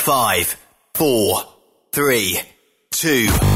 5, 4, 3, 2,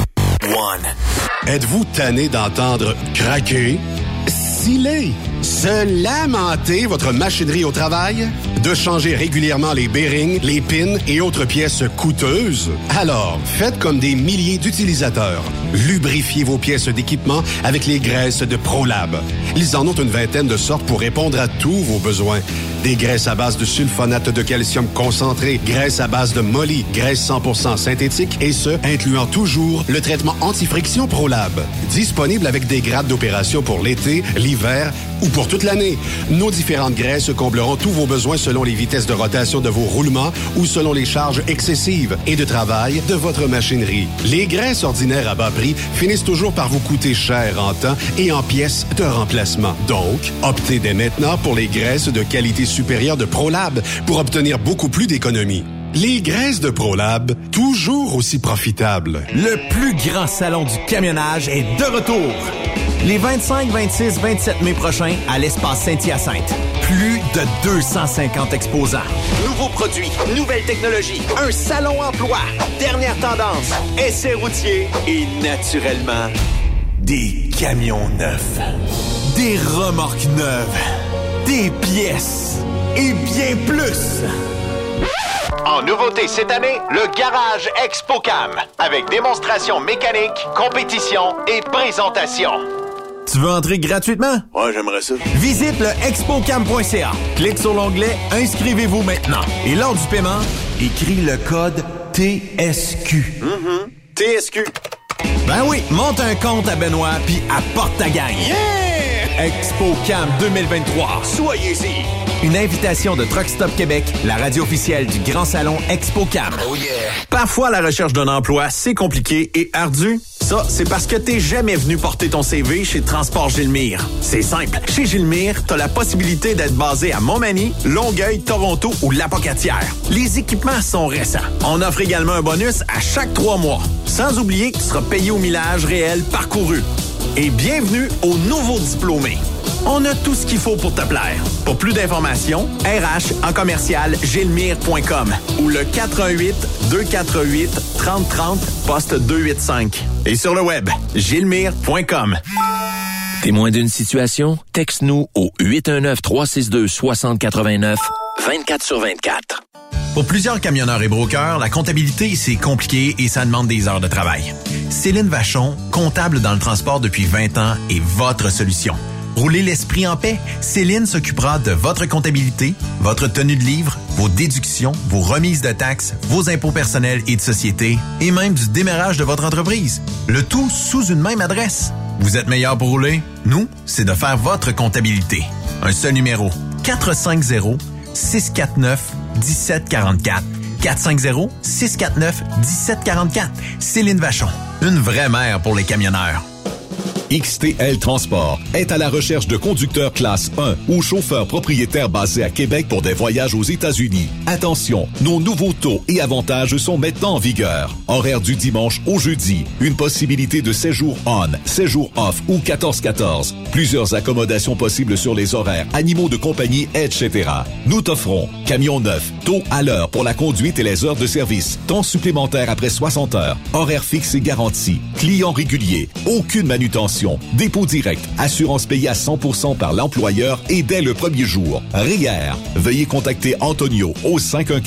1. Êtes-vous tanné d'entendre craquer, sciller, se lamenter votre machinerie au travail? De changer régulièrement les bearings, les pins et autres pièces coûteuses? Alors, faites comme des milliers d'utilisateurs. Lubrifiez vos pièces d'équipement avec les graisses de ProLab. Ils en ont une vingtaine de sortes pour répondre à tous vos besoins. Des graisses à base de sulfonate de calcium concentré, graisses à base de molly, graisse 100% synthétique et ce, incluant toujours le traitement anti-friction ProLab. Disponible avec des grades d'opération pour l'été, l'hiver ou pour toute l'année. Nos différentes graisses combleront tous vos besoins selon les vitesses de rotation de vos roulements ou selon les charges excessives et de travail de votre machinerie. Les graisses ordinaires à bas prix finissent toujours par vous coûter cher en temps et en pièces de remplacement. Donc, optez dès maintenant pour les graisses de qualité supérieure de ProLab pour obtenir beaucoup plus d'économies. Les graisses de ProLab, toujours aussi profitables. Le plus grand salon du camionnage est de retour. Les 25, 26, 27 mai prochains à l'espace Saint-Hyacinthe. Plus de 250 exposants. Nouveaux produits, nouvelles technologies, un salon emploi, dernière tendance, essais routiers et naturellement, des camions neufs, des remorques neuves, des pièces et bien plus. En nouveauté cette année, le Garage ExpoCam, avec démonstration mécanique, compétition et présentation. Tu veux entrer gratuitement? Ouais, j'aimerais ça. Visite le expocam.ca. Clique sur l'onglet « Inscrivez-vous maintenant » et lors du paiement, écris le code TSQ. TSQ. Ben oui, monte un compte à Benoît puis apporte ta gang. Yeah! ExpoCam 2023. Soyez-y. Une invitation de Truck Stop Québec, la radio officielle du Grand Salon ExpoCam. Oh yeah! Parfois, la recherche d'un emploi, c'est compliqué et ardu. Ça, c'est parce que t'es jamais venu porter ton CV chez Transport Gilmire. C'est simple. Chez Gilmire, t'as la possibilité d'être basé à Montmagny, Longueuil, Toronto ou Lapocatière. Les équipements sont récents. On offre également un bonus à chaque 3 mois. Sans oublier que tu seras payé au millage réel parcouru. Et bienvenue aux nouveaux diplômés. On a tout ce qu'il faut pour te plaire. Pour plus d'informations, RH en commercial gilmire.com ou le 418-248-3030 poste 285. Et sur le web, gilmire.com. Témoin d'une situation? Texte-nous au 819-362-6089, 24/24. Pour plusieurs camionneurs et brokers, la comptabilité, c'est compliqué et ça demande des heures de travail. Céline Vachon, comptable dans le transport depuis 20 ans, est votre solution. Roulez l'esprit en paix. Céline s'occupera de votre comptabilité, votre tenue de livre, vos déductions, vos remises de taxes, vos impôts personnels et de société, et même du démarrage de votre entreprise. Le tout sous une même adresse. Vous êtes meilleur pour rouler? Nous, c'est de faire votre comptabilité. Un seul numéro. 450-649-1744. 450-649-1744. Céline Vachon. Une vraie mère pour les camionneurs. XTL Transport est à la recherche de conducteurs classe 1 ou chauffeurs propriétaires basés à Québec pour des voyages aux États-Unis. Attention, nos nouveaux taux et avantages sont maintenant en vigueur. Horaire du dimanche au jeudi. Une possibilité de séjour on, séjour off ou 14-14. Plusieurs accommodations possibles sur les horaires, animaux de compagnie, etc. Nous t'offrons camion neuf, taux à l'heure pour la conduite et les heures de service, temps supplémentaire après 60 heures, horaire fixe et garanti, client régulier, aucune manutention, dépôt direct, assurance payée à 100% par l'employeur et dès le premier jour. REER. Veuillez contacter Antonio au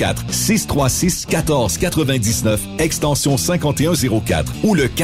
514-636-1499, extension 5104 ou le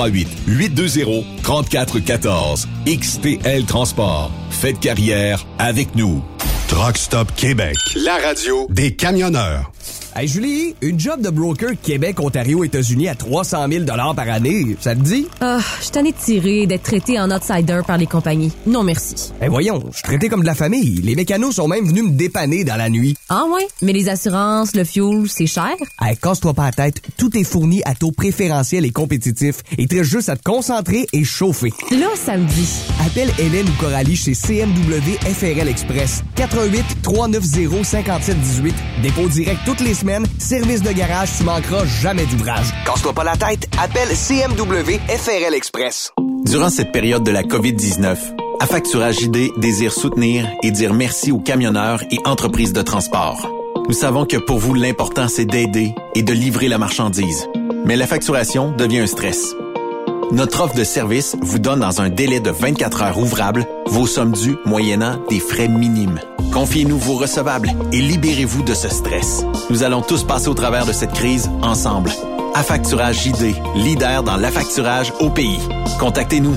438-820-3414. XTL Transport. Faites carrière avec nous. Truck Stop Québec. La radio Des camionneurs. Hey Julie, une job de broker Québec, Ontario, États-Unis à 300 000 $ par année, ça te dit? Ah, je suis tannée de tirer, d'être traité en outsider par les compagnies. Non merci. Eh voyons, je suis traité comme de la famille. Les mécanos sont même venus me dépanner dans la nuit. Ah ouais? Mais les assurances, le fuel, c'est cher? Hey, casse-toi pas la tête, tout est fourni à taux préférentiel et compétitif. Il te reste juste à te concentrer et chauffer. Là, ça me dit. Appelle Hélène ou Coralie chez CMW FRL Express. 88-390-5718. Dépôt direct toutes les semaines. Service de garage, tu manqueras jamais d'ouvrage. Casse-toi pas la tête, appelle CMW FRL Express. Durant cette période de la COVID-19, Affacturage ID désire soutenir et dire merci aux camionneurs et entreprises de transport. Nous savons que pour vous, l'important, c'est d'aider et de livrer la marchandise. Mais la facturation devient un stress. Notre offre de service vous donne dans un délai de 24 heures ouvrables vos sommes dues moyennant des frais minimes. Confiez-nous vos recevables et libérez-vous de ce stress. Nous allons tous passer au travers de cette crise ensemble. Affacturage JD, leader dans l'affacturage au pays. Contactez-nous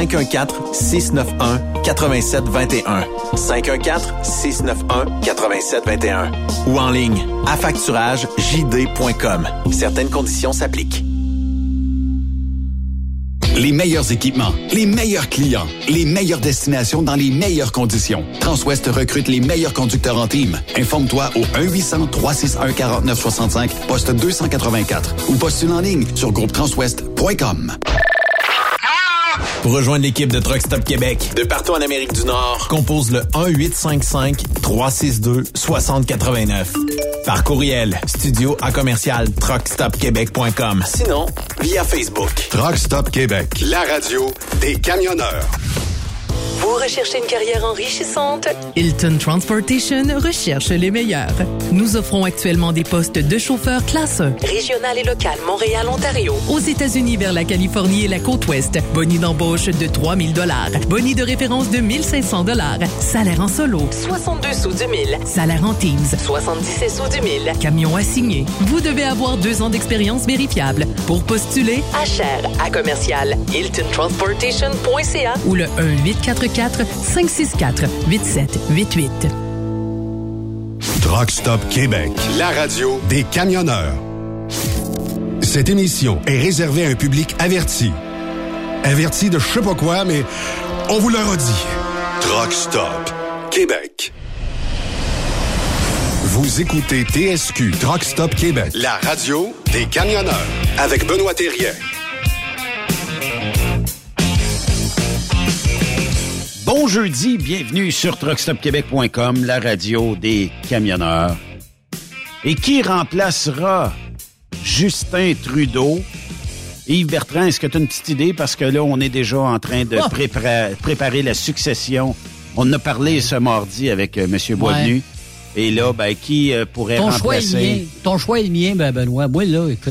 514-691-8721. 514-691-8721. Ou en ligne, affacturagejd.com. Certaines conditions s'appliquent. Les meilleurs équipements, les meilleurs clients, les meilleures destinations dans les meilleures conditions. Transwest recrute les meilleurs conducteurs en team. Informe-toi au 1-800-361-4965, poste 284 ou postule en ligne sur groupetranswest.com. Pour rejoindre l'équipe de Truck Stop Québec, de partout en Amérique du Nord, compose le 1-855-362-6089. Par courriel, studio@truckstopquebec.com. Sinon, via Facebook. Truck Stop Québec, la radio des camionneurs. Vous recherchez une carrière enrichissante? Hilton Transportation recherche les meilleurs. Nous offrons actuellement des postes de chauffeur classe 1. Régional et local, Montréal, Ontario. Aux États-Unis vers la Californie et la côte ouest. Boni d'embauche de 3 000 $. Boni de référence de 1 500 $. Salaire en solo. 62 sous du 1000. Salaire en teams. 77 sous du 1000. Camion assigné. Vous devez avoir 2 ans d'expérience vérifiable. Pour postuler, HR à commercial hiltontransportation.ca ou le 1-844-564-8788. Truck Stop Québec, la radio des camionneurs. Cette émission est réservée à un public averti. Averti de je sais pas quoi, mais on vous le redit. Truck Stop Québec. Vous écoutez TSQ Truck Stop Québec, la radio des camionneurs, avec Benoît Thérien. Bon jeudi, bienvenue sur truckstopquebec.com, la radio des camionneurs. Et qui remplacera Justin Trudeau? Yves Bertrand, est-ce que tu as une petite idée? Parce que là, on est déjà en train de préparer la succession. On en a parlé ce mardi avec M. Boisvenu. Et là, qui pourrait remplacer? Ton choix est le mien, Benoît. Moi, là, écoute...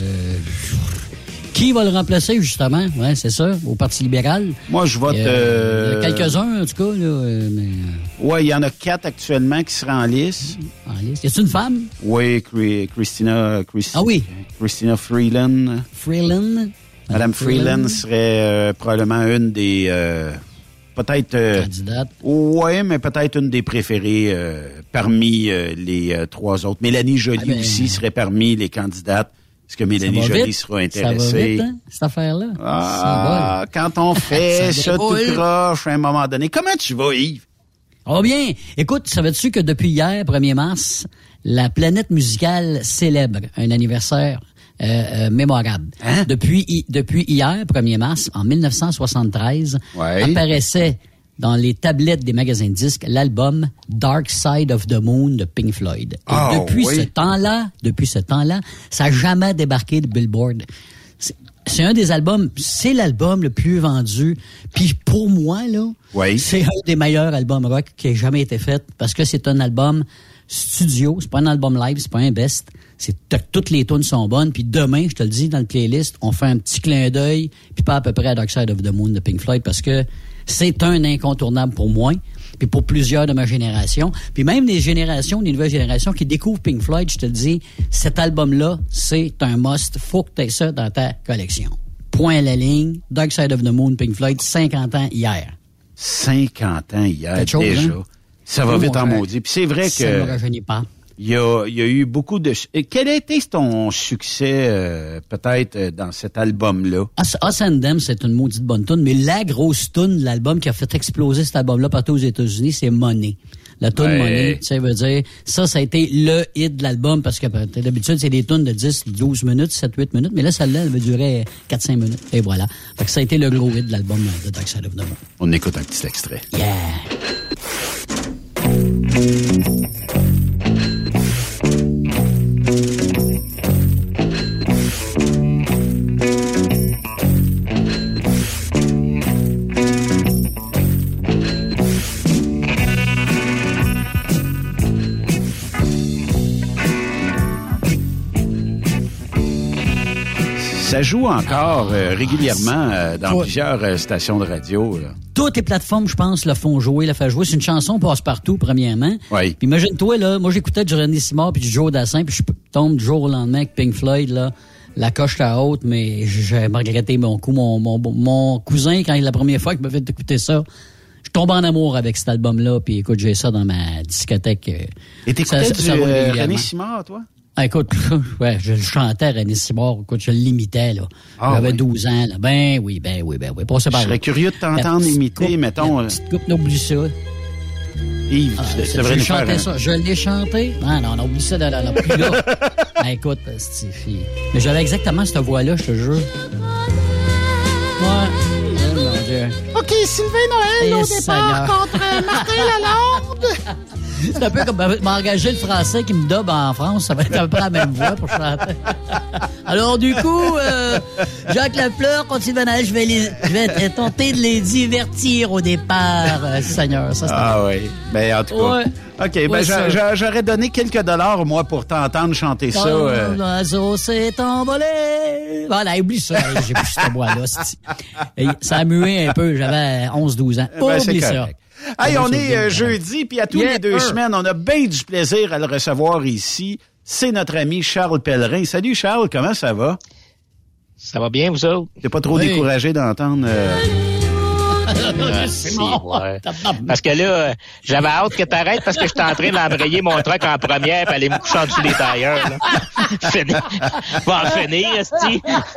Qui va le remplacer, justement? Oui, c'est ça, au Parti libéral. Moi, je vote... quelques-uns, en tout cas. Oui, il y en a 4 actuellement qui seraient en lice. En lice. Est-ce une femme? Oui, Christina Freeland. Freeland? Madame Freeland serait probablement une des... peut-être... candidate. Oui, mais peut-être une des préférées parmi les 3 autres. Mélanie Joly aussi serait parmi les candidates. Est-ce que Mélanie Joly sera intéressée? Ça va vite, hein, cette affaire-là? Ah, quand on fait ça tout croche à un moment donné. Comment tu vas, Yves? Oh bien. Écoute, savais-tu que depuis hier, 1er mars, la planète musicale célèbre un anniversaire mémorable. Hein? Depuis hier, 1er mars, en 1973, apparaissait dans les tablettes des magasins de disques l'album Dark Side of the Moon de Pink Floyd. Et depuis ce temps-là, ça n'a jamais débarqué de Billboard. C'est un des albums, c'est l'album le plus vendu. Puis pour moi, là, c'est un des meilleurs albums rock qui ait jamais été fait parce que c'est un album studio, c'est pas un album live, c'est pas un best. Toutes les tunes sont bonnes. Puis demain, je te le dis, dans le playlist, on fait un petit clin d'œil, puis pas à peu près à Dark Side of the Moon de Pink Floyd parce que c'est un incontournable pour moi, puis pour plusieurs de ma génération. Puis même des nouvelles générations qui découvrent Pink Floyd, je te le dis, cet album-là, c'est un must. Faut que tu aies ça dans ta collection. Point à la ligne. Dark Side of the Moon, Pink Floyd, 50 ans hier. 50 ans hier, déjà. Hein? Ça va vite en maudit. Puis c'est vrai que... Ça ne me rajeunit pas. Il y a eu beaucoup de... Quel a été ton succès, peut-être, dans cet album-là? Us and Them, c'est une maudite bonne tune, mais la grosse tune de l'album qui a fait exploser cet album-là partout aux États-Unis, c'est Money. La tune Money, ça veut dire... Ça a été le hit de l'album, parce que d'habitude, c'est des tunes de 10, 12 minutes, 7, 8 minutes, mais là, celle-là, elle va durer 4-5 minutes. Et voilà. Fait que ça a été le gros hit de l'album de Dark Side of the Moon. On écoute un petit extrait. Yeah! Ça joue encore régulièrement dans plusieurs stations de radio. Là. Toutes les plateformes, je pense, le font jouer, la font jouer. C'est une chanson passe-partout, premièrement. Oui. Puis imagine-toi, là, moi j'écoutais du René Simard puis du Joe Dassin, puis je tombe du jour au lendemain avec Pink Floyd, là. La coche à haute, mais j'ai regretté mon coup. Mon cousin, quand la première fois qu'il m'a fait écouter ça, je tombe en amour avec cet album-là, puis écoute, j'ai ça dans ma discothèque. Et t'écoutais du René Simard, toi? Ah, écoute, ouais, je le chantais, René Simard. Écoute, je l'imitais, là. J'avais 12 ans, là. Ben oui. Je serais curieux de t'entendre imiter, mettons. La petite coupe, n'oublie ça. Yves, tu devrais nous faire... ça. Je l'ai chanté. Non, oublie ça dans la plus là. Ben, écoute, mais j'avais exactement cette voix-là, je te jure. Ouais. Oh, mon Dieu. OK, Sylvain Noël au départ contre Martin Lalonde. C'est un peu comme m'engager le français qui me dobe en France. Ça va être un peu la même voix pour chanter. Alors, du coup, Jacques Lafleur contre Sylvain Noël, je vais tenter de les divertir au départ, Seigneur. Ça, oui. Ben, en tout cas. Ouais. OK, ben j'aurais donné quelques dollars, moi, pour t'entendre chanter ça. L'oiseau s'est envolé. Voilà, oublie ça. J'ai plus cette voix-là. Ça a mué un peu. J'avais 11-12 ans. Oublie ça. Hey, on est jeudi, puis à tous les 2 semaines, on a bien du plaisir à le recevoir ici. C'est notre ami Charles Pellerin. Salut Charles, comment ça va? Ça va bien, vous autres? T'es pas trop découragé d'entendre... Ouais. Parce que là, j'avais hâte que t'arrêtes parce que j'étais en train d'embrayer mon truck en première et aller me coucher en dessous des tailleurs. Va en finir, esti.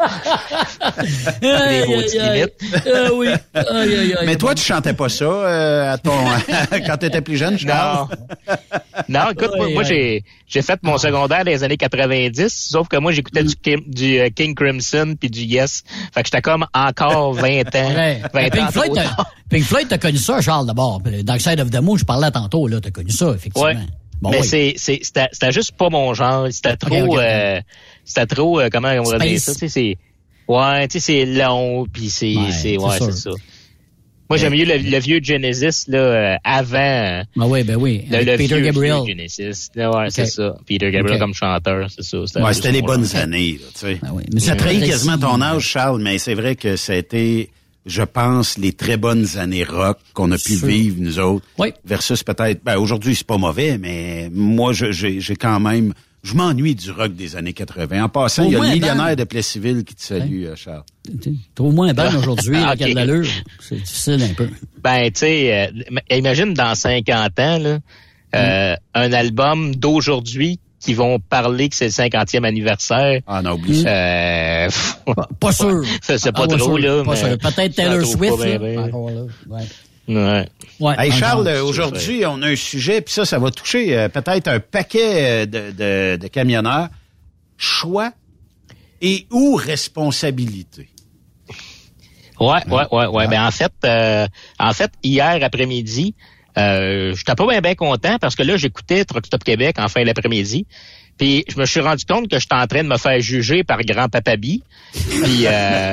Les maudites limites. Oui. Mais toi, tu chantais pas ça quand t'étais plus jeune, Charles? Non, écoute, moi j'ai fait mon secondaire dans les années 90, sauf que moi j'écoutais du King Crimson puis du Yes. Fait que j'étais comme encore 20 ans. 20 ans trop tard. Pink Floyd, t'as connu ça, Charles, d'abord. Dark Side of the Moon, je parlais tantôt, là, t'as connu ça, effectivement. Ouais. Bon, mais c'était juste pas mon genre. C'était trop, comment on va dire ça, tu sais, c'est long, puis c'est ça. Moi, j'aime mieux le vieux Genesis, là, avant. Ben oui. Le Peter Gabriel. Genesis. Ouais, c'est ça. Peter Gabriel comme chanteur, c'est ça. C'était les bonnes années, là, tu sais. Ben oui. Ça trahit quasiment ton âge, Charles, mais c'est vrai que ça a été, je pense, les très bonnes années rock qu'on a pu vivre, nous autres. Oui. Versus peut-être, aujourd'hui, c'est pas mauvais, mais moi, j'ai quand même, je m'ennuie du rock des années 80. En passant, il y a le millionnaire de Plessisville qui te salue, Charles. Trouve-moi un ban aujourd'hui, qui a de l'allure. C'est difficile un peu. Ben, tu sais, imagine dans 50 ans, là, un album d'aujourd'hui qui vont parler que c'est le 50e anniversaire. Ah non, oublie ça. Pas sûr. C'est pas trop, là. Pas sûr. Peut-être Taylor Swift, Ouais. Hey Charles, aujourd'hui, on a un sujet, puis ça va toucher peut-être un paquet de camionneurs. Choix et ou responsabilité. Ouais. Ben en fait, hier après-midi, j'étais pas bien content parce que là, j'écoutais Truck Stop Québec en fin d'après-midi. Puis je me suis rendu compte que j'étais en train de me faire juger par Grand-Papa B. Puis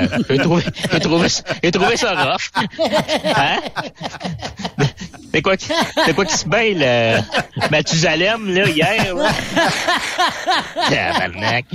j'ai trouvé ça rough. Hein? C'est quoi qui se mêle, Mathusalem, là, hier? Tabarnak.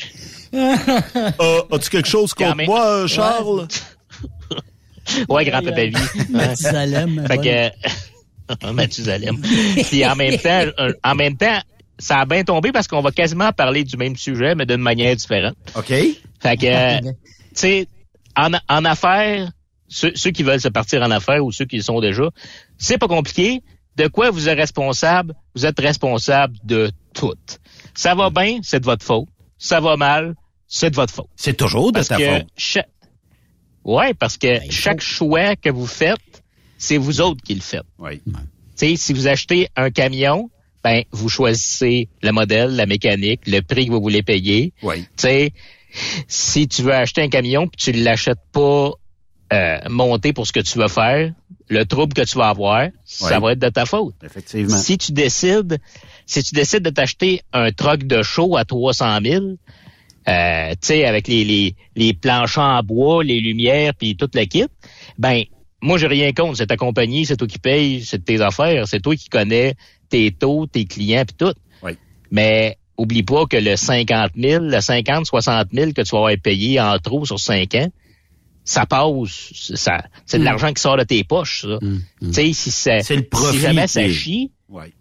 As-tu quelque chose contre moi, Charles? Ouais, Grand-Papa B. Mathusalem. Fait que... Mathusalem. Puis en même temps, ça a bien tombé parce qu'on va quasiment parler du même sujet, mais d'une manière différente. OK. Fait que, tu sais, en affaires, ceux qui veulent se partir en affaires ou ceux qui le sont déjà, c'est pas compliqué. De quoi vous êtes responsable? Vous êtes responsable de tout. Ça va bien, c'est de votre faute. Ça va mal, c'est de votre faute. C'est toujours de ta faute. Ouais, parce que chaque choix que vous faites, c'est vous autres qui le faites. Oui. Tu sais, si vous achetez un camion, ben vous choisissez le modèle, la mécanique, le prix que vous voulez payer. Oui. Tu sais, si tu veux acheter un camion puis tu l'achètes pas monté pour ce que tu veux faire, le trouble que tu vas avoir, ça va être de ta faute. Effectivement. Si tu décides de t'acheter un truck de show à 300 000, tu sais, avec les planchers en bois, les lumières puis toute la kit, ben moi j'ai rien contre, c'est ta compagnie, c'est toi qui payes, c'est tes affaires, c'est toi qui connais tes taux, tes clients puis tout. Oui. Mais oublie pas que le 60 000 que tu vas avoir payé en trop sur 5 ans, ça passe, c'est de l'argent qui sort de tes poches, ça. Tu sais, c'est le profit. Si jamais ça chie,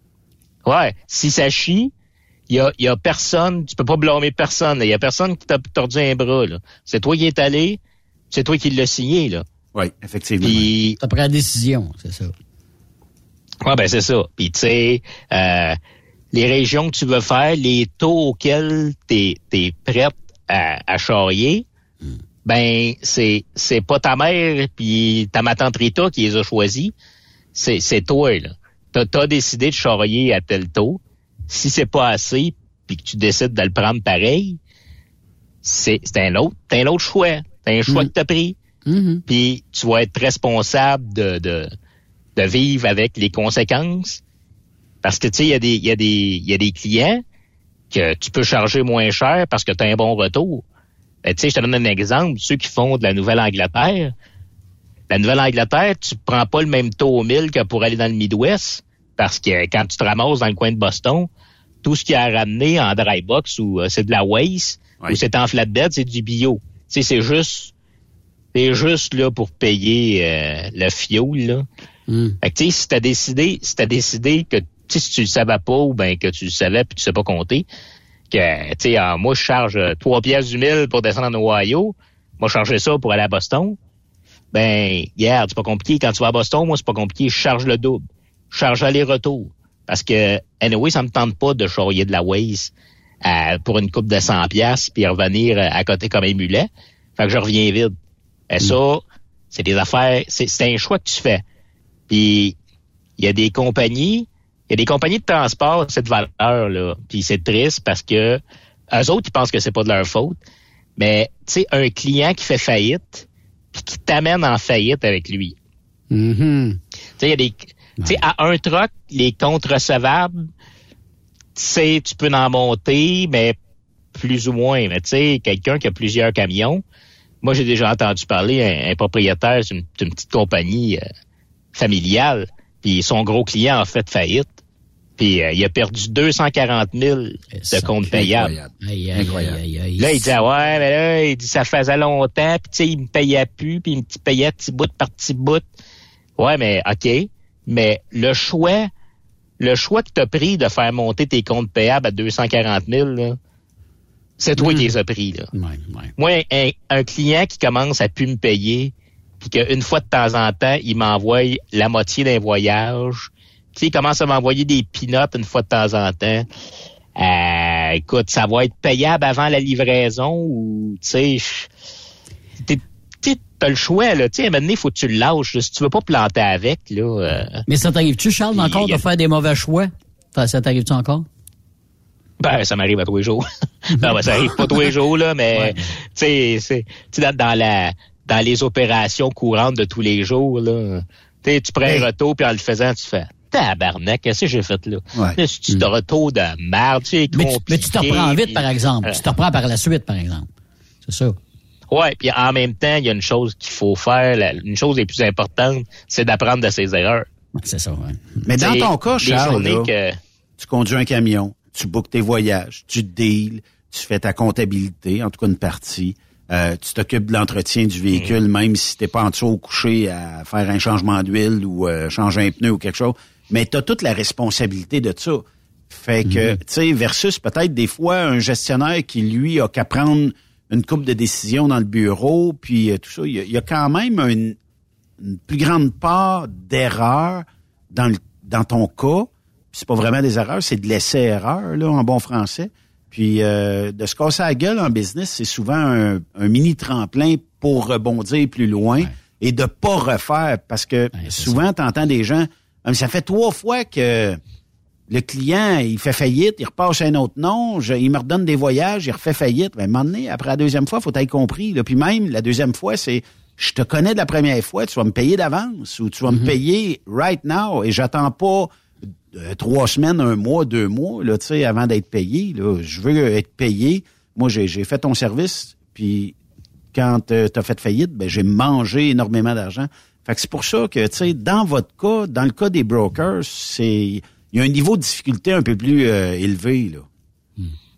si ça chie, il y a personne, tu peux pas blâmer personne, il y a personne qui t'a tordu un bras, là. C'est toi qui es allé, c'est toi qui l'as signé, là. Oui, effectivement. Puis t'as pris la décision, c'est ça. Ouais, ben c'est ça. Puis tu sais, les régions que tu veux faire, les taux auxquels t'es prête à charrier, ben c'est pas ta mère puis ta tante Rita qui les a choisis, c'est toi, là. T'as décidé de charrier à tel taux. Si c'est pas assez puis que tu décides de le prendre pareil, c'est un autre choix. C'est un choix que t'as pris. Puis tu vas être responsable de vivre avec les conséquences. Parce que tu sais, il y a des clients que tu peux charger moins cher parce que tu as un bon retour. Tu sais, je te donne un exemple, ceux qui font de la Nouvelle-Angleterre. La Nouvelle-Angleterre, tu prends pas le même taux au 1000 que pour aller dans le Midwest, parce que quand tu te ramasses dans le coin de Boston, tout ce qu'il y a à ramener en dry box ou c'est de la waste ou c'est en flatbed, c'est du bio. Tu sais, c'est juste là pour payer le fioul, là. Fait que tu sais, si t'as décidé que si tu le savais pas ou ben que tu le savais puis tu sais pas compter, que tu sais, moi je charge 3 piastres du 1000 pour descendre en Ohio, moi je chargeais ça pour aller à Boston. Ben, regarde, c'est pas compliqué. Quand tu vas à Boston, moi c'est pas compliqué, je charge le double. Je charge aller-retour. Parce que, anyway, ça me tente pas de charrier de la waste pour une coupe de 100 piastres puis revenir à côté comme un mulet. Fait que je reviens vide. Et ça, c'est des affaires, c'est un choix que tu fais. Puis il y a des compagnies de transport cette valeur là. Puis c'est triste parce que eux autres ils pensent que c'est pas de leur faute, mais tu sais un client qui fait faillite puis qui t'amène en faillite avec lui. Tu sais il y a des tu sais à un truck les comptes recevables, tu peux en monter mais plus ou moins, mais tu sais quelqu'un qui a plusieurs camions. Moi, j'ai déjà entendu parler un propriétaire d'une petite compagnie familiale, puis son gros client a fait faillite, puis il a perdu 240 000 de comptes payables. Incroyable. Là, il dit ouais, mais là, il dit ça faisait longtemps, puis tu sais, il me payait plus, puis il me payait petit bout par petit bout. Ouais, mais OK, mais le choix que tu as pris de faire monter tes comptes payables à 240 000, là, c'est toi qui les as pris, là. Moi, un client qui commence à plus me payer, puis qu'une fois de temps en temps, il m'envoie la moitié d'un voyage, tu sais, il commence à m'envoyer des peanuts une fois de temps en temps. Écoute, ça va être payable avant la livraison ou, tu sais, t'as le choix, là. Tu sais, à un moment donné, il faut que tu le lâches, là. Si tu veux pas planter avec, là. Mais ça t'arrive-tu, Charles, encore de faire des mauvais choix? Ça t'arrive-tu encore? Ben, ça m'arrive à tous les jours. Non, ben, ça arrive pas tous les jours, là, mais, tu sais, dans les opérations courantes de tous les jours, là, tu prends un retour, puis en le faisant, tu fais, tabarnak, qu'est-ce que j'ai fait, là? C'est un retour de merde, tu sais, mais tu te reprends vite, par exemple. Tu te reprends par la suite, par exemple. C'est ça. Ouais, puis en même temps, il y a une chose qu'il faut faire, une chose les plus importante, c'est d'apprendre de ses erreurs. C'est ça, ouais. Mais dans ton cas, Charles, là, tu conduis un camion, tu bookes tes voyages, tu deals, tu fais ta comptabilité, en tout cas une partie. Tu t'occupes de l'entretien du véhicule, même si t'es pas en dessous au coucher à faire un changement d'huile ou changer un pneu ou quelque chose. Mais t'as toute la responsabilité de ça. Fait que, tu sais, versus peut-être des fois un gestionnaire qui, lui, a qu'à prendre une couple de décisions dans le bureau, puis tout ça. Il y a quand même une plus grande part d'erreurs dans ton cas. Puis c'est pas vraiment des erreurs, c'est de l'essai-erreur, là, en bon français. Puis de se casser la gueule en business, c'est souvent un mini tremplin pour rebondir plus loin et de pas refaire. Parce que souvent, t'entends des gens, ça fait 3 fois que le client, il fait faillite, il repasse un autre nom, il me redonne des voyages, il refait faillite. Ben, à un moment donné, après la deuxième fois, faut t'avoir compris. Là. Puis même, la deuxième fois, c'est, je te connais de la première fois, tu vas me payer d'avance ou tu vas me payer right now et j'attends pas 3 semaines, 1 mois, 2 mois, là, tu sais, avant d'être payé. Là. Je veux être payé. Moi, j'ai fait ton service, puis quand t'as fait faillite, ben j'ai mangé énormément d'argent. Fait que c'est pour ça que, tu sais, dans votre cas, dans le cas des brokers, il y a un niveau de difficulté un peu plus élevé, là.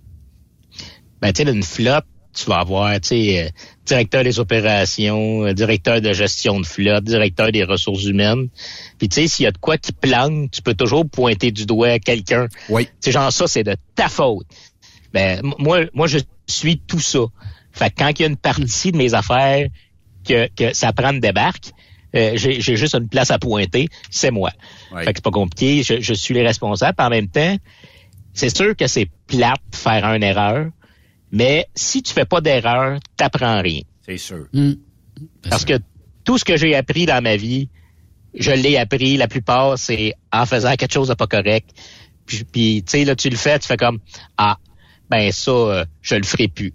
ben tu sais, une flotte, tu vas avoir, tu sais, directeur des opérations, directeur de gestion de flotte, directeur des ressources humaines. Puis tu sais, s'il y a de quoi qui plante, tu peux toujours pointer du doigt à quelqu'un. Oui. Tu sais, genre ça, c'est de ta faute. Ben moi, je suis tout ça. Fait que quand il y a une partie de mes affaires que ça prend de débarque, j'ai juste une place à pointer, c'est moi. Oui. Fait que c'est pas compliqué, je suis les responsables. En même temps, c'est sûr que c'est plate de faire une erreur, mais si tu fais pas d'erreur, t'apprends rien. C'est sûr. Parce que tout ce que j'ai appris dans ma vie, je l'ai appris, la plupart, c'est en faisant quelque chose de pas correct. Puis tu sais, là, tu le fais, tu fais comme, ben ça, je le ferai plus.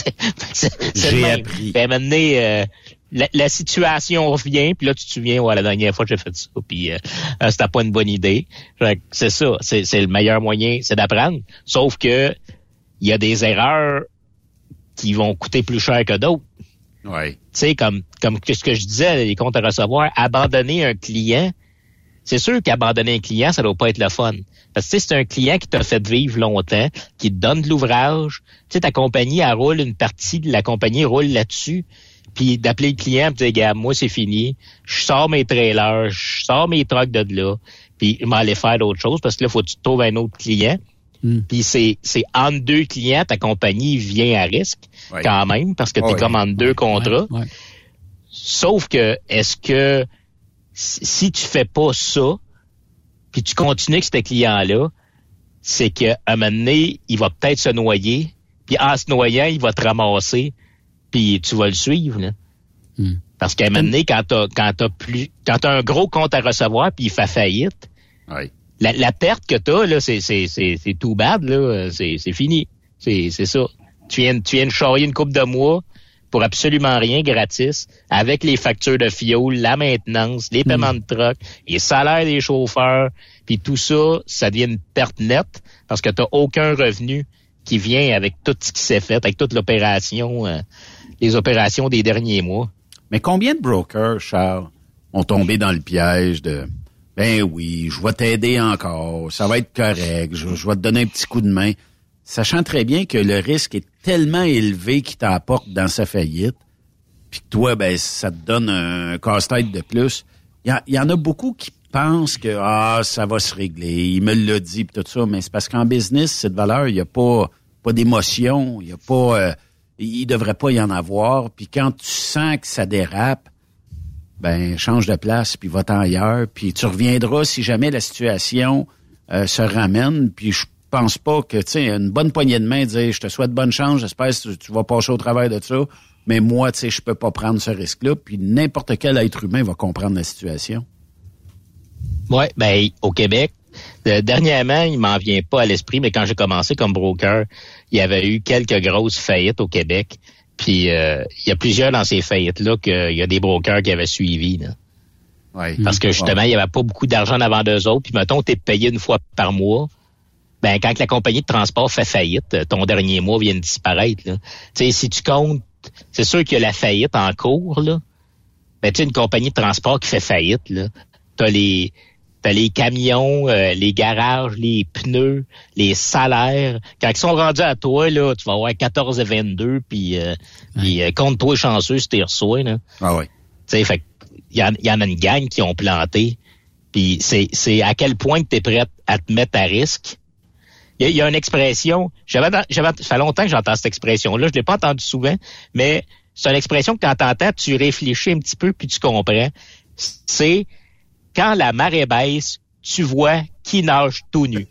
J'ai appris. Ben maintenant, la situation revient, puis là, tu te souviens, la dernière fois que j'ai fait ça, puis c'était pas une bonne idée. C'est ça, c'est le meilleur moyen, c'est d'apprendre. Sauf que il y a des erreurs qui vont coûter plus cher que d'autres. Ouais. Tu sais, comme ce que je disais, les comptes à recevoir, abandonner un client, c'est sûr qu'abandonner un client, ça doit pas être le fun. Parce que c'est un client qui t'a fait vivre longtemps, qui te donne de l'ouvrage. Tu sais, ta compagnie, elle roule, une partie de la compagnie roule là-dessus. Puis d'appeler le client et de dire, gars, moi, c'est fini. Je sors mes trailers, je sors mes trucks de là, puis je m'en aller faire d'autres choses parce que là, faut que tu trouves un autre client. Puis c'est entre deux clients, ta compagnie vient à risque quand même parce que t'es comme entre deux contrats. Ouais. Sauf que, est-ce que si tu fais pas ça, puis tu continues avec ce client-là, c'est qu'à un moment donné, il va peut-être se noyer, puis en se noyant, il va te ramasser, puis tu vas le suivre, là. Parce qu'à un moment donné, quand t'as un gros compte à recevoir, puis il fait faillite, la perte que t'as, là, c'est tout bad, là, c'est fini. C'est ça. Tu viens de charrier une couple de mois pour absolument rien gratis, avec les factures de fioul, la maintenance, les paiements de truck, les salaires des chauffeurs, puis tout ça, ça devient une perte nette parce que t'as aucun revenu qui vient avec tout ce qui s'est fait, avec toute l'opération, les opérations des derniers mois. Mais combien de brokers, Charles, ont tombé dans le piège de « Ben oui, je vais t'aider encore, ça va être correct, je vais te donner un petit coup de main », sachant très bien que le risque est tellement élevé qu'il t'apporte dans sa faillite, puis que toi, ben ça te donne un casse-tête de plus. Il y en a beaucoup qui pensent que ça va se régler, il me l'a dit, puis tout ça, mais c'est parce qu'en business, cette valeur, il n'y a pas d'émotion, il y a pas... il devrait pas y en avoir, puis quand tu sens que ça dérape, ben change de place, puis va-t'en ailleurs, puis tu reviendras si jamais la situation se ramène, puis je pense pas que, tu sais, une bonne poignée de main, dire je te souhaite bonne chance, j'espère que tu vas passer au travers de ça, mais moi, tu sais, je peux pas prendre ce risque-là, puis n'importe quel être humain va comprendre la situation. Ouais, ben au Québec, dernièrement, il m'en vient pas à l'esprit, mais quand j'ai commencé comme broker, il y avait eu quelques grosses faillites au Québec. Puis il y a plusieurs dans ces faillites-là qu'il y a des brokers qui avaient suivi. Là. Ouais. Parce que justement, il y avait pas beaucoup d'argent avant d'eux autres. Puis mettons, t'es payé une fois par mois. Ben quand la compagnie de transport fait faillite, ton dernier mois vient de disparaître. Tu sais, si tu comptes, c'est sûr qu'il y a la faillite en cours, là. Ben tu sais, une compagnie de transport qui fait faillite, là, t'as les camions, les garages, les pneus, les salaires. Quand ils sont rendus à toi, là, tu vas avoir 14 et 22, puis compte-toi chanceux si t'es reçu, là. Ah oui. Tu sais, fait il y en a une gang qui ont planté. Puis c'est à quel point que t'es prêt à te mettre à risque. Il y a une expression, ça fait longtemps que j'entends cette expression-là, je l'ai pas entendue souvent, mais c'est une expression que t'entends, tu réfléchis un petit peu, puis tu comprends. C'est quand la marée baisse, tu vois qui nage tout nu.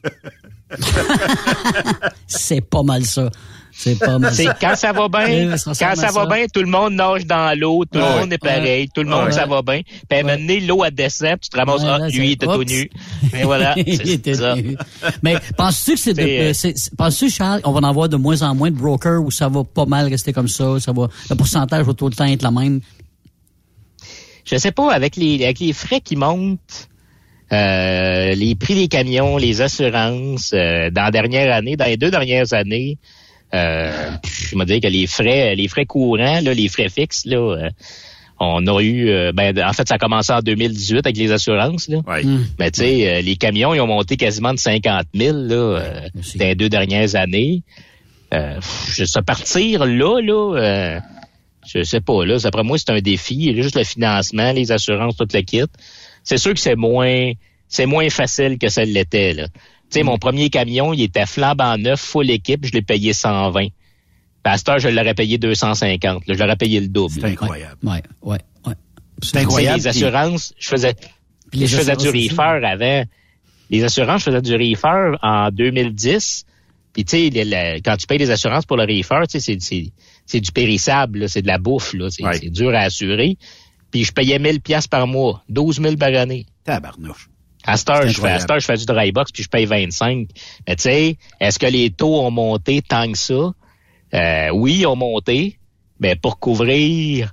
C'est pas mal ça. C'est pas mal ça. Quand ça va bien, bien, tout le monde nage dans l'eau, tout le monde est pareil, tout le monde ça va bien. Puis à un moment donné, l'eau elle descend, puis tu te ramasses, lui il était tout nu. Mais voilà, c'est ça. Mais penses-tu que penses-tu, Charles, on va en avoir de moins en moins de brokers où ça va pas mal rester comme ça, le pourcentage va tout le temps être le même? Je sais pas, avec les frais qui montent, les prix des camions, les assurances, dans les 2 dernières années, je me dis que les frais courants, là, les frais fixes, là, on a eu, en fait, ça a commencé en 2018 avec les assurances, là. Ouais. Mais tu sais, les camions, ils ont monté quasiment de 50 000, là, dans les 2 dernières années. Se partir là, je sais pas, là, d'après moi, c'est un défi. Juste le financement, les assurances, toute la kit. C'est sûr que c'est moins facile que ça l'était, là. Tu sais, mon premier camion, il était flambant neuf, full équipe, je l'ai payé 120. Pasteur, je l'aurais payé 250. Là, je l'aurais payé le double. C'est incroyable. Ouais. C'est incroyable. Les assurances, je faisais du reefer avant. Les assurances, je faisais du reefer en 2010. Puis tu sais, quand tu payes des assurances pour le reefer, tu sais, c'est du périssable, là, c'est de la bouffe, là, c'est dur à assurer. Puis je payais 1000 $ par mois, 12 000 par année. Tabarnouche. À cette heure, je fais du dry box puis je paye 25. Mais tu sais, est-ce que les taux ont monté tant que ça? Oui, ils ont monté, mais pour couvrir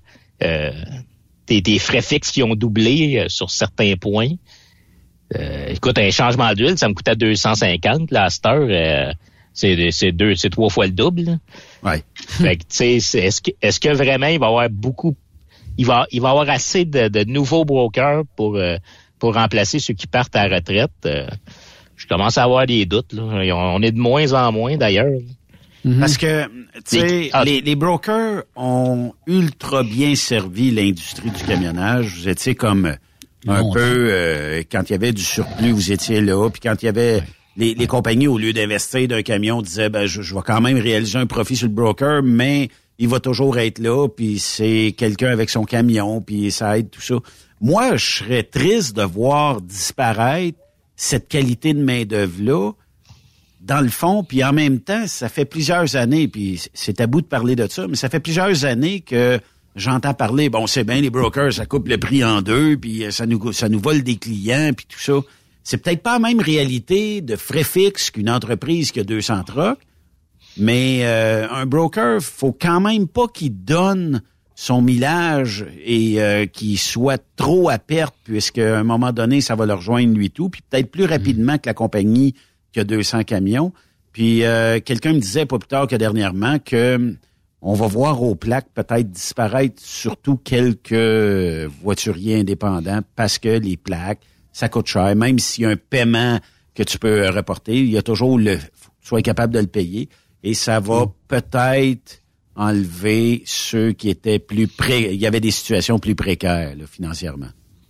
tes frais fixes qui ont doublé sur certains points. Écoute, un changement d'huile, ça me coûtait 250. Là, à cette heure, c'est 3 fois le double. Là. Ouais. Fait que tu sais, est-ce que vraiment il va y avoir il va y avoir assez de nouveaux brokers pour remplacer ceux qui partent à la retraite? Je commence à avoir des doutes. Là. On est de moins en moins d'ailleurs. Parce que, tu sais, les brokers ont ultra bien servi l'industrie du camionnage. Vous étiez comme un peu, quand il y avait du surplus, vous étiez là. Puis quand il y avait les compagnies, au lieu d'investir d'un camion, disaient, je vais quand même réaliser un profit sur le broker, mais il va toujours être là. Puis c'est quelqu'un avec son camion, puis ça aide tout ça. Moi, je serais triste de voir disparaître cette qualité de main-d'œuvre-là. Dans le fond, puis en même temps, ça fait plusieurs années, puis c'est tabou de parler de ça, mais ça fait plusieurs années que j'entends parler, bon, c'est bien, les brokers, ça coupe le prix en deux, puis ça nous vole des clients, puis tout ça. C'est peut-être pas la même réalité de frais fixes qu'une entreprise qui a 200 trucks, mais un broker, faut quand même pas qu'il donne son millage et qu'il soit trop à perte, puisqu'à un moment donné, ça va le rejoindre lui tout, puis peut-être plus rapidement que la compagnie qui a 200 camions. Puis quelqu'un me disait pas plus tard que dernièrement que on va voir aux plaques peut-être disparaître surtout quelques voituriers indépendants parce que les plaques, ça coûte cher. Même s'il y a un paiement que tu peux reporter, il y a toujours faut que tu sois capable de le payer. Et ça va peut-être enlever ceux qui étaient il y avait des situations plus précaires là, financièrement.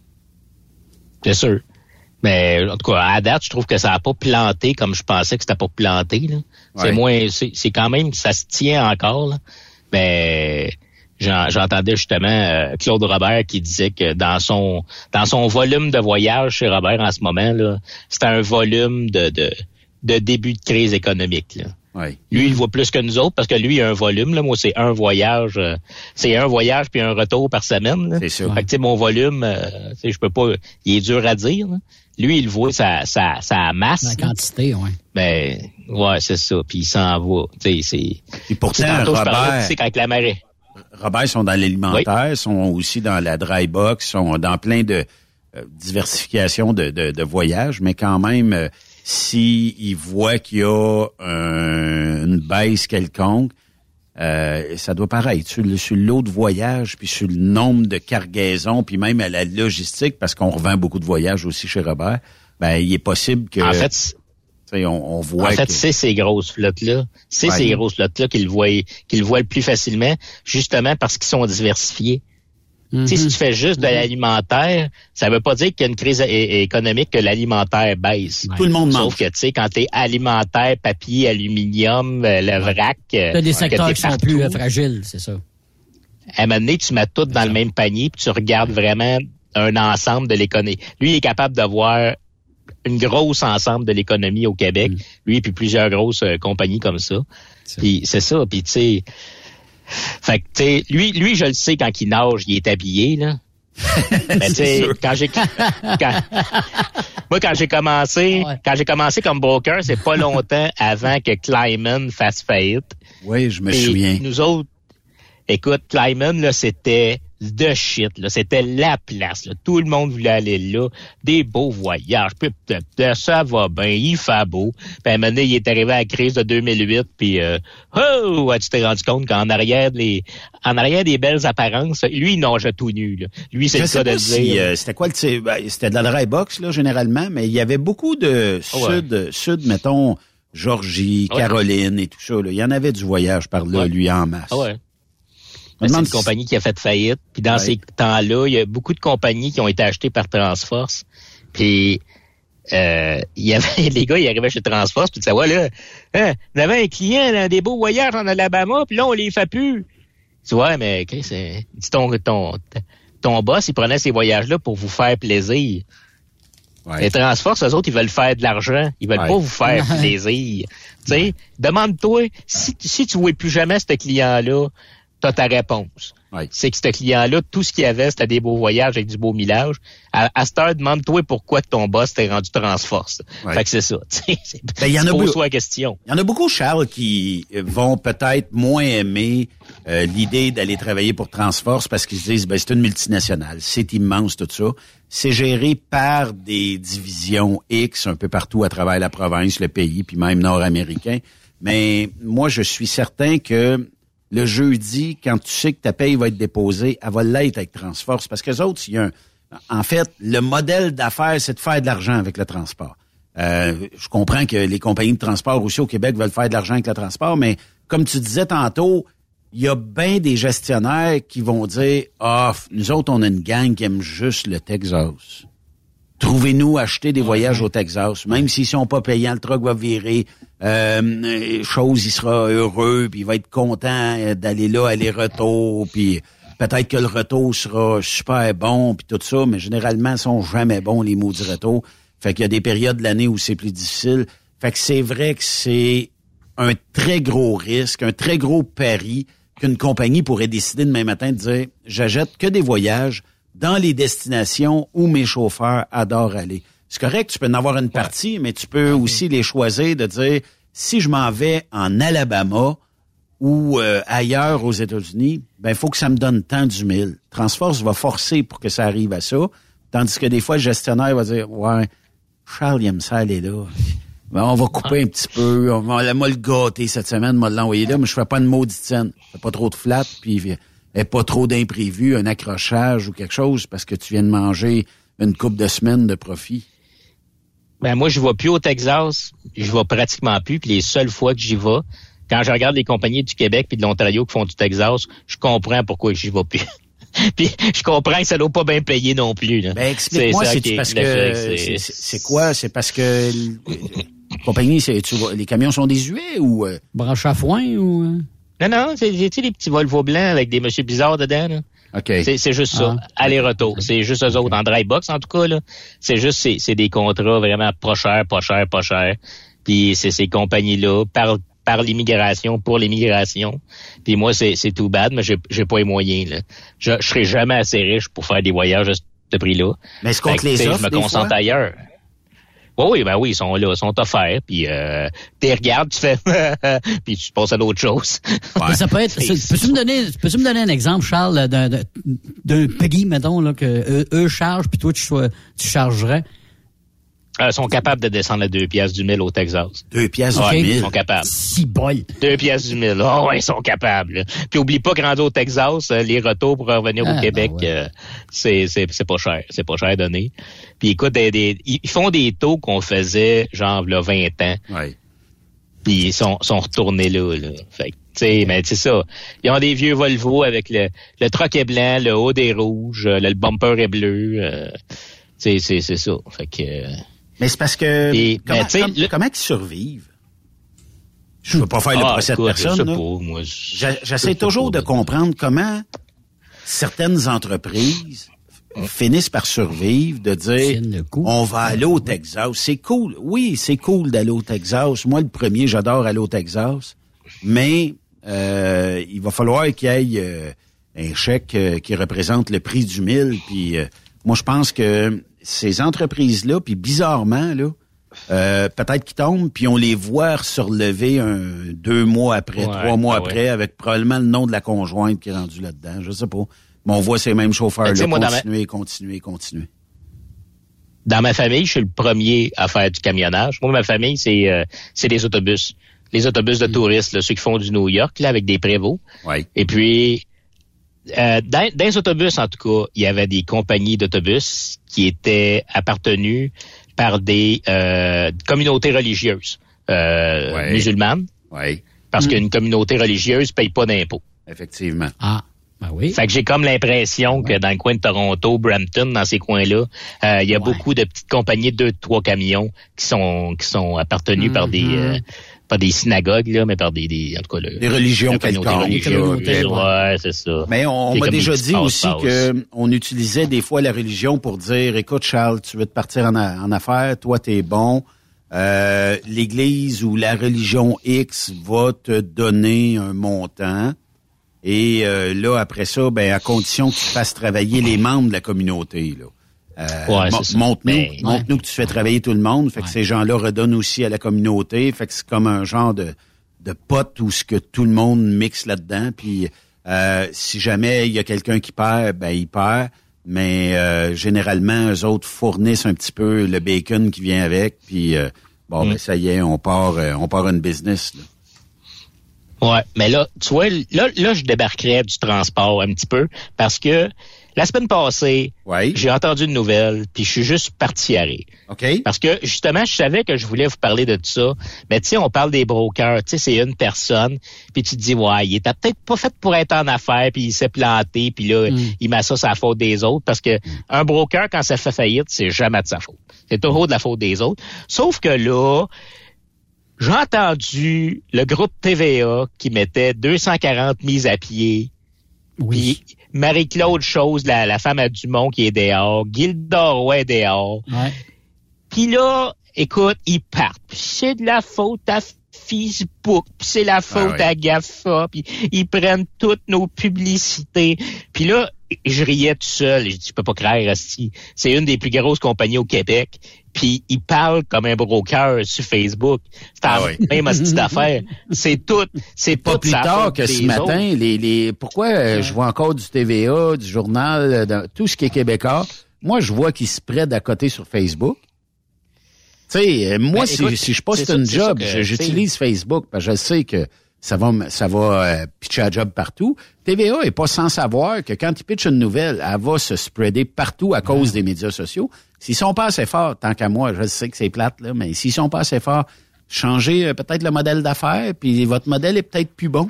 C'est sûr. Mais en tout cas, à date, je trouve que ça n'a pas planté comme je pensais que c'était pas planté. Là. Ouais. C'est quand même, ça se tient encore. Là. Mais j'entendais justement Claude Robert qui disait que dans son volume de voyage chez Robert en ce moment, là, c'était un volume de début de crise économique. Là. Ouais. Lui, il voit plus que nous autres parce que lui, il a un volume. Là. Moi, c'est un voyage puis un retour par semaine. Là. C'est sûr. Fait que mon volume, je peux pas. Il est dur à dire. Là. Lui, il voit sa masse. La quantité, oui. Ben, ouais, c'est ça. Puis il s'en va. Tu sais, et pourtant, Robert, quand la marée. Robert sont dans l'alimentaire, sont aussi dans la dry box, sont dans plein de diversification de voyages, mais quand même, s'ils voient qu'il y a une baisse quelconque, ça doit paraître sur le lot de voyages, puis sur le nombre de cargaisons, puis même à la logistique, parce qu'on revend beaucoup de voyages aussi chez Robert, ben il est possible que... En fait, on voit c'est ces grosses flottes-là. C'est ces grosses flottes-là qu'ils voient le plus facilement, justement parce qu'ils sont diversifiés. Mm-hmm. Si tu fais juste de l'alimentaire, ça veut pas dire qu'il y a une crise économique que l'alimentaire baisse. Tout le monde mange. Sauf que, tu sais, quand t'es alimentaire, papier, aluminium, le vrac... T'as des secteurs qui sont plus fragiles, c'est ça. À un moment donné, tu mets tout dans le même panier puis tu regardes vraiment un ensemble de l'économie. Lui, il est capable de voir une grosse ensemble de l'économie au Québec. Lui, puis plusieurs grosses compagnies comme ça. Puis c'est ça. Puis, tu sais... Fait que, tu sais, lui, je le sais, quand il nage, il est habillé, là. Mais tu sais, quand j'ai commencé comme broker, c'est pas longtemps avant que Kleiman fasse faillite. Oui, je me souviens. Nous autres, écoute, Kleiman, là, c'était the shit, là. C'était la place, là. Tout le monde voulait aller là. Des beaux voyages. Puis, ça va bien. Il fait beau. Puis, à un moment donné, il est arrivé à la crise de 2008. Puis, tu t'es rendu compte qu'en arrière des belles apparences, lui, il nageait tout nu, là. Lui, c'est le cas de dire. C'était quoi c'était de la dry box, là, généralement, mais il y avait beaucoup de sud, mettons, Georgie, Caroline et tout ça. Là. Il y en avait du voyage par là, lui, en masse. Ah ouais. C'est une compagnie qui a fait faillite. Puis dans ces temps-là, il y a beaucoup de compagnies qui ont été achetées par Transforce. Puis il y avait les gars, ils arrivaient chez Transforce, puis ils disaient, ouais, là, on avait un client dans des beaux voyages en Alabama, puis là, on les fait plus. Tu vois, mais ton boss, il prenait ces voyages-là pour vous faire plaisir. Ouais. Les Transforce, eux autres, ils veulent faire de l'argent. Ils veulent pas vous faire plaisir. Tu sais, demande-toi, si tu vois plus jamais ce client-là, t'as ta réponse. Ouais. C'est que ce client-là, tout ce qu'il y avait, c'était des beaux voyages avec du beau millage. À cette heure, demande-toi pourquoi ton boss t'est rendu Transforce. Ouais. Fait que c'est ça. Pose-toi la question. Il y en a beaucoup, Charles, qui vont peut-être moins aimer l'idée d'aller travailler pour Transforce parce qu'ils se disent, c'est une multinationale, c'est immense tout ça. C'est géré par des divisions X un peu partout à travers la province, le pays, puis même nord-américain. Mais moi, je suis certain que le jeudi, quand tu sais que ta paye va être déposée, elle va l'être avec Transforce. Parce que les autres, en fait, le modèle d'affaires, c'est de faire de l'argent avec le transport. Je comprends que les compagnies de transport aussi au Québec veulent faire de l'argent avec le transport, mais comme tu disais tantôt, il y a bien des gestionnaires qui vont dire « nous autres, on a une gang qui aime juste le Texas. Trouvez-nous acheter des voyages au Texas. Même s'ils sont pas payants, le truck va virer. Il sera heureux, puis il va être content d'aller là, aller-retour, puis peut-être que le retour sera super bon, puis tout ça, mais généralement, ils sont jamais bons, les maudits retours. Fait qu'il y a des périodes de l'année où c'est plus difficile. Fait que c'est vrai que c'est un très gros risque, un très gros pari qu'une compagnie pourrait décider demain matin de dire « j'achète que des voyages dans les destinations où mes chauffeurs adorent aller ». C'est correct, tu peux en avoir une partie, mais tu peux aussi les choisir de dire si je m'en vais en Alabama ou ailleurs aux États-Unis, il faut que ça me donne tant du mille. Transforce va forcer pour que ça arrive à ça, tandis que des fois, le gestionnaire va dire « ouais, Charles, il aime ça aller là. On va couper un petit peu, on va le gâter cette semaine, on va l'envoyer là, mais je fais pas de maudite scène. Je fais pas trop de flat, puis pas trop d'imprévus, un accrochage ou quelque chose, parce que tu viens de manger une couple de semaines de profit. » Moi, je vais plus au Texas, je vais pratiquement plus, puis les seules fois que j'y vais, quand je regarde les compagnies du Québec puis de l'Ontario qui font du Texas, je comprends pourquoi j'y vais plus. Puis je comprends que ça doit pas bien payer non plus. Là. Explique-moi, c'est quoi? C'est parce que les compagnies, les camions sont désuets ou branche à foin ou Non, c'est les petits Volvo blancs avec des monsieur bizarres dedans. Là. Okay. C'est juste ça, aller-retour. C'est juste eux autres, en dry box en tout cas. Là. C'est juste c'est des contrats vraiment pas chers. Puis c'est ces compagnies-là par l'immigration, pour l'immigration. Puis moi, c'est too bad, mais j'ai pas les moyens. Là. Je serai jamais assez riche pour faire des voyages à ce prix-là. Mais est-ce qu'on te les offre? Je me concentre ailleurs. Oui, ils sont là, ils sont offerts, puis tu regardes, tu fais puis tu passes à d'autres choses. Ouais. Ça peut être. Peux-tu me donner un exemple, Charles, d'un prix, mettons, là, que eux chargent, puis toi tu chargerais? Ils sont capables de descendre à 2 piastres du mille au Texas. 2 piastres du mille? Ils sont capables. 6 bols. 2 piastres du mille. Ils sont capables. Là. Puis oublie pas que rendu au Texas, les retours pour revenir au Québec, c'est pas cher. C'est pas cher à donner. Puis écoute, ils font des taux qu'on faisait genre là 20 ans. Ouais. Puis ils sont retournés là. Fait que, tu sais, mais c'est ça. Ils ont des vieux Volvo avec le truck est blanc, le haut est rouge, le bumper est bleu. C'est ça. Fait que... Mais c'est parce que comment ils survivent? Je veux pas faire le procès de personne. J'essaie toujours de comprendre comment certaines entreprises finissent par survivre, de dire on va aller au Texas. C'est cool. Oui, c'est cool d'aller au Texas. Moi, le premier, j'adore aller au Texas. Mais il va falloir qu'il y ait un chèque qui représente le prix du mille. Puis moi, je pense que ces entreprises-là, puis bizarrement, là, peut-être qu'ils tombent, puis on les voit se relever 2 mois après, 3 mois après, avec probablement le nom de la conjointe qui est rendu là-dedans. Je sais pas. Mais on voit ces mêmes chauffeurs-là continuer. Dans ma famille, je suis le premier à faire du camionnage. Moi, ma famille, c'est des autobus. Les autobus de touristes, là, ceux qui font du New York, là, avec des prévôts. Ouais. Et puis... dans les autobus, en tout cas, il y avait des compagnies d'autobus qui étaient appartenues par des communautés religieuses. musulmane. Oui. Parce qu'une communauté religieuse paye pas d'impôts. Effectivement. Ah. Ben oui. Fait que j'ai comme l'impression que dans le coin de Toronto, Brampton, dans ces coins-là, il y a beaucoup de petites compagnies de 2-3 camions qui sont appartenus par des pas des synagogues là, mais par des en tout cas des religions quelconques. Ouais, c'est ça. Mais on m'a déjà dit aussi que on utilisait des fois la religion pour dire, écoute Charles, tu veux te partir en affaires, toi t'es bon. L'Église ou la religion X va te donner un montant. Et là, après ça, ben à condition que tu fasses travailler les membres de la communauté. Là. Montre-nous que tu fais travailler tout le monde. Fait que ces gens-là redonnent aussi à la communauté. Fait que c'est comme un genre de pot où ce que tout le monde mixe là-dedans. Puis si jamais il y a quelqu'un qui perd, ben il perd. Mais généralement, eux autres fournissent un petit peu le bacon qui vient avec. Puis ben ça y est, on part une business. Là. Ouais, mais là, tu vois, là, je débarquerais du transport un petit peu parce que la semaine passée, j'ai entendu une nouvelle, puis je suis juste parti à rire. OK. Parce que, justement, je savais que je voulais vous parler de tout ça. Mais tu sais, on parle des brokers, tu sais, c'est une personne, puis tu te dis, ouais, il était peut-être pas fait pour être en affaires, puis il s'est planté, puis là, il met ça sur la faute des autres, parce que un broker, quand ça fait faillite, c'est jamais de sa faute. C'est toujours de la faute des autres. Sauf que là, j'ai entendu le groupe TVA qui mettait 240 mises à pied. Oui. Puis Marie-Claude Chose, la femme à Dumont qui est dehors. Gilda Roy est dehors. Ouais. Puis là, écoute, ils partent. Puis c'est de la faute à Facebook. Puis c'est la faute à GAFA. Puis ils prennent toutes nos publicités. Puis là, je riais tout seul. Je dis, je peux pas croire, Asti. C'est une des plus grosses compagnies au Québec. Puis ils parlent comme un broker sur Facebook. C'est même astuce d'affaires. C'est tout. C'est pas plus tard que ce matin. Pourquoi je vois encore du TVA, du journal, tout ce qui est québécois. Moi, je vois qu'ils se prêtent à côté sur Facebook. Tu sais, moi, écoute, si je poste une job, j'utilise Facebook parce que je sais que ça va pitcher la job partout. TVA est pas sans savoir que quand ils pitchent une nouvelle, elle va se spreader partout à cause des médias sociaux. S'ils sont pas assez forts, tant qu'à moi, je sais que c'est plate, là, mais s'ils sont pas assez forts, changez peut-être le modèle d'affaires, puis votre modèle est peut-être plus bon.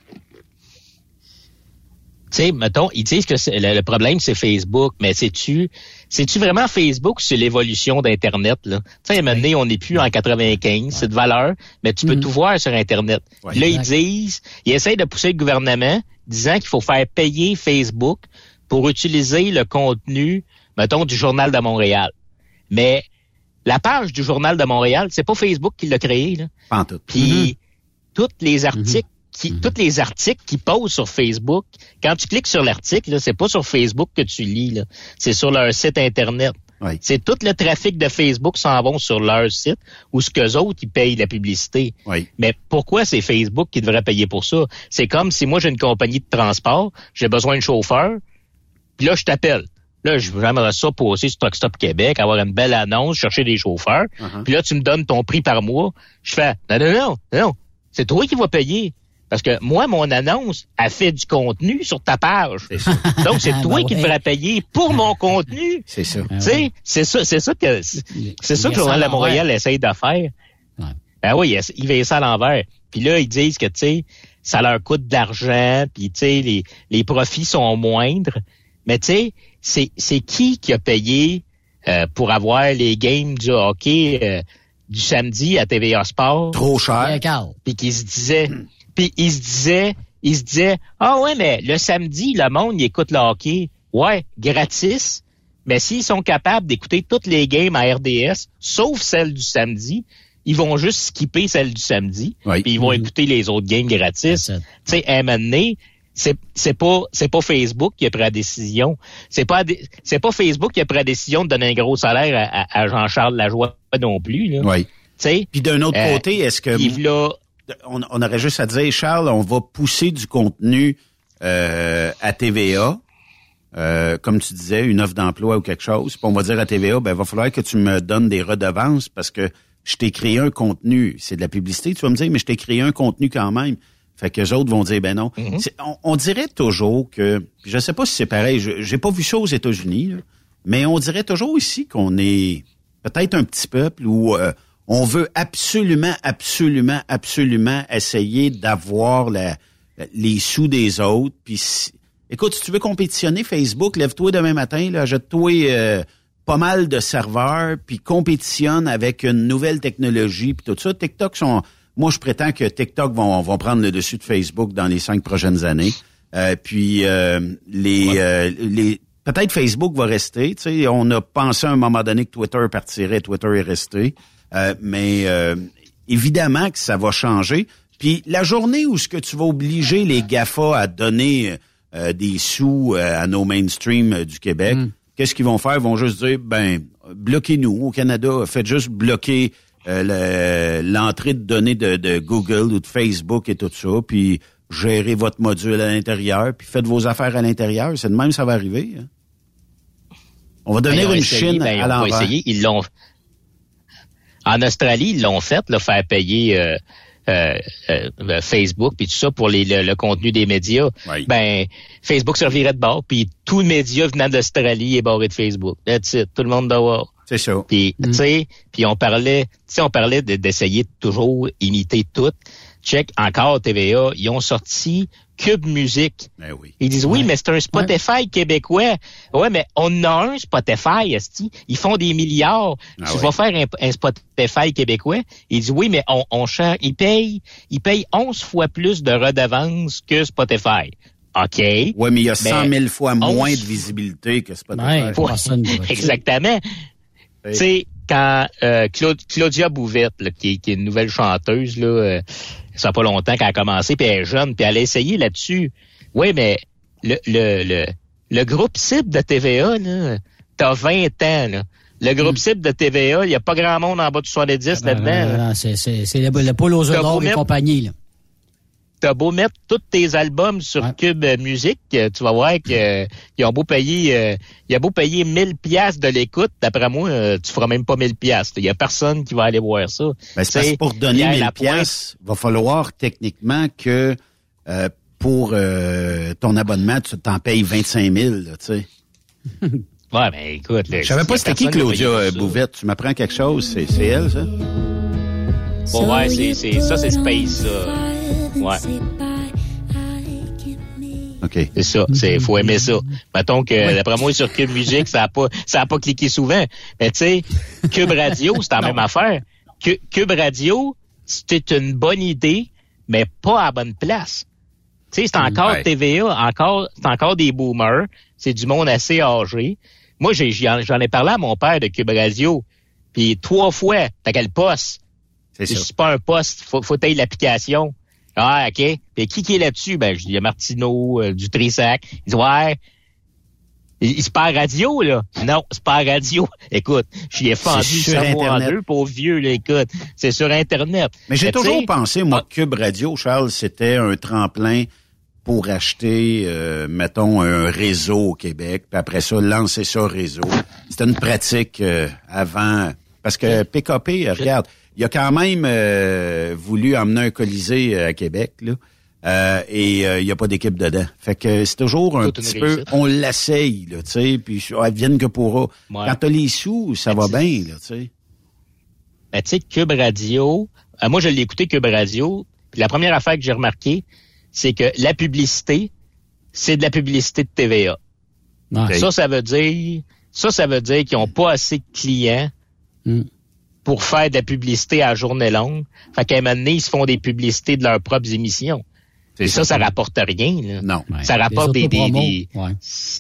Tu sais, mettons, ils disent que le problème, c'est Facebook, mais c'est-tu vraiment Facebook, c'est l'évolution d'Internet, là? Tu sais, à un moment donné, on n'est plus en 95, c'est de valeur, mais tu peux tout voir sur Internet. Ouais, là, ils essayent de pousser le gouvernement, disant qu'il faut faire payer Facebook pour utiliser le contenu, mettons, du Journal de Montréal. Mais la page du Journal de Montréal, c'est pas Facebook qui l'a créé, là. Pas en tout. Puis, tous les articles tous les articles qui posent sur Facebook, quand tu cliques sur l'article, là, c'est pas sur Facebook que tu lis, là. C'est sur leur site Internet. Oui. C'est tout le trafic de Facebook s'en vont sur leur site où ce qu'eux autres, ils payent la publicité. Oui. Mais pourquoi c'est Facebook qui devrait payer pour ça? C'est comme si moi, j'ai une compagnie de transport, j'ai besoin de chauffeur, puis là, je t'appelle. Là, j'aimerais ça passer sur Truck Stop Québec, avoir une belle annonce, chercher des chauffeurs. Puis là, tu me donnes ton prix par mois. Je fais, non. C'est toi qui vas payer. Parce que moi, mon annonce a fait du contenu sur ta page. Donc, c'est toi qui devrais payer pour mon contenu. C'est ça. Tu sais, c'est ça que le Journal de Montréal essaye de faire. Ouais. Ben oui, il fait ça à l'envers. Puis là, ils disent que, tu sais, ça leur coûte de l'argent, puis tu sais, les profits sont moindres. Mais tu sais, c'est qui a payé pour avoir les games du hockey du samedi à TVA Sport? Trop cher. Puis qu'ils se disaient... Puis il se disait, ah ouais, mais le samedi, le monde, il écoute le hockey. Ouais, gratis. Mais s'ils sont capables d'écouter toutes les games à RDS, sauf celle du samedi, ils vont juste skipper celle du samedi. Oui. Puis ils vont écouter les autres games gratis. Tu sais, à un moment donné, c'est pas Facebook qui a pris la décision. C'est pas Facebook qui a pris la décision de donner un gros salaire à Jean-Charles Lajoie non plus, là. Oui. Puis d'un autre côté, est-ce que... On aurait juste à dire, Charles, on va pousser du contenu à TVA, comme tu disais, une offre d'emploi ou quelque chose. Puis on va dire à TVA, il va falloir que tu me donnes des redevances parce que je t'ai créé un contenu. C'est de la publicité, tu vas me dire, mais je t'ai créé un contenu quand même. Fait que les autres vont dire, ben non. On dirait toujours que, je sais pas si c'est pareil, j'ai pas vu ça aux États-Unis, là, mais on dirait toujours ici qu'on est peut-être un petit peuple où On veut absolument essayer d'avoir les sous des autres. Puis, écoute, si tu veux compétitionner Facebook, lève-toi demain matin, là, jette-toi pas mal de serveurs, puis compétitionne avec une nouvelle technologie, puis tout ça. Moi, je prétends que TikTok vont prendre le dessus de Facebook dans les 5 prochaines années. Peut-être Facebook va rester. Tu sais, on a pensé à un moment donné que Twitter partirait. Twitter est resté. Mais évidemment que ça va changer. Puis la journée où ce que tu vas obliger les GAFA à donner des sous à nos mainstream du Québec, qu'est-ce qu'ils vont faire? Ils vont juste dire, bloquez-nous au Canada. Faites juste bloquer l'entrée de données de Google ou de Facebook et tout ça, puis gérez votre module à l'intérieur, puis faites vos affaires à l'intérieur. C'est de même ça va arriver. Hein? On va devenir une Chine à l'envers. Ils ont essayé, ils l'ont... En Australie, ils l'ont fait, faire payer Facebook puis tout ça pour le contenu des médias. Oui. Facebook servirait de bord, puis tout le média venant d'Australie est barré de Facebook. That's it. Tout le monde doit voir. C'est ça. Puis, tu sais, puis on parlait d'essayer de toujours imiter tout. Check, encore TVA, ils ont sorti Cube Musique. Oui. Ils disent, oui, mais c'est un Spotify québécois. Ouais, mais on a un Spotify, esti. Ils font des milliards. Tu vas faire un Spotify québécois. Ils disent, oui, mais on cherche, ils payent 11 fois plus de redevances que Spotify. OK. Oui, mais il y a 100 000 fois moins de visibilité que Spotify. Exactement. Tu sais, quand Claudia Bouvette, là, qui est une nouvelle chanteuse, là, ça fait pas longtemps qu'elle a commencé, puis elle est jeune, puis elle a essayé là-dessus. Oui, mais le groupe cible de TVA, là, t'as 20 ans, là. Le groupe cible de TVA, il n'y a pas grand monde en bas de 70 là-dedans. Non, c'est le pool aux œufs d'or et compagnie, là. T'as beau mettre tous tes albums sur Cube Musique, tu vas voir que ils ont beau payer, il a beau payer 1000 piastres de l'écoute, d'après moi, tu feras même pas 1000 piastres. Il y a personne qui va aller voir ça. C'est parce que pour donner 1000 piastres, va falloir techniquement que pour ton abonnement, tu t'en payes 25 000, tu sais. Ouais, mais écoute, je savais pas c'était qui Claudia Bouvette. Tu m'apprends quelque chose, c'est elle, ça? Bon, ouais, c'est Space, ça. Ouais. OK. C'est ça. Faut aimer ça. Mettons que, d'après moi, sur Cube Musique, ça a pas cliqué souvent. Mais tu sais, Cube Radio, c'est la même affaire. Cube Radio, c'était une bonne idée, mais pas à la bonne place. Tu sais, c'est encore TVA, c'est encore des boomers. C'est du monde assez âgé. Moi, j'en ai parlé à mon père de Cube Radio. Puis 3 fois, t'as quel poste? C'est pas un poste, faut tailler l'application. Ah, OK. Puis qui est là-dessus? Je dis, il y a Martineau, du Trissac. Il dit, ouais. C'est pas radio, là. Non, c'est pas radio. Écoute, j'y ai fendu le cerveau en deux, pauvre vieux, là, écoute. C'est sur Internet. Mais j'ai toujours pensé, moi, que Cube Radio, Charles, c'était un tremplin pour acheter, mettons, un réseau au Québec, puis après ça, lancer ça au réseau. C'était une pratique avant. Parce que PKP, regarde, il a quand même voulu emmener un Colisée à Québec, là, et il n'y a pas d'équipe dedans. Fait que c'est toujours un petit peu, on l'essaye, là, tu sais, puis advienne que pourra. Ouais. Quand t'as les sous, ça va bien, là, tu sais. Ben, tu sais, Cube Radio, moi, je l'ai écouté, Cube Radio, puis la première affaire que j'ai remarqué, c'est que la publicité, c'est de la publicité de TVA. Okay. Ça veut dire qu'ils n'ont pas assez de clients pour faire de la publicité à journée longue. Fait qu'à un moment donné, ils se font des publicités de leurs propres émissions. Et ça rapporte rien, là. Non. Ouais. Ça rapporte des... Ouais,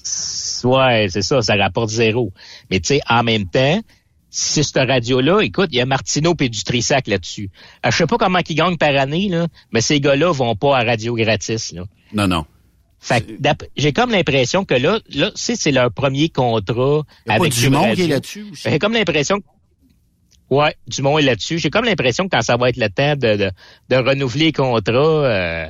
c'est ça, ça rapporte zéro. Mais tu sais, en même temps, si cette radio-là, écoute, il y a Martineau et du Trissac là-dessus. Je sais pas comment ils gagnent par année, là, mais ces gars-là vont pas à radio gratis, là. Non. Fait que j'ai comme l'impression que là, c'est leur premier contrat avec Dumont qui est là-dessus aussi. J'ai comme l'impression que ouais, Dumont est là-dessus. J'ai comme l'impression que quand ça va être le temps de renouveler les contrats,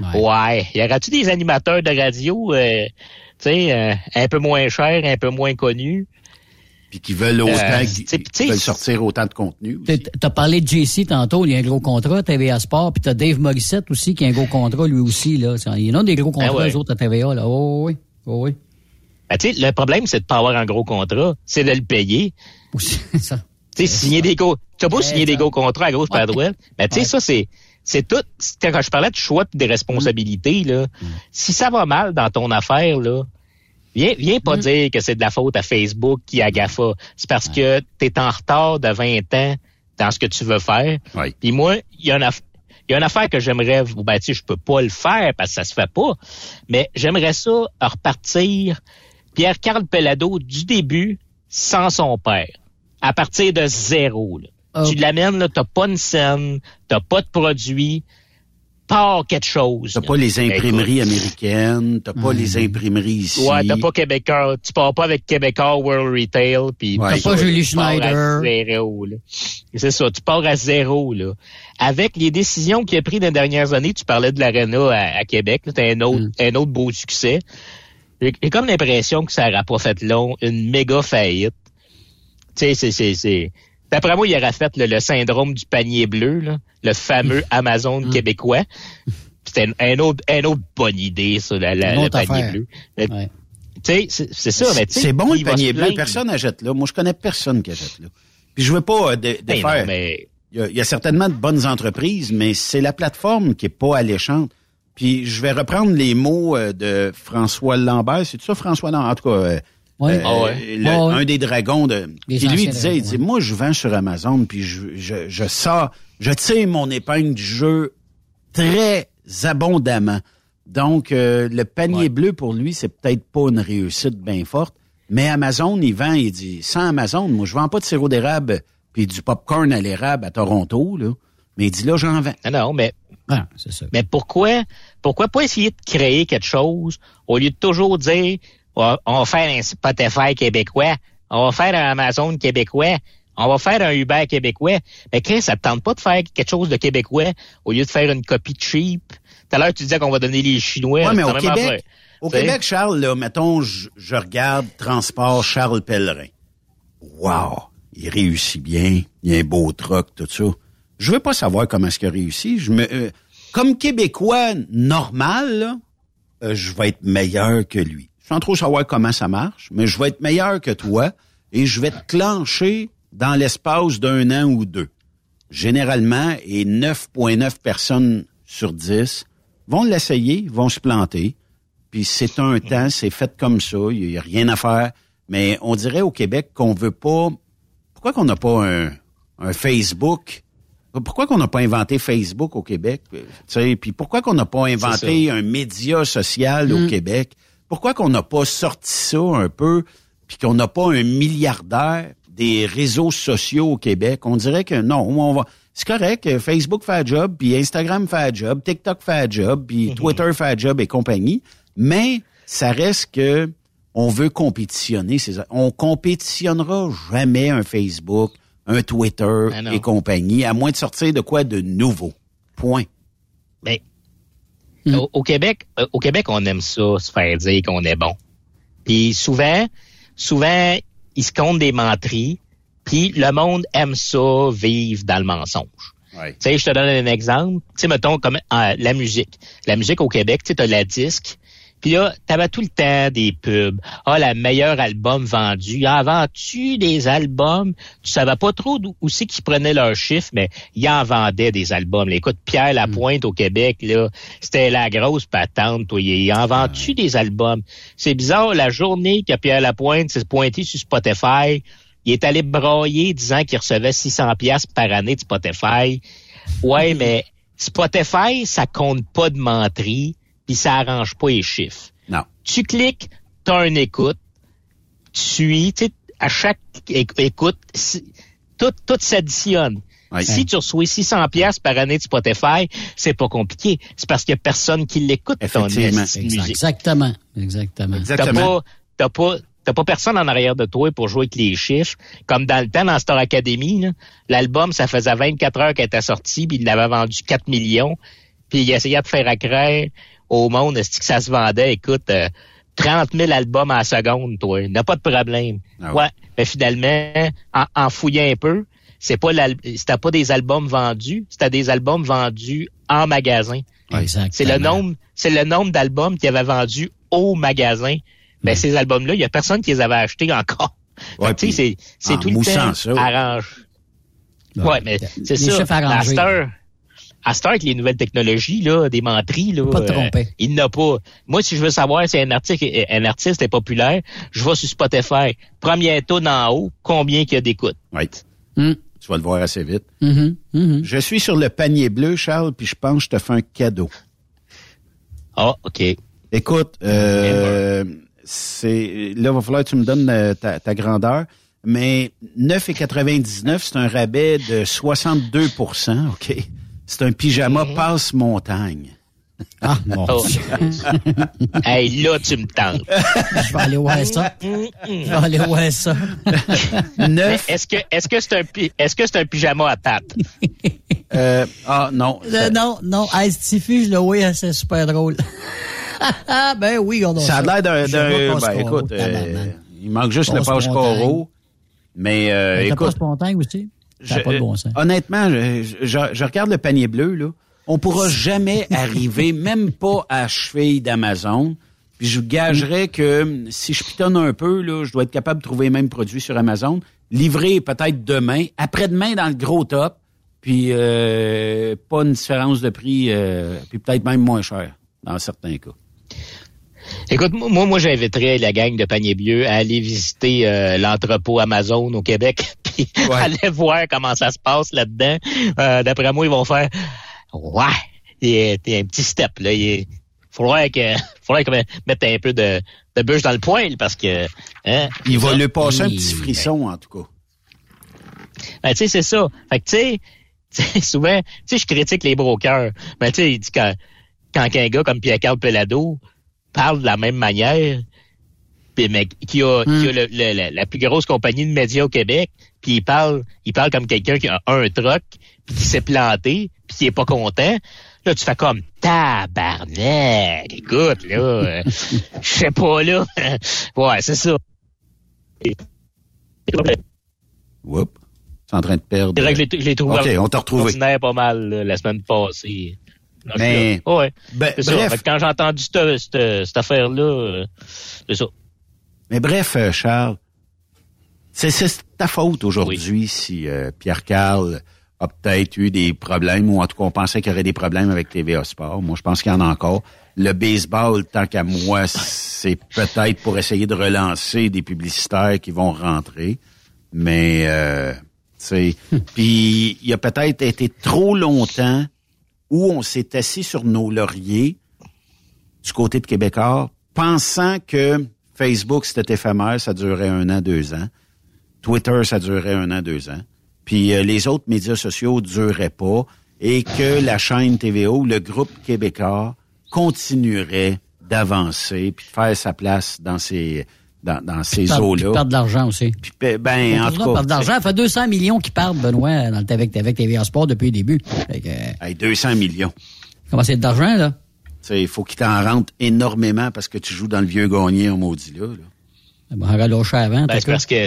y aura-tu des animateurs de radio, tu sais, un peu moins chers, un peu moins connus? Puis qui veulent autant, qui veulent sortir autant de contenu aussi. T'as parlé de JC tantôt, il y a un gros contrat, TVA Sport, puis t'as Dave Morissette aussi qui a un gros contrat lui aussi, là. Il y en a des gros contrats, eux autres, à TVA, là. Oh oui. Ben, tu sais, le problème, c'est de pas avoir un gros contrat, c'est de le payer. Aussi, ça. Tu sais, signer des gros, tu as beau signer des gros contrats à gauche par à droite, mais tu sais, ça, c'est tout, quand je parlais de choix et de responsabilités, là, si ça va mal dans ton affaire, là, viens pas dire que c'est de la faute à Facebook qui a GAFA. C'est parce que t'es en retard de 20 ans dans ce que tu veux faire. Oui. Puis moi, il y a une affaire que j'aimerais, ben, tu sais, je peux pas le faire parce que ça se fait pas, mais j'aimerais ça repartir Pierre-Carl Pellado du début sans son père. À partir de zéro, là. Tu l'amènes, là, t'as pas une scène, t'as pas de produit, pars quelque chose. T'as pas les imprimeries américaines, t'as pas les imprimeries ici. Ouais, t'as pas Québécois, tu pars pas avec Québécois World Retail, puis t'as pas Julie Schneider. Zéro, là. C'est ça, tu pars à zéro, là. Avec les décisions qu'il a prises dans les dernières années, tu parlais de l'Arena à Québec, là, t'as un autre beau succès. J'ai comme l'impression que ça n'aura pas fait long, une méga faillite. Tu sais, c'est... D'après moi, il aurait fait le syndrome du panier bleu, là, le fameux Amazon québécois. C'était une autre bonne idée, ça, le panier bleu. Tu sais, c'est ça. Mais c'est bon, le panier bleu. Personne n'achète là. Moi, je connais personne qui achète là. Puis je veux pas défaire. Il y a certainement de bonnes entreprises, mais c'est la plateforme qui est pas alléchante. Puis je vais reprendre les mots de François Lambert. C'est ça, François Lambert? En tout cas... un des dragons qui lui disait, il dit, moi, je vends sur Amazon, puis je tire mon épingle du jeu très abondamment. Donc, le panier bleu, pour lui, c'est peut-être pas une réussite bien forte, mais Amazon, il vend, il dit, sans Amazon, moi, je vends pas de sirop d'érable puis du popcorn à l'érable à Toronto, là. Mais il dit, là, j'en vends. Non, mais... Ah, c'est ça. Mais pourquoi pas essayer de créer quelque chose au lieu de toujours dire... On va faire un Spotify québécois. On va faire un Amazon québécois. On va faire un Uber québécois. Mais qu'est-ce ça te tente pas de faire quelque chose de québécois au lieu de faire une copie cheap? Tout à l'heure, tu disais qu'on va donner les Chinois. Oui, mais au Québec, Charles, là, mettons, je regarde Transport Charles Pellerin. Wow! Il réussit bien. Il a un beau truck, tout ça. Je veux pas savoir comment est-ce qu'il a réussi. Comme Québécois normal, là, je vais être meilleur que lui. Sans trop savoir comment ça marche, mais je vais être meilleur que toi et je vais te clencher dans l'espace d'1 an ou 2. Généralement, et 9,9 personnes sur 10 vont l'essayer, vont se planter, puis c'est un temps, c'est fait comme ça, il n'y a rien à faire. Mais on dirait au Québec qu'on veut pas... Pourquoi qu'on n'a pas un Facebook? Pourquoi qu'on n'a pas inventé Facebook au Québec? Puis pourquoi qu'on n'a pas inventé un média social au Québec? Pourquoi qu'on n'a pas sorti ça un peu, puis qu'on n'a pas un milliardaire des réseaux sociaux au Québec? On dirait que non, c'est correct, Facebook fait un job, puis Instagram fait un job, TikTok fait un job, puis Twitter fait un job et compagnie, mais ça reste que on veut compétitionner. On compétitionnera jamais un Facebook, un Twitter et compagnie, à moins de sortir de quoi de nouveau. Point. Mais au Québec, on aime ça, se faire dire qu'on est bon. Puis souvent, ils se comptent des menteries, puis le monde aime ça, vivre dans le mensonge. Ouais. Tu sais, je te donne un exemple. Tu sais, mettons, comme la musique. La musique au Québec, tu sais, t'as la disque. Puis là, t'avais tout le temps des pubs. Ah, la meilleure album vendu. Ah, vends-tu des albums? Tu savais pas trop où c'est qu'ils prenaient leurs chiffres, mais ils en vendaient des albums. Là, écoute, Pierre Lapointe au Québec, là, c'était la grosse patente. Toi, il en vend-tu des albums? C'est bizarre, la journée que Pierre Lapointe s'est pointé sur Spotify, il est allé brailler disant qu'il recevait 600$ par année de Spotify. Ouais, mais Spotify, ça compte pas de menterie. Puis ça arrange pas les chiffres. Non. Tu cliques, t'as une écoute, tu suis, tu sais, à chaque écoute, tout s'additionne. Ouais. Si tu reçois 600$ par année de Spotify, c'est pas compliqué. C'est parce qu'il y a personne qui l'écoute, ton musique. Exactement. T'as pas personne en arrière de toi pour jouer avec les chiffres. Comme dans le temps, dans Star Academy, là, l'album, ça faisait 24 heures qu'il était sorti, puis il l'avait vendu 4 millions. Puis il essayait de faire accroire au monde, est-ce que ça se vendait, écoute, 30 000 albums à la seconde, toi. Il n'y a pas de problème. Ah ouais. Mais finalement, en fouillant un peu, c'était pas des albums vendus, c'était des albums vendus en magasin. Exactement. C'est le nombre d'albums qu'il avait vendus au magasin. Ben, ces albums-là, il y a personne qui les avait achetés encore. Ouais, tu sais, c'est tout le temps arrange. Ouais, mais c'est ça. À cette heure, avec les nouvelles technologies, là, des menteries, là. Pas te tromper. Il n'a pas. Moi, si je veux savoir si un artiste est populaire, je vais sur Spotify. Premier tune en haut, combien qu'il y a d'écoute. Oui. Tu vas le voir assez vite. Je suis sur le panier bleu, Charles, puis je pense que je te fais un cadeau. Ah, OK. Écoute, là, il va falloir que tu me donnes ta grandeur, mais 9,99, c'est un rabais de 62%, OK? C'est un pyjama passe-montagne. Ah, mon Dieu. Hey, là, tu me tentes. Je vais aller voir ça. Est-ce que c'est un pyjama à pattes? Non. Non. Hey, Stiffy, je le vois, c'est super drôle. Ben oui, on a ça a l'air d'un écoute, il manque juste le passe-coraux. Mais, écoute. Le passe-montagne aussi? Ça n'a pas de bon sens. Honnêtement, je regarde le panier bleu, là. On pourra jamais arriver, même pas à cheville d'Amazon. Puis je vous gagerais que si je pitonne un peu, là, je dois être capable de trouver les mêmes produits sur Amazon. Livré peut-être demain, après-demain dans le gros top. Puis pas une différence de prix, puis peut-être même moins cher dans certains cas. Écoute, moi, j'inviterais la gang de Panier Bleu à aller visiter l'entrepôt Amazon au Québec, puis aller voir comment ça se passe là-dedans. D'après moi, ils vont faire ouais, il y a un petit step là. Il faudrait que mettre un peu de bûche dans le poêle parce que il va lui passer un petit frisson en tout cas. Ben tu sais c'est ça. Fait que tu sais souvent, tu sais je critique les brokers. Mais tu sais il dit quand un gars comme Pierre-Carl Pelado parle de la même manière, puis mais qui a la plus grosse compagnie de médias au Québec, puis il parle comme quelqu'un qui a un truck, puis qui s'est planté, puis qui est pas content. Là, tu fais comme tabarnak. Écoute, là, je sais pas, là. Ouais, c'est ça. Oups. C'est en train de perdre. C'est vrai que je l'ai trouvé. OK, on t'a retrouvé. Pas mal, là, la semaine passée. Donc, mais, là, ouais. C'est bref. Ça. Quand j'ai entendu cette affaire-là, c'est ça. Mais bref, Charles, c'est ta faute aujourd'hui si Pierre-Carl a peut-être eu des problèmes, ou en tout cas, on pensait qu'il y aurait des problèmes avec TVA Sport. Moi, je pense qu'il y en a encore. Le baseball, tant qu'à moi, c'est peut-être pour essayer de relancer des publicitaires qui vont rentrer. Mais, puis il y a peut-être été trop longtemps où on s'est assis sur nos lauriers du côté de Québécois, pensant que Facebook, c'était éphémère, ça durait 1 an, 2 ans. Twitter, ça durait 1 an, 2 ans. Puis les autres médias sociaux duraient pas et que la chaîne TVO, le groupe Québécois, continuerait d'avancer puis de faire sa place dans ces eaux-là. Puis perdre de l'argent aussi. Puis, ben, en tout cas. Perdre de l'argent. Ça fait 200 millions qui partent, Benoît, avec TVA Sport depuis le début. Hey, 200 millions. Comment c'est d'argent, là? Il faut qu'il t'en rentre énormément parce que tu joues dans le vieux gagné en maudit là. Bon, on va lâcher avant. C'est parce que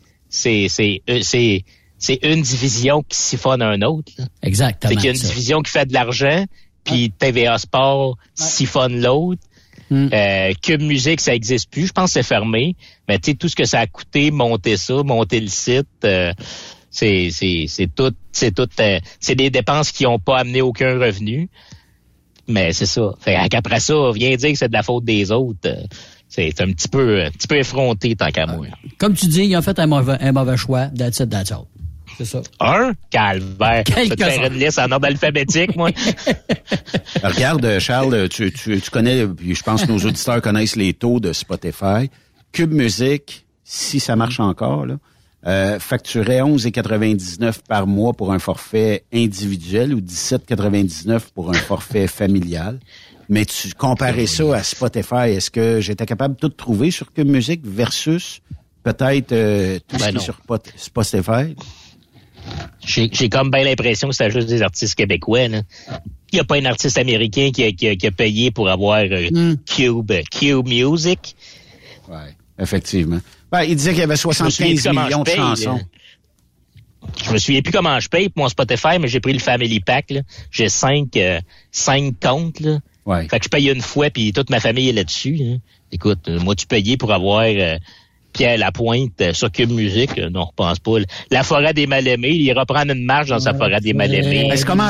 c'est une division qui siphonne un autre. Là. Exactement. C'est qu'il y a une division qui fait de l'argent, puis TVA Sport siphonne l'autre. Cube Musique, ça existe plus. Je pense que c'est fermé. Mais tu sais, tout ce que ça a coûté, monter le site, c'est tout, c'est des dépenses qui n'ont pas amené aucun revenu. Mais c'est ça. Fait qu'après ça, viens dire que c'est de la faute des autres. C'est un petit peu effronté tant qu'à moi. Comme tu dis, ils ont fait un mauvais choix. That's it, that's all. C'est ça. Calvaire. Je vais te faire une liste en ordre alphabétique, moi. Regarde, Charles, tu connais, puis je pense que nos auditeurs connaissent les taux de Spotify. Cube Musique, si ça marche encore, là, facturait 11,99 par mois pour un forfait individuel ou 17,99 pour un forfait familial. Mais tu comparais ça à Spotify. Est-ce que j'étais capable de tout trouver sur Cube Musique versus peut-être tout ce qui est sur Spotify? J'ai comme bien l'impression que c'est juste des artistes québécois. Là. Il n'y a pas un artiste américain qui a payé pour avoir Cube Music. Oui, effectivement. Il disait qu'il y avait 75 millions de chansons. Je me souviens plus comment je paye pour mon Spotify, mais j'ai pris le Family Pack. Là. J'ai 5 comptes. Là. Ouais. Fait que je paye une fois, puis toute ma famille est là-dessus. Là. Écoute, moi, tu payais pour avoir Pierre Lapointe sur Cube Musique. Non, je pense pas. La forêt des mal-aimés, il reprend une marche dans sa forêt des mal-aimés. C'est comme en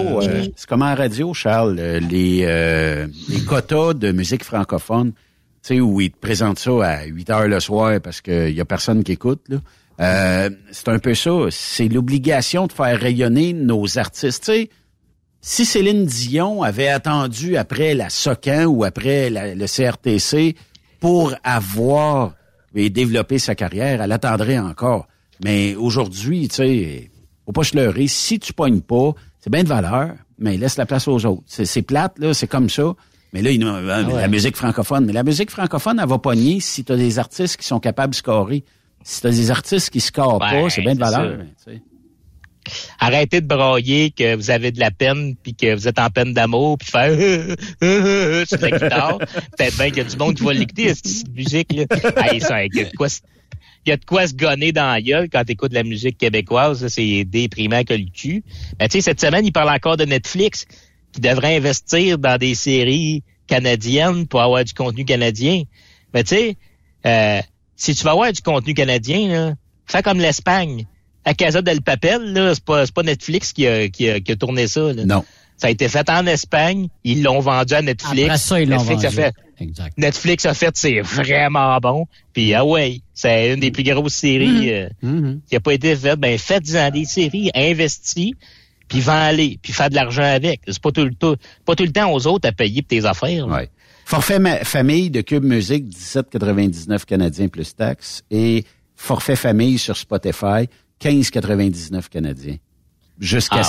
radio, Charles, les quotas de musique francophone, tu sais, où ils te présentent ça à 8 heures le soir parce qu'il y a personne qui écoute, là. C'est un peu ça. C'est l'obligation de faire rayonner nos artistes. Tu sais, si Céline Dion avait attendu après la SOCAN ou après le CRTC pour avoir et développer sa carrière, elle attendrait encore. Mais aujourd'hui, tu sais, faut pas se leurrer. Si tu pognes pas, c'est bien de valeur, mais laisse la place aux autres. C'est plate, là, c'est comme ça. Mais là, la musique francophone. Mais la musique francophone, elle va pogner si tu as des artistes qui sont capables de scorer. Si tu as des artistes qui scorent pas, c'est bien de valeur. Mais, arrêtez de brailler que vous avez de la peine puis que vous êtes en peine d'amour puis faire sur la guitare. Peut-être bien qu'il y a du monde qui va l'écouter, cette musique-là. Hey, ça, il y a de quoi se gonner dans la gueule quand t'écoutes de la musique québécoise. Là, c'est déprimant que le cul. Mais tu sais, cette semaine, il parle encore de Netflix qui devrait investir dans des séries canadiennes pour avoir du contenu canadien. Mais tu sais, si tu vas avoir du contenu canadien, là, fais comme l'Espagne. À Casa del Papel, là, c'est pas Netflix qui a tourné ça. Là. Non. Ça a été fait en Espagne. Ils l'ont vendu à Netflix. Après ça, ils l'ont vendu. Exact. Netflix a fait, c'est vraiment bon. Puis, c'est une des plus grosses séries qui a pas été faite. Ben, faites-en des séries, investis, puis vends-les, puis faites de l'argent avec. C'est pas tout le temps aux autres à payer pour tes affaires. Ouais. Forfait famille de Cube Musique, 17,99 canadiens plus taxes. Et forfait famille sur Spotify, 15,99 canadiens. Jusqu'à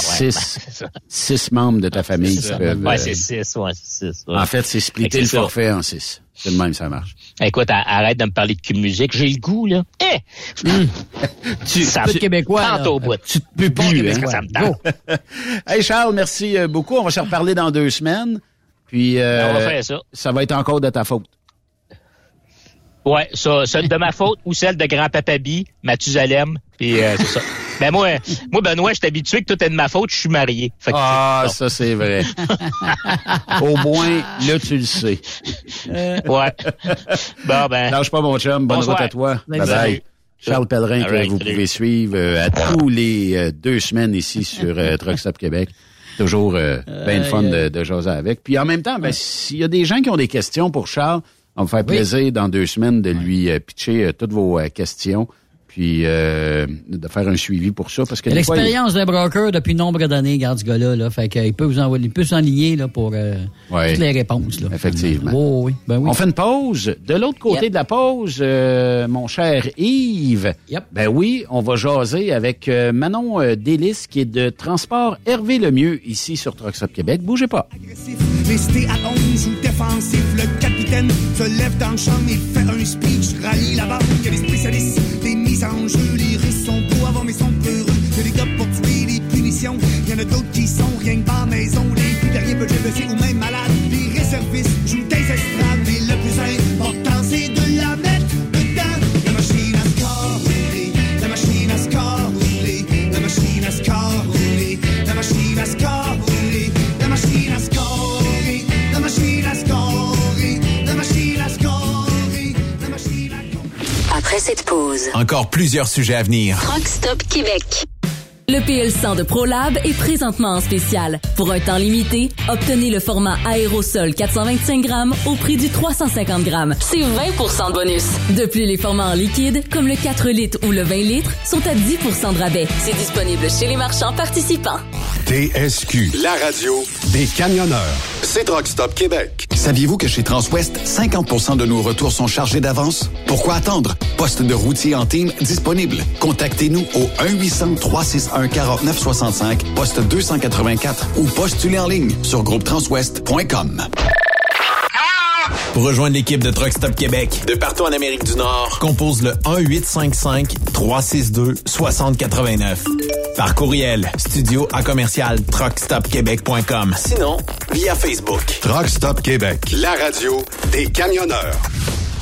6 membres de ta famille qui peuvent... c'est 6, c'est 6. En fait, c'est splitter le forfait en 6. C'est le même, ça marche. Écoute, arrête de me parler de Cube Musique. J'ai le goût, là. Ça me québécois, tente au bout. Tu te peux plus, hein? Ça me tente. Hey, Charles, merci beaucoup. On va se reparler dans 2 semaines. Puis, on va faire ça. Ça va être encore de ta faute. Ouais, ça, celle de ma faute ou celle de grand-papa Bi, Mathusalem, puis c'est ça. Ben moi, Benoît, je suis habitué que tout est de ma faute, je suis marié. Fait que ça c'est vrai. Au moins, là, tu le sais. Ouais. Bon, ben. Lâche pas, mon chum. Bonne route à toi. Bye-bye. Charles Pellerin, que vous pouvez suivre à tous les 2 semaines ici sur Truck Stop Québec. Toujours bien le fun de jaser avec. Puis en même temps, s'il y a des gens qui ont des questions pour Charles, on va me faire plaisir dans 2 semaines de lui pitcher toutes vos questions, puis de faire un suivi pour ça. Parce que l'expérience d'un broker depuis nombre d'années, garde ce gars-là, là, fait qu'il peut vous envoyer, il peut s'enligner là pour toutes les réponses. Là. Effectivement. Oui. On fait une pause. De l'autre côté de la pause, mon cher Yves, ben oui, on va jaser avec Manon Délice, qui est de Transport Hervé Lemieux, ici sur Truck Stop Québec. Bougez pas. Resté à 11 ou défensif, le capitaine se lève dans le champ, il fait un speech, rallie la barre, il y a des spécialistes, des mises en jeu, les risques sont beaux avant mais sont peureux, il y a des gars pour tuer, des punitions, il y en a d'autres qui sont rien que par maison, les plus derrière budget blessés ou même malades, les réservistes jouent des estrades, mais le plus important c'est de la mettre dedans, la machine à score rouler, la machine à score rouler, la machine à score rouler, la machine à score rouler, la machine à score. Après cette pause, encore plusieurs sujets à venir. Truck Stop Québec. Le PL100 de ProLab est présentement en spécial. Pour un temps limité, obtenez le format aérosol 425 grammes au prix du 350 grammes. C'est 20% de bonus. De plus, les formats en liquide, comme le 4 litres ou le 20 litres, sont à 10% de rabais. C'est disponible chez les marchands participants. TSQ, la radio des camionneurs. C'est Truck Stop Québec. Saviez-vous que chez Transwest, 50% de nos retours sont chargés d'avance? Pourquoi attendre? Poste de routier en team disponible. Contactez-nous au 1-800-361-4965, poste 284 ou postulez en ligne sur groupetranswest.com. Pour rejoindre l'équipe de Truck Stop Québec, de partout en Amérique du Nord, compose le 1-855-362-6089. Par courriel, studio@truckstopquebec.com. Sinon, via Facebook. Truck Stop Québec, la radio des camionneurs.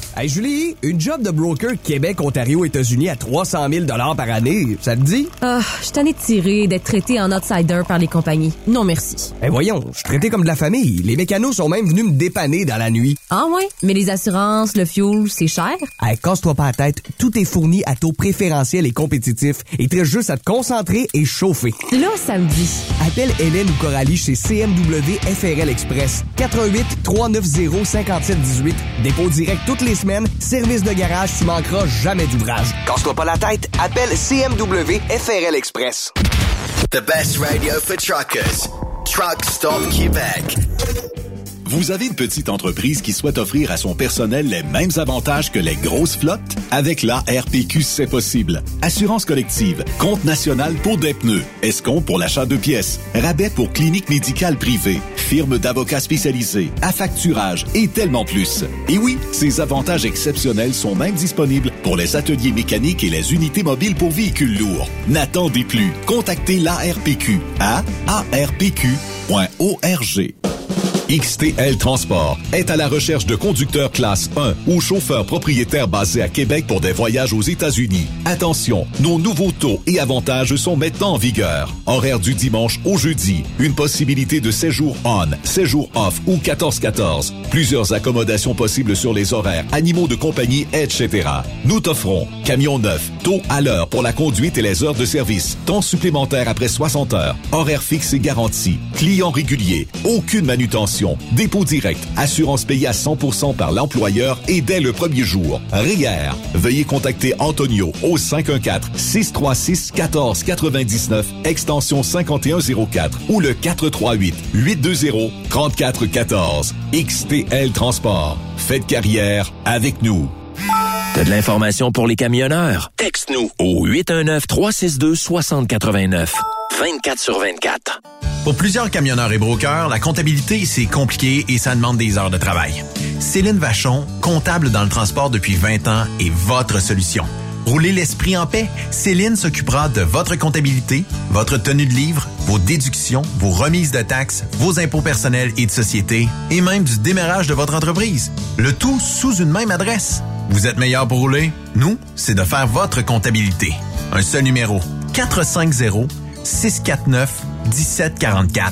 Hey Julie, une job de broker Québec, Ontario, États-Unis à 300 000 $ par année, ça te dit? Ah, je suis tannée de tirer, d'être traité en outsider par les compagnies. Non merci. Eh voyons, je suis traité comme de la famille. Les mécanos sont même venus me dépanner dans la nuit. Ah ouais? Mais les assurances, le fuel, c'est cher? Hey, casse-toi pas la tête, tout est fourni à taux préférentiel et compétitif. Il te reste juste à te concentrer et chauffer. Là, ça me dit. Appelle Hélène ou Coralie chez CMW FRL Express. 88 390 5718. Dépôt direct toutes les semaines. Service de garage, tu manqueras jamais d'ouvrage. Casse-toi pas la tête, appelle CMW FRL Express. The best radio for truckers. Truck Stop Québec. Vous avez une petite entreprise qui souhaite offrir à son personnel les mêmes avantages que les grosses flottes? Avec la RPQ, c'est possible. Assurance collective, compte national pour des pneus, escompte pour l'achat de pièces, rabais pour clinique médicale privée, firme d'avocats spécialisés, affacturage et tellement plus. Et oui, ces avantages exceptionnels sont même disponibles pour les ateliers mécaniques et les unités mobiles pour véhicules lourds. N'attendez plus. Contactez l'ARPQ à arpq.org. XTL Transport est à la recherche de conducteurs classe 1 ou chauffeurs propriétaires basés à Québec pour des voyages aux États-Unis. Attention, nos nouveaux taux et avantages sont maintenant en vigueur. Horaire du dimanche au jeudi. Une possibilité de séjour on, séjour off ou 14-14. Plusieurs accommodations possibles sur les horaires, animaux de compagnie, etc. Nous t'offrons camion neuf, taux à l'heure pour la conduite et les heures de service, temps supplémentaire après 60 heures, horaire fixe et garanti, client régulier, aucune manutention, dépôt direct, assurance payée à 100% par l'employeur et dès le premier jour. REER. Veuillez contacter Antonio au 514-636-1499, extension 5104 ou le 438-820-3414. XTL Transport. Faites carrière avec nous. T'as de l'information pour les camionneurs? Texte-nous au 819-362-6089. 24/24. Pour plusieurs camionneurs et brokers, la comptabilité, c'est compliqué et ça demande des heures de travail. Céline Vachon, comptable dans le transport depuis 20 ans, est votre solution. Roulez l'esprit en paix. Céline s'occupera de votre comptabilité, votre tenue de livre, vos déductions, vos remises de taxes, vos impôts personnels et de société, et même du démarrage de votre entreprise. Le tout sous une même adresse. Vous êtes meilleur pour rouler? Nous, c'est de faire votre comptabilité. Un seul numéro. 450-649-1744.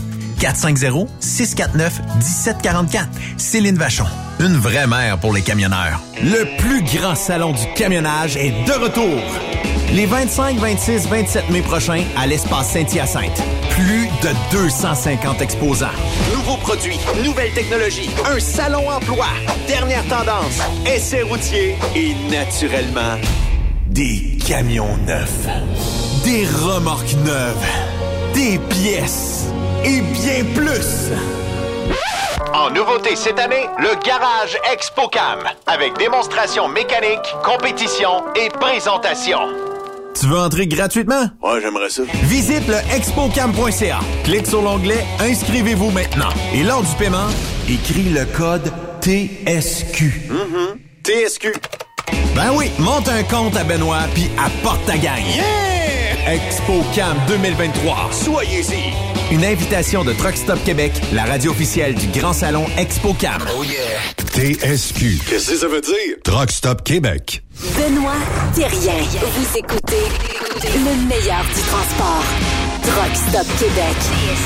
450-649-1744. Céline Vachon. Une vraie mère pour les camionneurs. Le plus grand salon du camionnage est de retour. Les 25, 26, 27 mai prochains à l'espace Saint-Hyacinthe. Plus de 250 exposants. Nouveaux produits, nouvelles technologies, un salon emploi, dernière tendance, essais routiers et naturellement, des camions neufs, des remorques neuves, des pièces et bien plus. En nouveauté cette année, le Garage ExpoCam, avec démonstration mécanique, compétition et présentation. Tu veux entrer gratuitement? Ouais, j'aimerais ça. Visite le expocam.ca. Clique sur l'onglet « Inscrivez-vous maintenant » et lors du paiement, écris le code TSQ. TSQ. Ben oui, monte un compte à Benoît puis apporte ta gang. Yeah! ExpoCam 2023. Soyez-y. Une invitation de Truck Stop Québec, la radio officielle du Grand Salon ExpoCam. Oh yeah! TSQ. Qu'est-ce que ça veut dire? Truck Stop Québec. Benoît Thérien. Vous écoutez le meilleur du transport. Truck Stop Québec.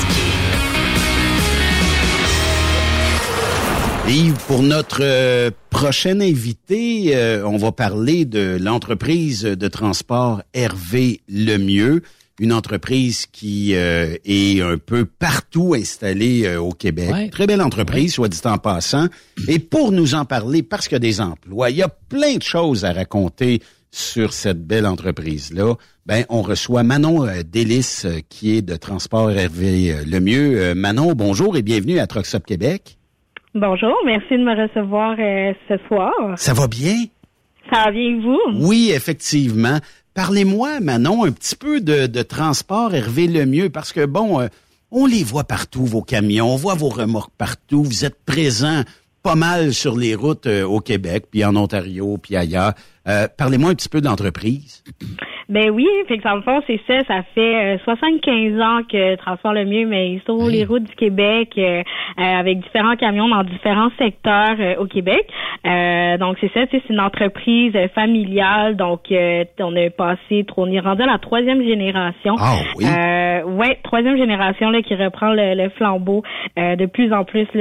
Yves, pour notre prochain invité, on va parler de l'entreprise de transport Hervé Lemieux, une entreprise qui est un peu partout installée au Québec. Ouais. Très belle entreprise, soit dit en passant. Et pour nous en parler, parce qu'il y a des emplois, il y a plein de choses à raconter sur cette belle entreprise-là. Ben, on reçoit Manon Délice, qui est de Transport Hervé Lemieux. Manon, bonjour et bienvenue à Truck Stop Québec. Bonjour, merci de me recevoir ce soir. Ça va bien? Ça va bien, vous? Oui, effectivement. Parlez-moi, Manon, un petit peu de Transport Hervé Lemieux, parce que, bon, on les voit partout, vos camions, on voit vos remorques partout, vous êtes présents pas mal sur les routes au Québec, puis en Ontario, puis ailleurs. Parlez-moi un petit peu de l'entreprise. Ben oui, fait que dans le fond, c'est ça. Ça fait 75 ans que Transport le mieux, mais sur les routes du Québec, avec différents camions dans différents secteurs au Québec. Donc c'est ça, c'est une entreprise familiale. Donc on est rendu à la 3e génération. Ah oui. 3e génération là qui reprend le flambeau de plus en plus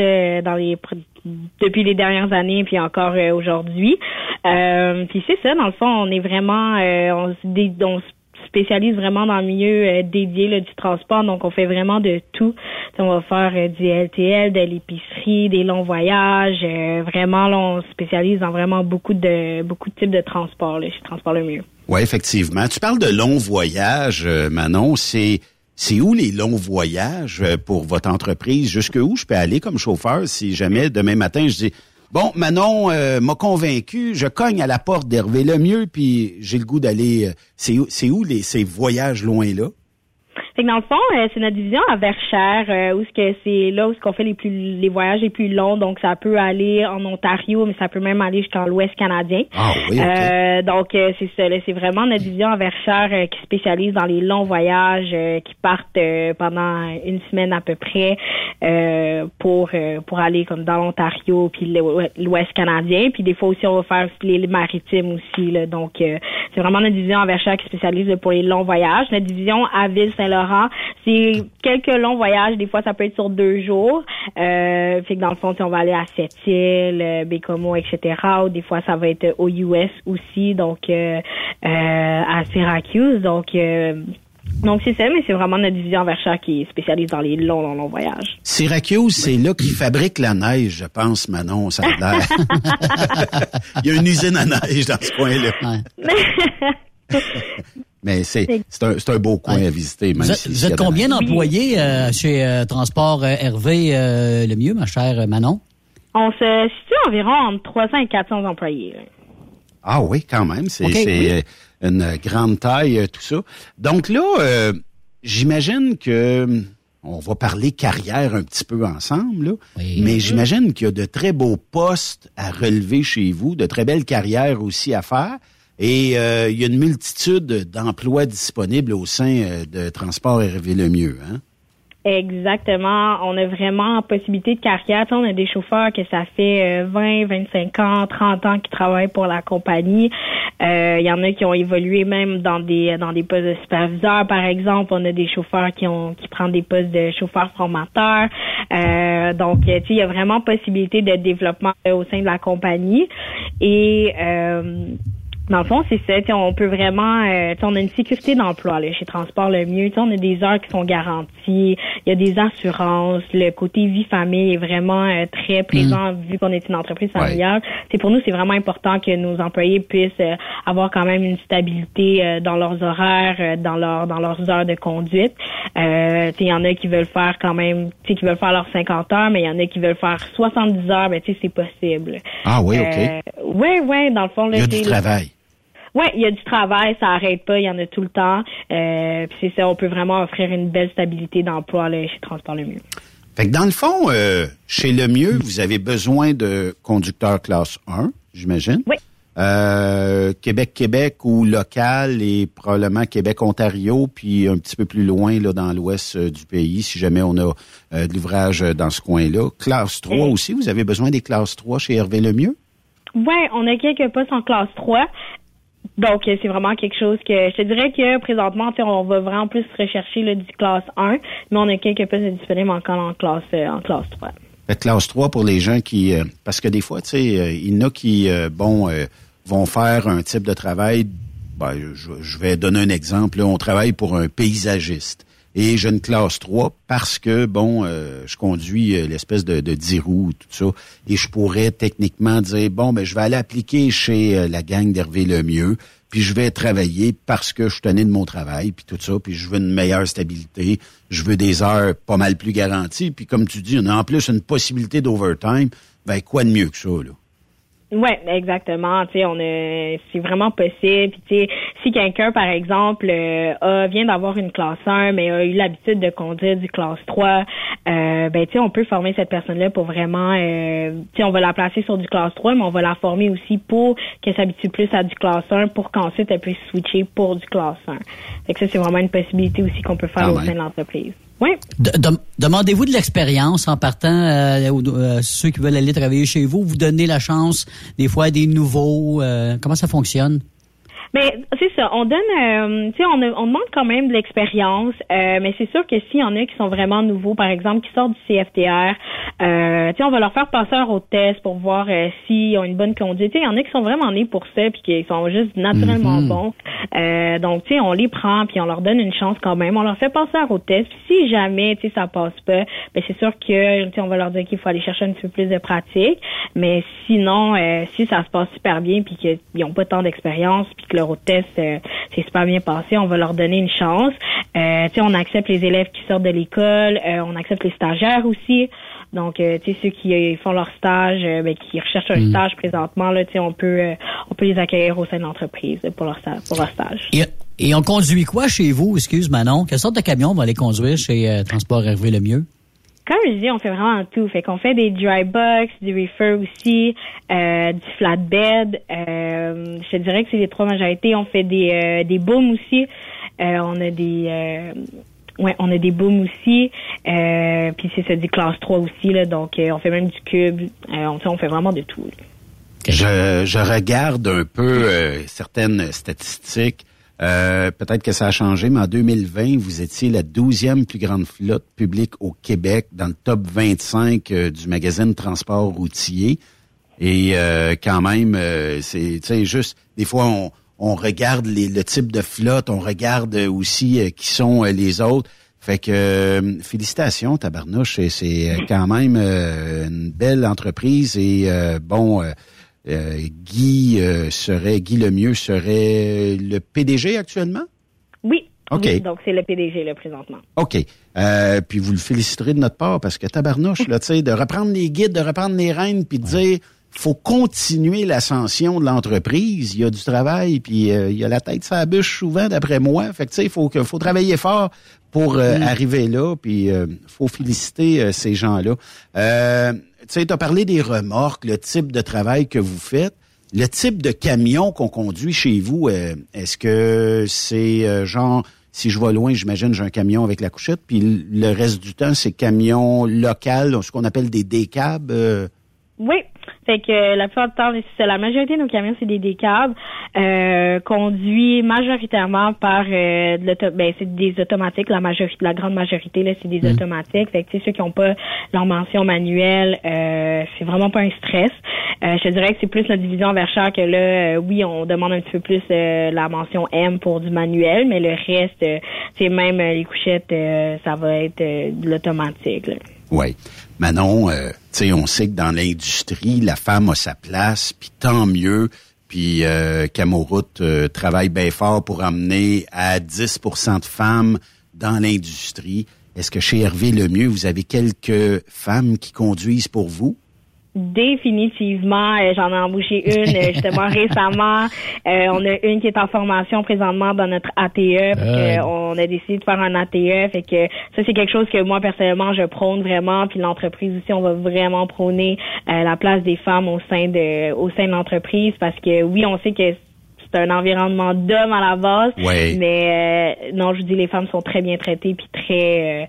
depuis les dernières années puis encore aujourd'hui. Puis c'est ça, dans le fond, on est vraiment on se spécialise vraiment dans le milieu dédié là, du transport, donc on fait vraiment de tout. On va faire du LTL, de l'épicerie, des longs voyages. Vraiment, là, on se spécialise dans vraiment beaucoup de types de transport là, chez Transport le mieux. Oui, effectivement. Tu parles de longs voyages, Manon. C'est où les longs voyages pour votre entreprise? Jusqu'où je peux aller comme chauffeur si jamais demain matin je dis bon, Manon m'a convaincu, je cogne à la porte d'Hervé Lemieux, puis j'ai le goût d'aller. C'est où ces voyages loin-là? Fait que dans le fond, c'est notre division à Verchères, où c'est là où qu'on fait les voyages les plus longs. Donc ça peut aller en Ontario, mais ça peut même aller jusqu'en l'Ouest canadien. Ah oui, okay. Donc c'est ça. Là, c'est vraiment notre division à Verchères qui spécialise dans les longs voyages qui partent pendant une semaine à peu près pour aller comme dans l'Ontario puis l'Ouest canadien. Puis des fois aussi on va faire les maritimes aussi. Là. Donc c'est vraiment notre division à Verchères qui spécialise là, pour les longs voyages. Notre division à Ville-Saint-Laurent, c'est quelques longs voyages. Des fois, ça peut être sur 2 jours. Fait que dans le fond, si on va aller à Sept-Îles, Bécomo, etc. Ou des fois, ça va être aux US aussi, donc à Syracuse. Donc c'est ça, mais c'est vraiment notre division Verchères qui est spécialise dans les longs voyages. Syracuse, c'est là qu'ils fabriquent la neige, je pense, Manon, ça a l'air. Il y a une usine à neige dans ce coin-là. Ouais. Mais c'est un beau coin à visiter. Même vous êtes combien d'employés chez Transport Hervé Lemieux, ma chère Manon? On se situe environ entre 300 et 400 employés. Là. Ah oui, quand même. C'est une grande taille, tout ça. Donc là, j'imagine que on va parler carrière un petit peu ensemble, là. Oui. Mais j'imagine qu'il y a de très beaux postes à relever chez vous, de très belles carrières aussi à faire. Et il y a une multitude d'emplois disponibles au sein de Transport Hervé Lemieux, hein? Exactement. On a vraiment possibilité de carrière. On a des chauffeurs que ça fait 20, 25 ans, 30 ans qui travaillent pour la compagnie. Il y en a qui ont évolué même dans des postes de superviseurs, par exemple. On a des chauffeurs qui prennent des postes de chauffeurs formateurs. Donc, tu sais, il y a vraiment possibilité de développement au sein de la compagnie. Et dans le fond, c'est ça. On peut vraiment... on a une sécurité d'emploi là, chez Transport le mieux. On a des heures qui sont garanties. Il y a des assurances. Le côté vie-famille est vraiment très présent vu qu'on est une entreprise familiale. Ouais. Pour nous, c'est vraiment important que nos employés puissent avoir quand même une stabilité dans leurs horaires, dans leurs heures de conduite. Il y en a qui veulent faire quand même... qui veulent faire leurs 50 heures, mais il y en a qui veulent faire 70 heures. Ben, c'est possible. Ah oui, OK. Oui, dans le fond... Là, il y a du travail. Oui, il y a du travail, ça arrête pas, il y en a tout le temps. Puis c'est ça, on peut vraiment offrir une belle stabilité d'emploi là, chez Transport le mieux. Fait que dans le fond, chez le mieux, vous avez besoin de conducteurs classe 1, j'imagine. Oui. Québec ou local et probablement Québec-Ontario, puis un petit peu plus loin là dans l'ouest du pays, si jamais on a de l'ouvrage dans ce coin-là. Classe 3 aussi, vous avez besoin des classes 3 chez Hervé Lemieux? Oui, on a quelques postes en classe 3. Donc, c'est vraiment quelque chose que je te dirais que présentement, on va vraiment plus rechercher là, du classe 1, mais on a quelques postes disponibles encore en classe 3. Classe 3 pour les gens qui... parce que des fois, il y en a qui, vont faire un type de travail... je vais donner un exemple. Là, on travaille pour un paysagiste. Et j'ai une classe 3 parce que, je conduis l'espèce de 10 roues, tout ça. Et je pourrais techniquement dire, je vais aller appliquer chez la gang d'Hervé Lemieux, puis je vais travailler parce que je suis tanné de mon travail, puis tout ça, puis je veux une meilleure stabilité, je veux des heures pas mal plus garanties, puis comme tu dis, on a en plus une possibilité d'overtime. Quoi de mieux que ça, là? Ouais, exactement. Tu sais, c'est vraiment possible. Puis tu sais, si quelqu'un, par exemple, vient d'avoir une classe 1, mais a eu l'habitude de conduire du classe 3, ben tu sais, on peut former cette personne-là pour vraiment, tu sais, on va la placer sur du classe 3, mais on va la former aussi pour qu'elle s'habitue plus à du classe 1, pour qu'ensuite elle puisse switcher pour du classe 1. Fait que ça, c'est vraiment une possibilité aussi qu'on peut faire au sein de l'entreprise. Oui. Demandez-vous de l'expérience en partant, ceux qui veulent aller travailler chez vous, vous donnez la chance des fois à des nouveaux. Comment ça fonctionne? Mais c'est ça, on donne, tu sais, on demande quand même de l'expérience, mais c'est sûr que s'il y en a qui sont vraiment nouveaux, par exemple, qui sortent du CFTR, tu sais, on va leur faire passer un road test pour voir s'ils ont une bonne conduite. Tu sais, il y en a qui sont vraiment nés pour ça, puis qui sont juste naturellement bons. Donc, tu sais, on les prend, puis on leur donne une chance quand même. On leur fait passer un road test. Puis si jamais, tu sais, ça passe pas, ben c'est sûr que, tu sais, on va leur dire qu'il faut aller chercher un petit peu plus de pratique. Mais sinon, si ça se passe super bien, puis qu'ils n'ont pas tant d'expérience, puis que le road test c'est super bien passé, on va leur donner une chance. Tu sais, on accepte les élèves qui sortent de l'école, on accepte les stagiaires aussi. Donc, tu sais, ceux qui font leur stage, ben, qui recherchent un stage présentement, là, tu sais, on peut les accueillir au sein de l'entreprise pour leur stage. Et on conduit quoi chez vous, excuse Manon? Quelle sorte de camion on va aller conduire chez Transport Hervé Lemieux? Comme je dis, on fait vraiment tout. Fait qu'on fait des dry box, du reefer aussi, du flatbed. Je te dirais que c'est les trois majorités. On fait des booms aussi. On a des booms aussi. Puis c'est ça, du classe 3 aussi, là. Donc, on fait même du cube. On fait vraiment de tout, là. Je regarde un peu certaines statistiques. Peut-être que ça a changé, mais en 2020, vous étiez la 12e plus grande flotte publique au Québec dans le top 25 du magazine Transport routier. Et quand même, c'est, tu sais, juste, des fois, on regarde le type de flotte, on regarde aussi qui sont les autres. Fait que félicitations, tabarnouche, c'est quand même une belle entreprise et Guy Lemieux serait le PDG actuellement? Oui. Okay. Oui, donc c'est le PDG là présentement. OK. Puis vous le féliciterez de notre part parce que tabarnouche, là, tu sais, de reprendre les guides, de reprendre les rênes, puis de dire faut continuer l'ascension de l'entreprise. Il y a du travail, puis il y a la tête sur la bûche souvent, d'après moi. Fait que tu sais, faut travailler fort pour arriver là, puis faut féliciter ces gens-là. Tu sais, tu as parlé des remorques, le type de travail que vous faites. Le type de camion qu'on conduit chez vous, est-ce que c'est genre, si je vais loin, j'imagine j'ai un camion avec la couchette, puis le reste du temps, c'est camion local, ce qu'on appelle des D-cabs? Oui. Fait que la plupart du temps, c'est la majorité de nos camions, c'est des D-cabs, conduits majoritairement par c'est des automatiques. La grande majorité là, c'est des automatiques. Fait que tu sais, ceux qui n'ont pas leur mention manuelle, c'est vraiment pas un stress. Je te dirais que c'est plus la division Verchères que là, oui, on demande un petit peu plus la mention M pour du manuel, mais le reste, c'est même les couchettes, ça va être de l'automatique. Là. Oui. Manon, tu sais, on sait que dans l'industrie, la femme a sa place, puis tant mieux. Puis Camoroute travaille bien fort pour amener à 10% de femmes dans l'industrie. Est-ce que chez Hervé Lemieux, vous avez quelques femmes qui conduisent pour vous? Définitivement, j'en ai embauché une justement récemment. On a une qui est en formation présentement dans notre ATE. On a décidé de faire un ATE, fait que ça c'est quelque chose que moi personnellement je prône vraiment. Puis l'entreprise aussi, on va vraiment prôner la place des femmes au sein de l'entreprise parce que oui, on sait que c'est un environnement d'hommes à la base, mais non, je vous dis, les femmes sont très bien traitées puis très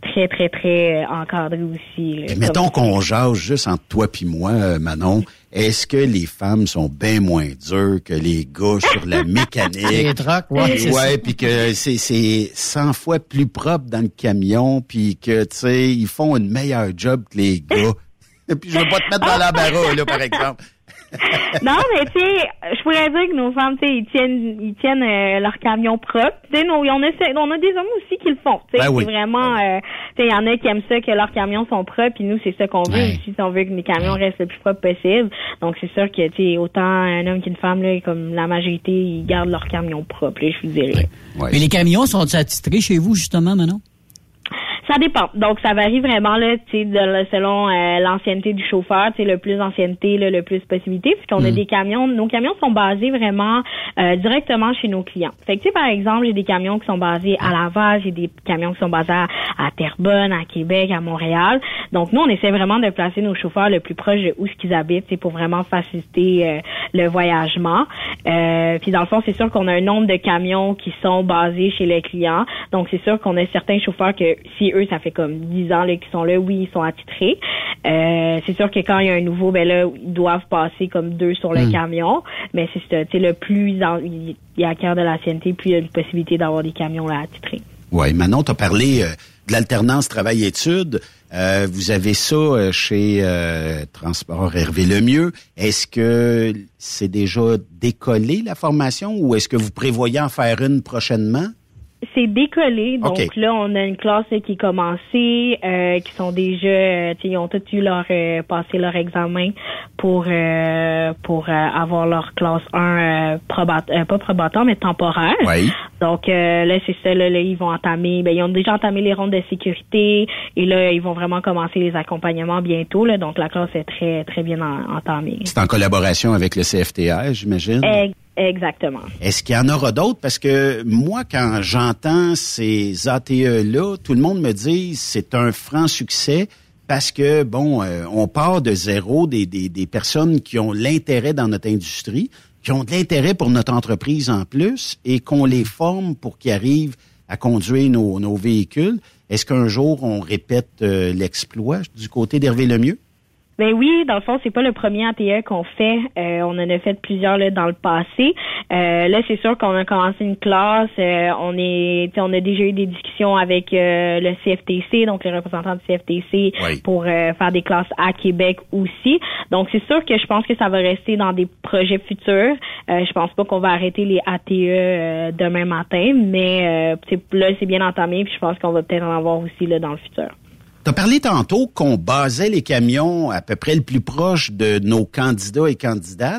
encadrées aussi. Là, mettons qu'on jase juste entre toi puis moi, Manon. Est-ce que les femmes sont bien moins dures que les gars sur la mécanique? Les trucks, puis que c'est 100 fois plus propre dans le camion, puis que, tu sais, ils font une meilleure job que les gars. Puis je veux pas te mettre dans l'embarras, là, par exemple. Non, mais tu sais, je pourrais dire que nos femmes, tu sais, ils tiennent leur camion propre. Tu sais, on a des hommes aussi qui le font. Tu sais, c'est vraiment, tu sais, il y en a qui aiment ça que leurs camions sont propres, puis nous, c'est ça qu'on veut aussi. On veut que les camions restent le plus propres possible. Donc c'est sûr que, tu sais, autant un homme qu'une femme, là, comme la majorité, ils gardent leurs camions propres, là, je vous dirais. Mais les camions sont attitrés chez vous justement, Manon? Ça dépend. Donc, ça varie vraiment là, selon l'ancienneté du chauffeur. Le plus d'ancienneté, le plus possibilité, puisqu'on a des camions. Nos camions sont basés vraiment directement chez nos clients. Fait que, par exemple, j'ai des camions qui sont basés à Laval, j'ai des camions qui sont basés à Terrebonne, à Québec, à Montréal. Donc, nous, on essaie vraiment de placer nos chauffeurs le plus proche de où ce qu'ils habitent, pour vraiment faciliter le voyagement. Puis, dans le fond, c'est sûr qu'on a un nombre de camions qui sont basés chez les clients. Donc, c'est sûr qu'on a certains chauffeurs que, si eux, ça fait comme 10 ans là, qu'ils sont là, oui, ils sont attitrés. C'est sûr que quand il y a un nouveau, ben là, ils doivent passer comme 2 sur le camion. Mais c'est ça, le plus il acquiert de l'ancienneté, puis il y a une possibilité d'avoir des camions là attitrés. Oui, Manon, tu as parlé de l'alternance travail-études. Vous avez ça chez Transport Hervé Lemieux. Est-ce que c'est déjà décollé, la formation, ou est-ce que vous prévoyez en faire une prochainement? C'est décollé, donc là on a une classe qui est commencée, qui sont déjà, ils ont tous eu passé leur examen pour avoir leur classe 1 pas probatoire mais temporaire. Oui. Donc là c'est ça, là ils vont entamer, ils ont déjà entamé les rondes de sécurité et là ils vont vraiment commencer les accompagnements bientôt là, donc la classe est très très bien entamée. C'est en collaboration avec le CFTR, j'imagine. Exactement. Est-ce qu'il y en aura d'autres? Parce que moi, quand j'entends ces ATE-là, tout le monde me dit c'est un franc succès parce que, on part de zéro des personnes qui ont l'intérêt dans notre industrie, qui ont de l'intérêt pour notre entreprise en plus et qu'on les forme pour qu'ils arrivent à conduire nos véhicules. Est-ce qu'un jour, on répète l'exploit du côté d'Hervé Lemieux? Ben oui, dans le fond, c'est pas le premier ATE qu'on fait. On en a fait plusieurs là, dans le passé. Là, c'est sûr qu'on a commencé une classe. On a déjà eu des discussions avec le CFTC, donc les représentants du CFTC, pour faire des classes à Québec aussi. Donc, c'est sûr que je pense que ça va rester dans des projets futurs. Je pense pas qu'on va arrêter les ATE demain matin, mais là, c'est bien entamé, puis je pense qu'on va peut-être en avoir aussi là dans le futur. Tu as parlé tantôt qu'on basait les camions à peu près le plus proche de nos candidats et candidates,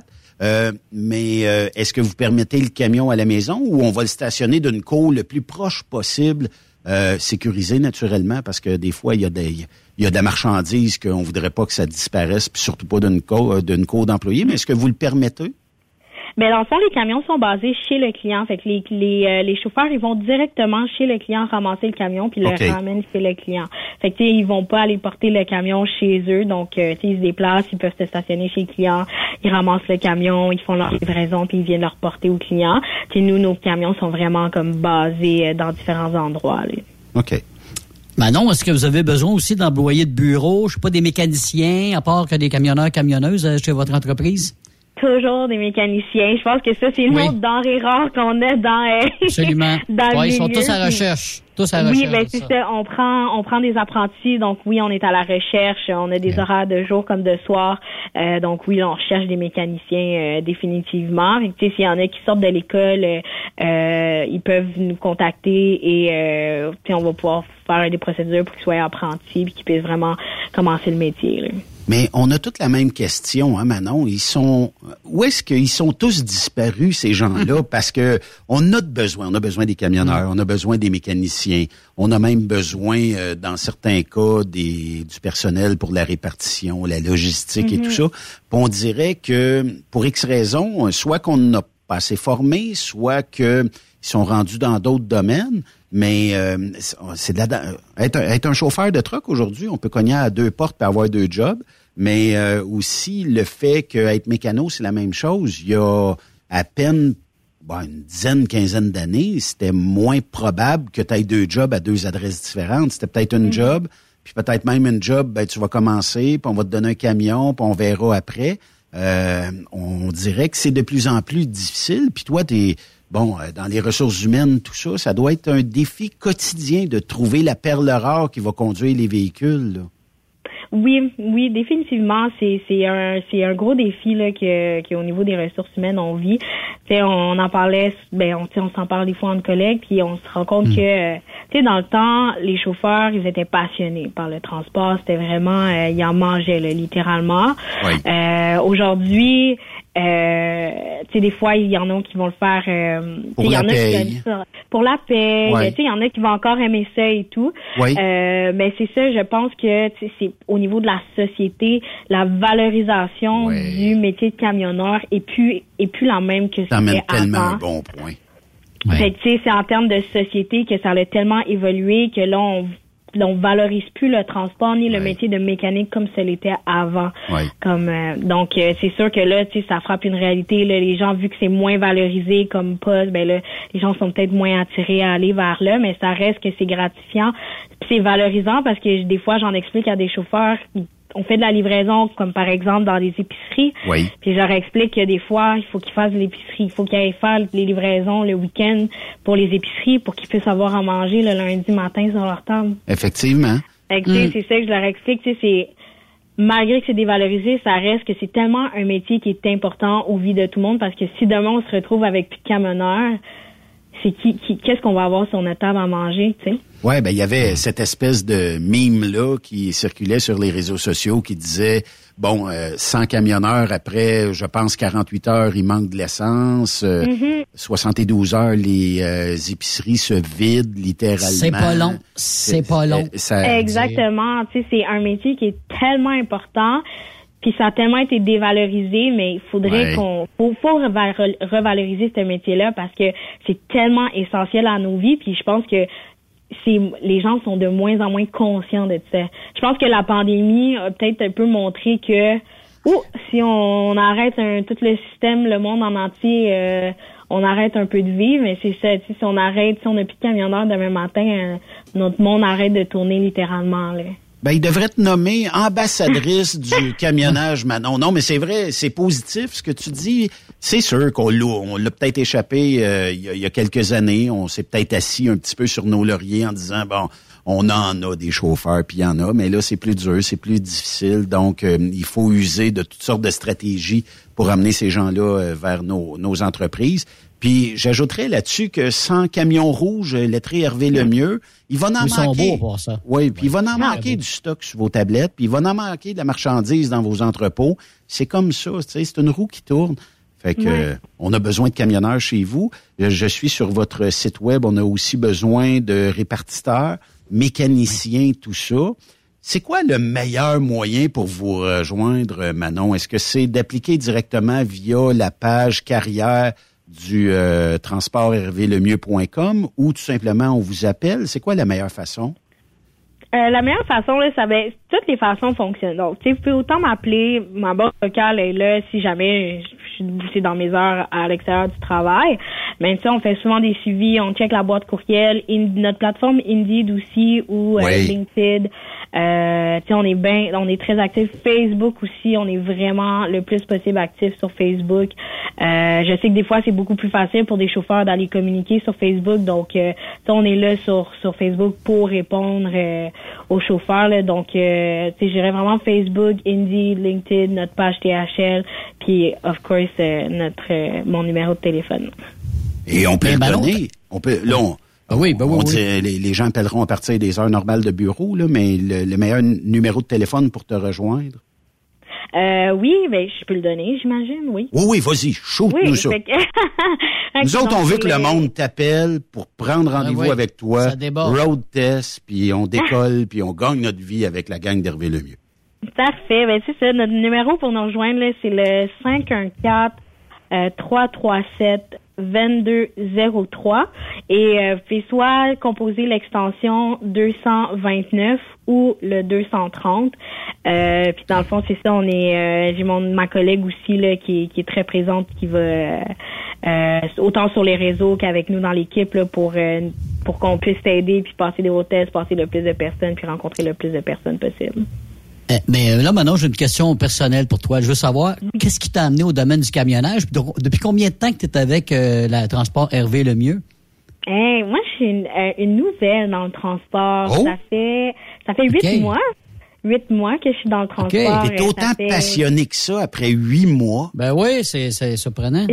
mais est-ce que vous permettez le camion à la maison ou on va le stationner d'une cour le plus proche possible, sécurisé naturellement, parce que des fois, il y a de la marchandise qu'on voudrait pas que ça disparaisse, puis surtout pas d'une cour d'employés, mais est-ce que vous le permettez? Mais dans le fond, les camions sont basés chez le client. Fait que les chauffeurs, ils vont directement chez le client ramasser le camion puis le ramènent chez le client. Fait que ils vont pas aller porter le camion chez eux. Donc ils se déplacent, ils peuvent se stationner chez le client, ils ramassent le camion, ils font leur livraison puis ils viennent le reporter au client. Nous, nos camions sont vraiment comme basés dans différents endroits. Là. OK. Manon, est-ce que vous avez besoin aussi d'employés de bureau, je sais pas, des mécaniciens, à part que des camionneurs, camionneuses chez votre entreprise? Toujours des mécaniciens. Je pense que ça, c'est une autre denrée rare qu'on a dans Absolument. dans le milieu. Ils sont tous à recherche. Oui, c'est ça. On prend des apprentis. Donc oui, on est à la recherche. On a des horaires de jour comme de soir. Donc oui, on recherche des mécaniciens définitivement. S'il y en a qui sortent de l'école, ils peuvent nous contacter et on va pouvoir faire des procédures pour qu'ils soient apprentis et qu'ils puissent vraiment commencer le métier. Là. Mais on a toute la même question, hein, Manon. Où est-ce qu'ils sont tous disparus, ces gens-là? Parce que on a besoin des camionneurs, on a besoin des mécaniciens, on a même besoin, dans certains cas, du personnel pour la répartition, la logistique et tout ça. Puis on dirait que, pour X raisons, soit qu'on n'a pas assez formé, soit qu'ils sont rendus dans d'autres domaines. Mais être un chauffeur de truck aujourd'hui, on peut cogner à 2 portes et avoir 2 jobs. Mais aussi le fait qu'être mécano, c'est la même chose. Il y a à peine une dizaine, quinzaine d'années, c'était moins probable que tu aies 2 jobs à 2 adresses différentes. C'était peut-être une job, puis peut-être même une job, tu vas commencer, puis on va te donner un camion, puis on verra après. On dirait que c'est de plus en plus difficile. Puis toi, dans les ressources humaines, tout ça, ça doit être un défi quotidien de trouver la perle rare qui va conduire les véhicules, là. Oui, définitivement, c'est un gros défi là que au niveau des ressources humaines on vit. On en parlait, on s'en parle des fois entre collègues, puis on se rend compte que dans le temps, les chauffeurs, ils étaient passionnés par le transport, c'était vraiment ils en mangeaient là, littéralement. Oui. Aujourd'hui, des fois, il y en a qui vont le faire pour la paye. Pour la paye. Ouais. Il y en a qui vont encore aimer ça et tout. Oui. Mais c'est ça, je pense que c'est au niveau de la société, la valorisation du métier de camionneur est plus la même que c'était avant. T'emmènes tellement un bon point. Fait que, c'est en termes de société que ça a tellement évolué que là, on valorise plus le transport ni le métier de mécanique comme ce l'était avant. Donc c'est sûr que là, ça frappe une réalité. Là, les gens, vu que c'est moins valorisé comme poste, ben là, les gens sont peut-être moins attirés à aller vers là, mais ça reste que c'est gratifiant. Puis c'est valorisant parce que des fois, j'en explique à des chauffeurs. On fait de la livraison, comme par exemple dans les épiceries. Puis je leur explique que des fois, il faut qu'ils fassent l'épicerie. Il faut qu'ils aillent faire les livraisons le week-end pour les épiceries pour qu'ils puissent avoir à manger le lundi matin sur leur table. Effectivement. C'est ça que je leur explique. C'est malgré que c'est dévalorisé, ça reste que c'est tellement un métier qui est important aux vies de tout le monde parce que si demain on se retrouve avec plus de camionneurs, c'est qu'est-ce qu'on va avoir sur notre table à manger, tu sais? Ouais, ben il y avait cette espèce de meme-là qui circulait sur les réseaux sociaux qui disait, 100 camionneurs après, je pense, 48 heures, il manque de l'essence. 72 heures, les épiceries se vident littéralement. C'est pas long. Exactement. Tu sais, c'est un métier qui est tellement important. Puis ça a tellement été dévalorisé, mais il faudrait faut revaloriser ce métier-là parce que c'est tellement essentiel à nos vies. Puis je pense que les gens sont de moins en moins conscients de ça. Je pense que la pandémie a peut-être un peu montré que si on arrête tout le système, le monde en entier, on arrête un peu de vivre. Mais c'est ça, si on arrête, si on n'a plus de camionneurs demain matin, notre monde arrête de tourner littéralement, là. Ben, il devrait te nommer ambassadrice du camionnage, Manon. Non, mais c'est vrai, c'est positif ce que tu dis. C'est sûr qu'on l'a peut-être échappé il y a quelques années. On s'est peut-être assis un petit peu sur nos lauriers en disant, on en a des chauffeurs, puis il y en a, mais là, c'est plus dur, c'est plus difficile. Donc, il faut user de toutes sortes de stratégies pour amener ces gens-là vers nos entreprises. Puis j'ajouterais là-dessus que sans camion rouge lettré Hervé Lemieux, il va en manquer. Ils sont beaux pour ça. Oui, puis il va en manquer du stock sur vos tablettes, puis il va en manquer de la marchandise dans vos entrepôts. C'est comme ça, tu sais, c'est une roue qui tourne. Fait que on a besoin de camionneurs chez vous. Je suis sur votre site web, on a aussi besoin de répartiteurs, mécaniciens, tout ça. C'est quoi le meilleur moyen pour vous rejoindre, Manon? Est-ce que c'est d'appliquer directement via la page carrière du transporthervélemieux.com ou tout simplement on vous appelle? C'est quoi la meilleure façon? La meilleure façon, là, toutes les façons fonctionnent. Donc, tu sais, vous pouvez autant m'appeler, ma boîte vocale est là si jamais c'est dans mes heures à l'extérieur du travail. Mais tu sais, on fait souvent des suivis, on check la boîte courriel, notre plateforme Indeed aussi ou LinkedIn. Tu sais, on est très actif. Facebook aussi, on est vraiment le plus possible actif sur Facebook. Je sais que des fois c'est beaucoup plus facile pour des chauffeurs d'aller communiquer sur Facebook, donc on est là sur Facebook pour répondre aux chauffeurs là. Donc tu sais, j'irais vraiment Facebook, Indeed, LinkedIn, notre page THL, puis of course mon numéro de téléphone. Et on peut le donner. On peut dit, les gens appelleront à partir des heures normales de bureau, là, mais le meilleur numéro de téléphone pour te rejoindre? Oui, je peux le donner, j'imagine, oui. Oui, vas-y, shoot-nous ça. Nous autres, on veut que le monde t'appelle pour prendre rendez-vous avec toi, road test, puis on décolle, puis on gagne notre vie avec la gang d'Hervé Lemieux. Parfait, c'est ça. Notre numéro pour nous rejoindre, là, c'est le 514-337-2203 et vous pouvez soit composer l'extension 229 ou le 230. Puis dans le fond, c'est ça, on est j'ai ma collègue aussi là qui est très présente, qui va autant sur les réseaux qu'avec nous dans l'équipe là, pour qu'on puisse t'aider puis passer des road tests, passer le plus de personnes puis rencontrer le plus de personnes possible. Mais là, maintenant, j'ai une question personnelle pour toi. Je veux savoir, qu'est-ce qui t'a amené au domaine du camionnage? Depuis combien de temps que tu es avec la Transport Hervé Lemieux? Moi, je suis une nouvelle dans le transport. Oh. Ça fait 8 mois. 8 mois que je suis dans le transport. T'es autant passionné que ça après 8 mois? Ben oui, c'est surprenant.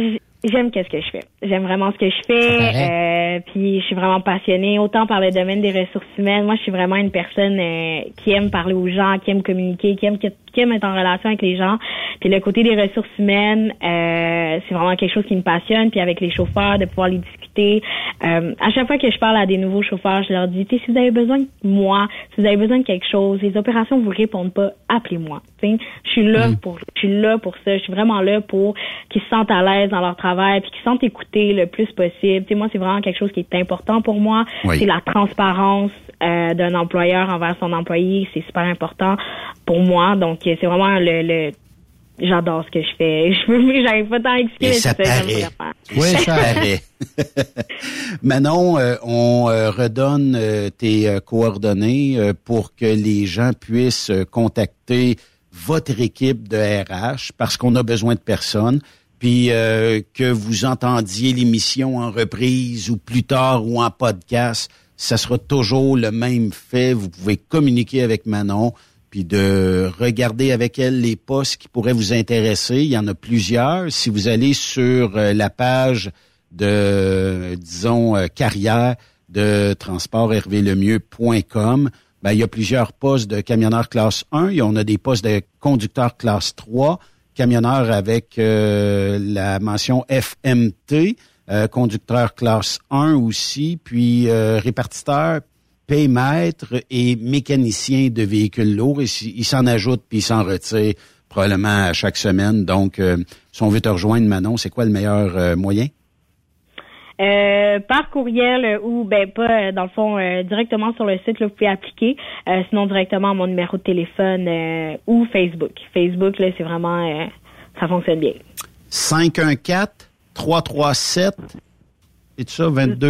J'aime ce que je fais. J'aime vraiment ce que je fais. Puis je suis vraiment passionnée, autant par le domaine des ressources humaines. Moi, je suis vraiment une personne qui aime parler aux gens, qui aime communiquer, qui aime être en relation avec les gens. Puis le côté des ressources humaines, c'est vraiment quelque chose qui me passionne. Puis avec les chauffeurs, de pouvoir les discuter. À chaque fois que je parle à des nouveaux chauffeurs, je leur dis, si vous avez besoin de moi, si vous avez besoin de quelque chose, les opérations vous répondent pas, appelez-moi. T'sais, je suis là pour ça. Je suis vraiment là pour qu'ils se sentent à l'aise dans leur travail, puis qu'ils se sentent écoutés le plus possible. T'sais, moi, c'est vraiment quelque chose qui est important pour moi. Oui. C'est la transparence d'un employeur envers son employé. C'est super important pour moi. Donc, c'est vraiment j'adore ce que je fais. J'arrive pas tant à expliquer. Et ça paraît. Oui, ça paraît. Manon, on redonne tes coordonnées pour que les gens puissent contacter votre équipe de RH parce qu'on a besoin de personnes. Puis que vous entendiez l'émission en reprise ou plus tard ou en podcast, ça sera toujours le même fait. Vous pouvez communiquer avec Manon puis de regarder avec elle les postes qui pourraient vous intéresser. Il y en a plusieurs. Si vous allez sur la page de, disons, carrière de transporthervélemieux.com, ben, il y a plusieurs postes de camionneurs classe 1. On a des postes de conducteurs classe 3, camionneurs avec la mention FMT, conducteur classe 1 aussi, puis répartiteur, paymètre et mécanicien de véhicules lourds. Il s'en ajoute puis il s'en retire probablement à chaque semaine. Donc, si on veut te rejoindre, Manon, c'est quoi le meilleur moyen? Par courriel ou pas dans le fond directement sur le site là, vous pouvez appliquer, sinon directement à mon numéro de téléphone ou Facebook. Facebook là, c'est vraiment ça fonctionne bien. 514-337 c'est ça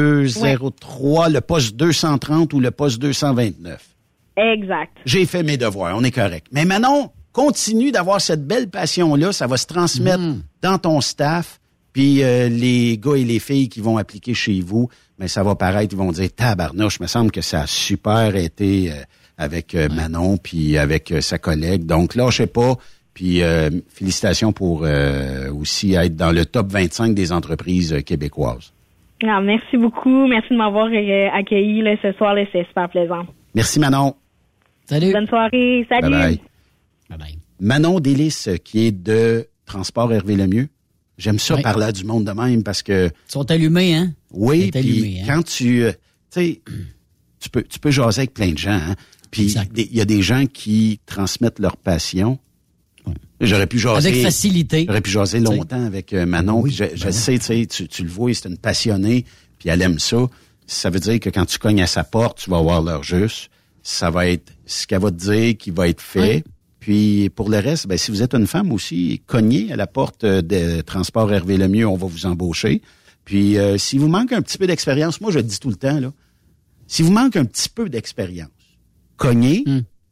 2203 le poste 230 ou le poste 229. Exact. J'ai fait mes devoirs, on est correct. Mais Manon, continue d'avoir cette belle passion là, ça va se transmettre dans ton staff. Puis les gars et les filles qui vont appliquer chez vous, mais ça va paraître, ils vont dire tabarnouche, me semble que ça a super été avec Manon puis avec sa collègue. Donc là, je sais pas. Puis félicitations pour aussi être dans le top 25 des entreprises québécoises. Alors, merci beaucoup. Merci de m'avoir accueilli là, ce soir. Là, c'est super plaisant. Merci Manon. Salut. Bonne soirée. Salut. Bye bye. Manon Délice, qui est de Transport Hervé Lemieux. J'aime ça parler du monde de même parce que... Ils sont allumés, hein? Oui, puis quand tu sais, tu peux jaser avec plein de gens, hein? Puis il y a des gens qui transmettent leur passion. Ouais. J'aurais pu jaser... Avec facilité. J'aurais pu jaser longtemps avec Manon. Oui, puis je sais, tu le vois, c'est une passionnée, puis elle aime ça. Ça veut dire que quand tu cognes à sa porte, tu vas avoir l'heure juste. Ça va être ce qu'elle va te dire qui va être fait. Ouais. Puis pour le reste, si vous êtes une femme aussi, cognez à la porte de Transport Hervé Lemieux, on va vous embaucher. Puis si vous manque un petit peu d'expérience, moi je le dis tout le temps, là, si vous manque un petit peu d'expérience, cognez,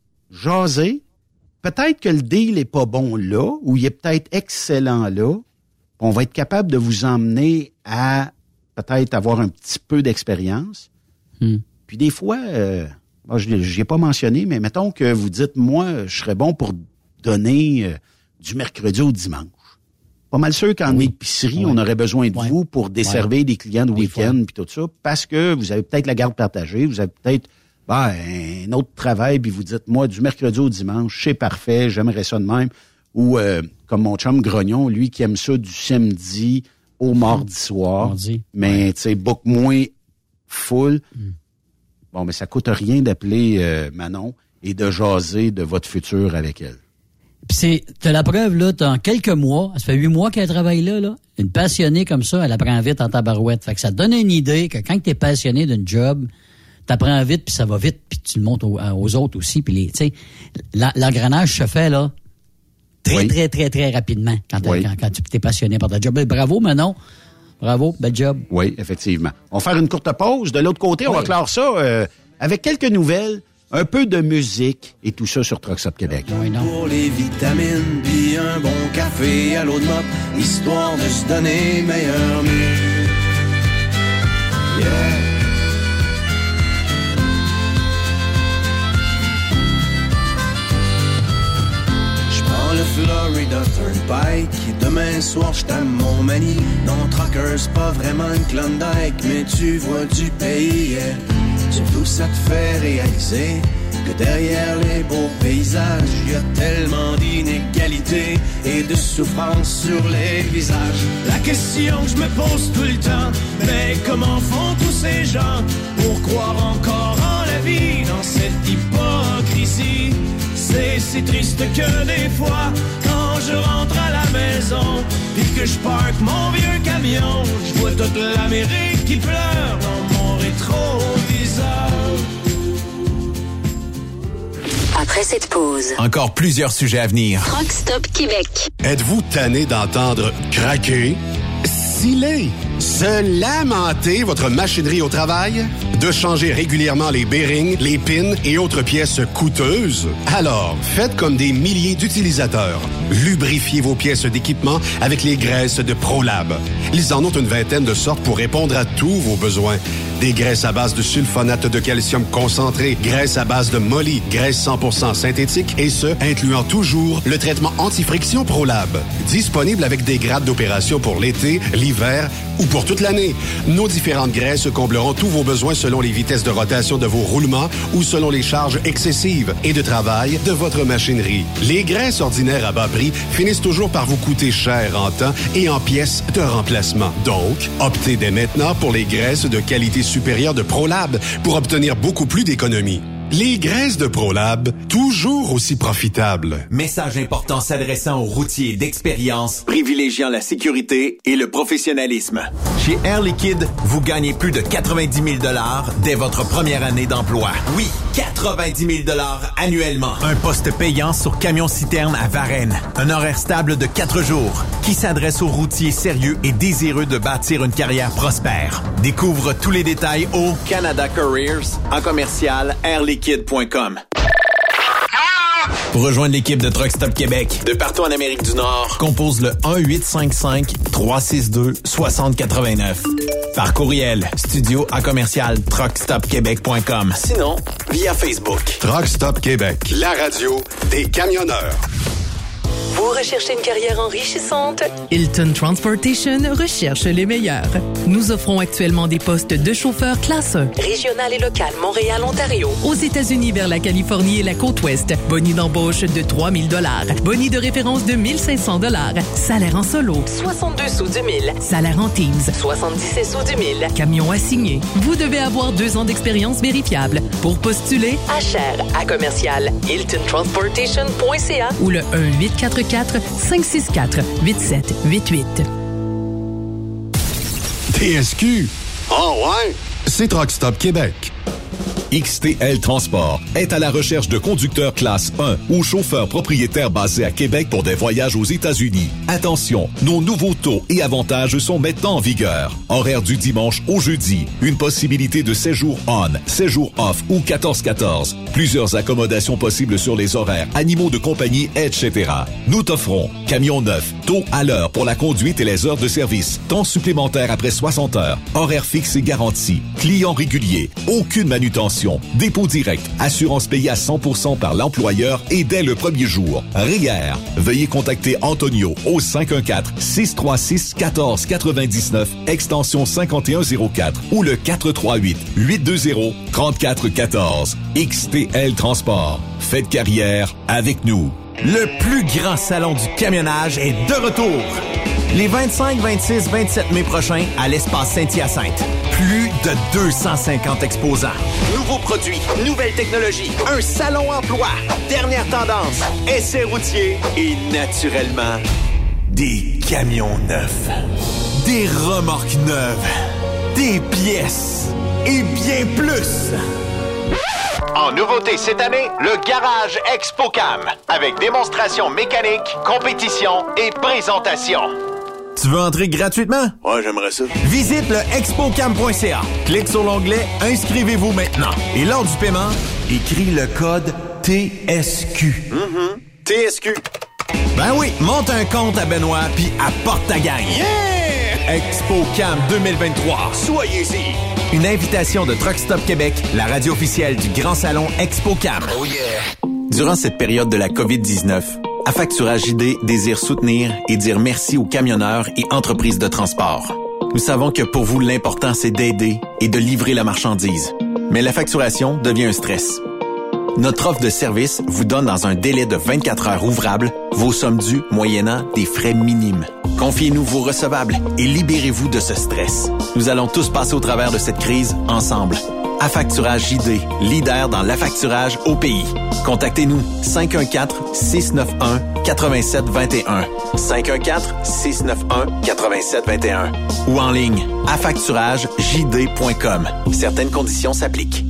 jasez, peut-être que le deal est pas bon là, ou il est peut-être excellent là, on va être capable de vous emmener à peut-être avoir un petit peu d'expérience. Puis des fois... Moi, je l'ai pas mentionné, mais mettons que vous dites, moi, je serais bon pour donner du mercredi au dimanche. Pas mal sûr qu'en épicerie, on aurait besoin de vous pour desservir des clients de week-end puis tout ça, parce que vous avez peut-être la garde partagée, vous avez peut-être un autre travail, puis vous dites, moi, du mercredi au dimanche, c'est parfait, j'aimerais ça de même. Ou comme mon chum Grognon, lui qui aime ça du samedi au mardi soir, mais tu sais, beaucoup moins full. Bon, mais ça coûte rien d'appeler Manon et de jaser de votre futur avec elle. Puis t'as la preuve, là, en quelques mois, ça fait 8 mois qu'elle travaille là, une passionnée comme ça, elle apprend vite en tabarouette. Fait que ça te donne une idée que quand t'es passionné d'une job, t'apprends vite, puis ça va vite, puis tu le montres aux autres aussi. Puis tu sais, l'engrenage se fait, là, très, très, très rapidement quand tu t'es passionné par ta job. Bravo, Manon. Bravo, bel job. Oui, effectivement. On va faire une courte pause. De l'autre côté, on va clore ça avec quelques nouvelles, un peu de musique et tout ça sur Truck Stop Québec. Pour les vitamines, puis un bon café à l'eau de mop, histoire de se donner meilleur mieux. Yeah. Je prends le Florida de Turnpike. Et demain soir, j'suis à Montmagny. Non, trucker, c'est pas vraiment une Klondike, mais tu vois du pays. Surtout, ça te fait réaliser que derrière les beaux paysages, y a tellement d'inégalités et de souffrance sur les visages. La question que je me pose tout le temps, mais comment font tous ces gens pour croire encore en la vie dans cette hypocrisie? C'est si triste que des fois, quand je rentre à la maison, puis que je parque mon vieux camion, je vois toute l'Amérique qui pleure dans mon rétroviseur. Après cette pause, encore plusieurs sujets à venir. Truck Stop Québec. Êtes-vous tanné d'entendre craquer, sciller, se lamenter votre machinerie au travail? De changer régulièrement les bearings, les pins et autres pièces coûteuses? Alors, faites comme des milliers d'utilisateurs. Lubrifiez vos pièces d'équipement avec les graisses de ProLab. Ils en ont une vingtaine de sortes pour répondre à tous vos besoins. Des graisses à base de sulfonate de calcium concentré, graisses à base de moly, graisse 100% synthétique et ce, incluant toujours le traitement anti-friction ProLab. Disponible avec des grades d'opération pour l'été, l'hiver ou pour toute l'année. Nos différentes graisses combleront tous vos besoins selon les vitesses de rotation de vos roulements ou selon les charges excessives et de travail de votre machinerie. Les graisses ordinaires à bas prix finissent toujours par vous coûter cher en temps et en pièces de remplacement. Donc, optez dès maintenant pour les graisses de qualité supérieure de ProLab pour obtenir beaucoup plus d'économies. Les graisses de ProLab, toujours aussi profitables. Message important s'adressant aux routiers d'expérience, privilégiant la sécurité et le professionnalisme. Chez Air Liquide, vous gagnez plus de 90 000 $ dès votre première année d'emploi. Oui, 90 000 $ annuellement. Un poste payant sur camion-citerne à Varennes. Un horaire stable de 4 jours qui s'adresse aux routiers sérieux et désireux de bâtir une carrière prospère. Découvre tous les détails au Canada Careers en commercial airliquide.com. Pour rejoindre l'équipe de Truck Stop Québec, de partout en Amérique du Nord, compose le 1-855-362-6089. Par courriel, studio@truckstopquebec.com. Sinon, via Facebook. Truck Stop Québec, la radio des camionneurs. Vous recherchez une carrière enrichissante? Hilton Transportation recherche les meilleurs. Nous offrons actuellement des postes de chauffeur classe 1. Régional et local, Montréal, Ontario. Aux États-Unis vers la Californie et la côte ouest. Boni d'embauche de 3 000 $. Boni de référence de 1 500 $. Salaire en solo. 62 sous du 1000. Salaire en Teams. 77 sous du 1000. Camion assigné. Vous devez avoir 2 ans d'expérience vérifiable. Pour postuler, à commercial hiltontransportation.ca ou le 1-844-564-8788. TSQ. Oh ouais? C'est Truck Stop Québec. XTL Transport est à la recherche de conducteurs classe 1 ou chauffeurs propriétaires basés à Québec pour des voyages aux États-Unis. Attention, nos nouveaux taux et avantages sont maintenant en vigueur. Horaire du dimanche au jeudi. Une possibilité de séjour on, séjour off ou 14-14. Plusieurs accommodations possibles sur les horaires, animaux de compagnie, etc. Nous t'offrons camion neuf, taux à l'heure pour la conduite et les heures de service, temps supplémentaire après 60 heures, horaire fixe et garanti, client régulier, aucune manutention, dépôt direct, assurance payée à 100% par l'employeur et dès le premier jour. REER. Veuillez contacter Antonio au 514-636-1499, extension 5104 ou le 438-820-3414. XTL Transport. Faites carrière avec nous. Le plus grand salon du camionnage est de retour. Les 25, 26, 27 mai prochains à l'espace Saint-Hyacinthe. Plus de 250 exposants. Nouveaux produits, nouvelles technologies, un salon emploi, dernière tendance, essais routiers et naturellement, des camions neufs, des remorques neuves, des pièces et bien plus. En nouveauté cette année, le Garage ExpoCam, avec démonstration mécanique, compétition et présentation. Tu veux entrer gratuitement? Ouais, j'aimerais ça. Visite le expocam.ca. Clique sur l'onglet « Inscrivez-vous maintenant » et lors du paiement, écris le code TSQ. TSQ. Ben oui, monte un compte à Benoît puis apporte ta gang. Yeah! ExpoCam 2023. Soyez-y. Une invitation de Truck Stop Québec, la radio officielle du Grand Salon ExpoCam. Oh yeah! Durant cette période de la COVID-19, Affacturage JD désire soutenir et dire merci aux camionneurs et entreprises de transport. Nous savons que pour vous, l'important, c'est d'aider et de livrer la marchandise. Mais la facturation devient un stress. Notre offre de service vous donne dans un délai de 24 heures ouvrables vos sommes dues moyennant des frais minimes. Confiez-nous vos recevables et libérez-vous de ce stress. Nous allons tous passer au travers de cette crise ensemble. Affacturage JD, leader dans l'affacturage au pays. Contactez-nous 514-691-8721. 514-691-8721. Ou en ligne, affacturagejd.com. Certaines conditions s'appliquent.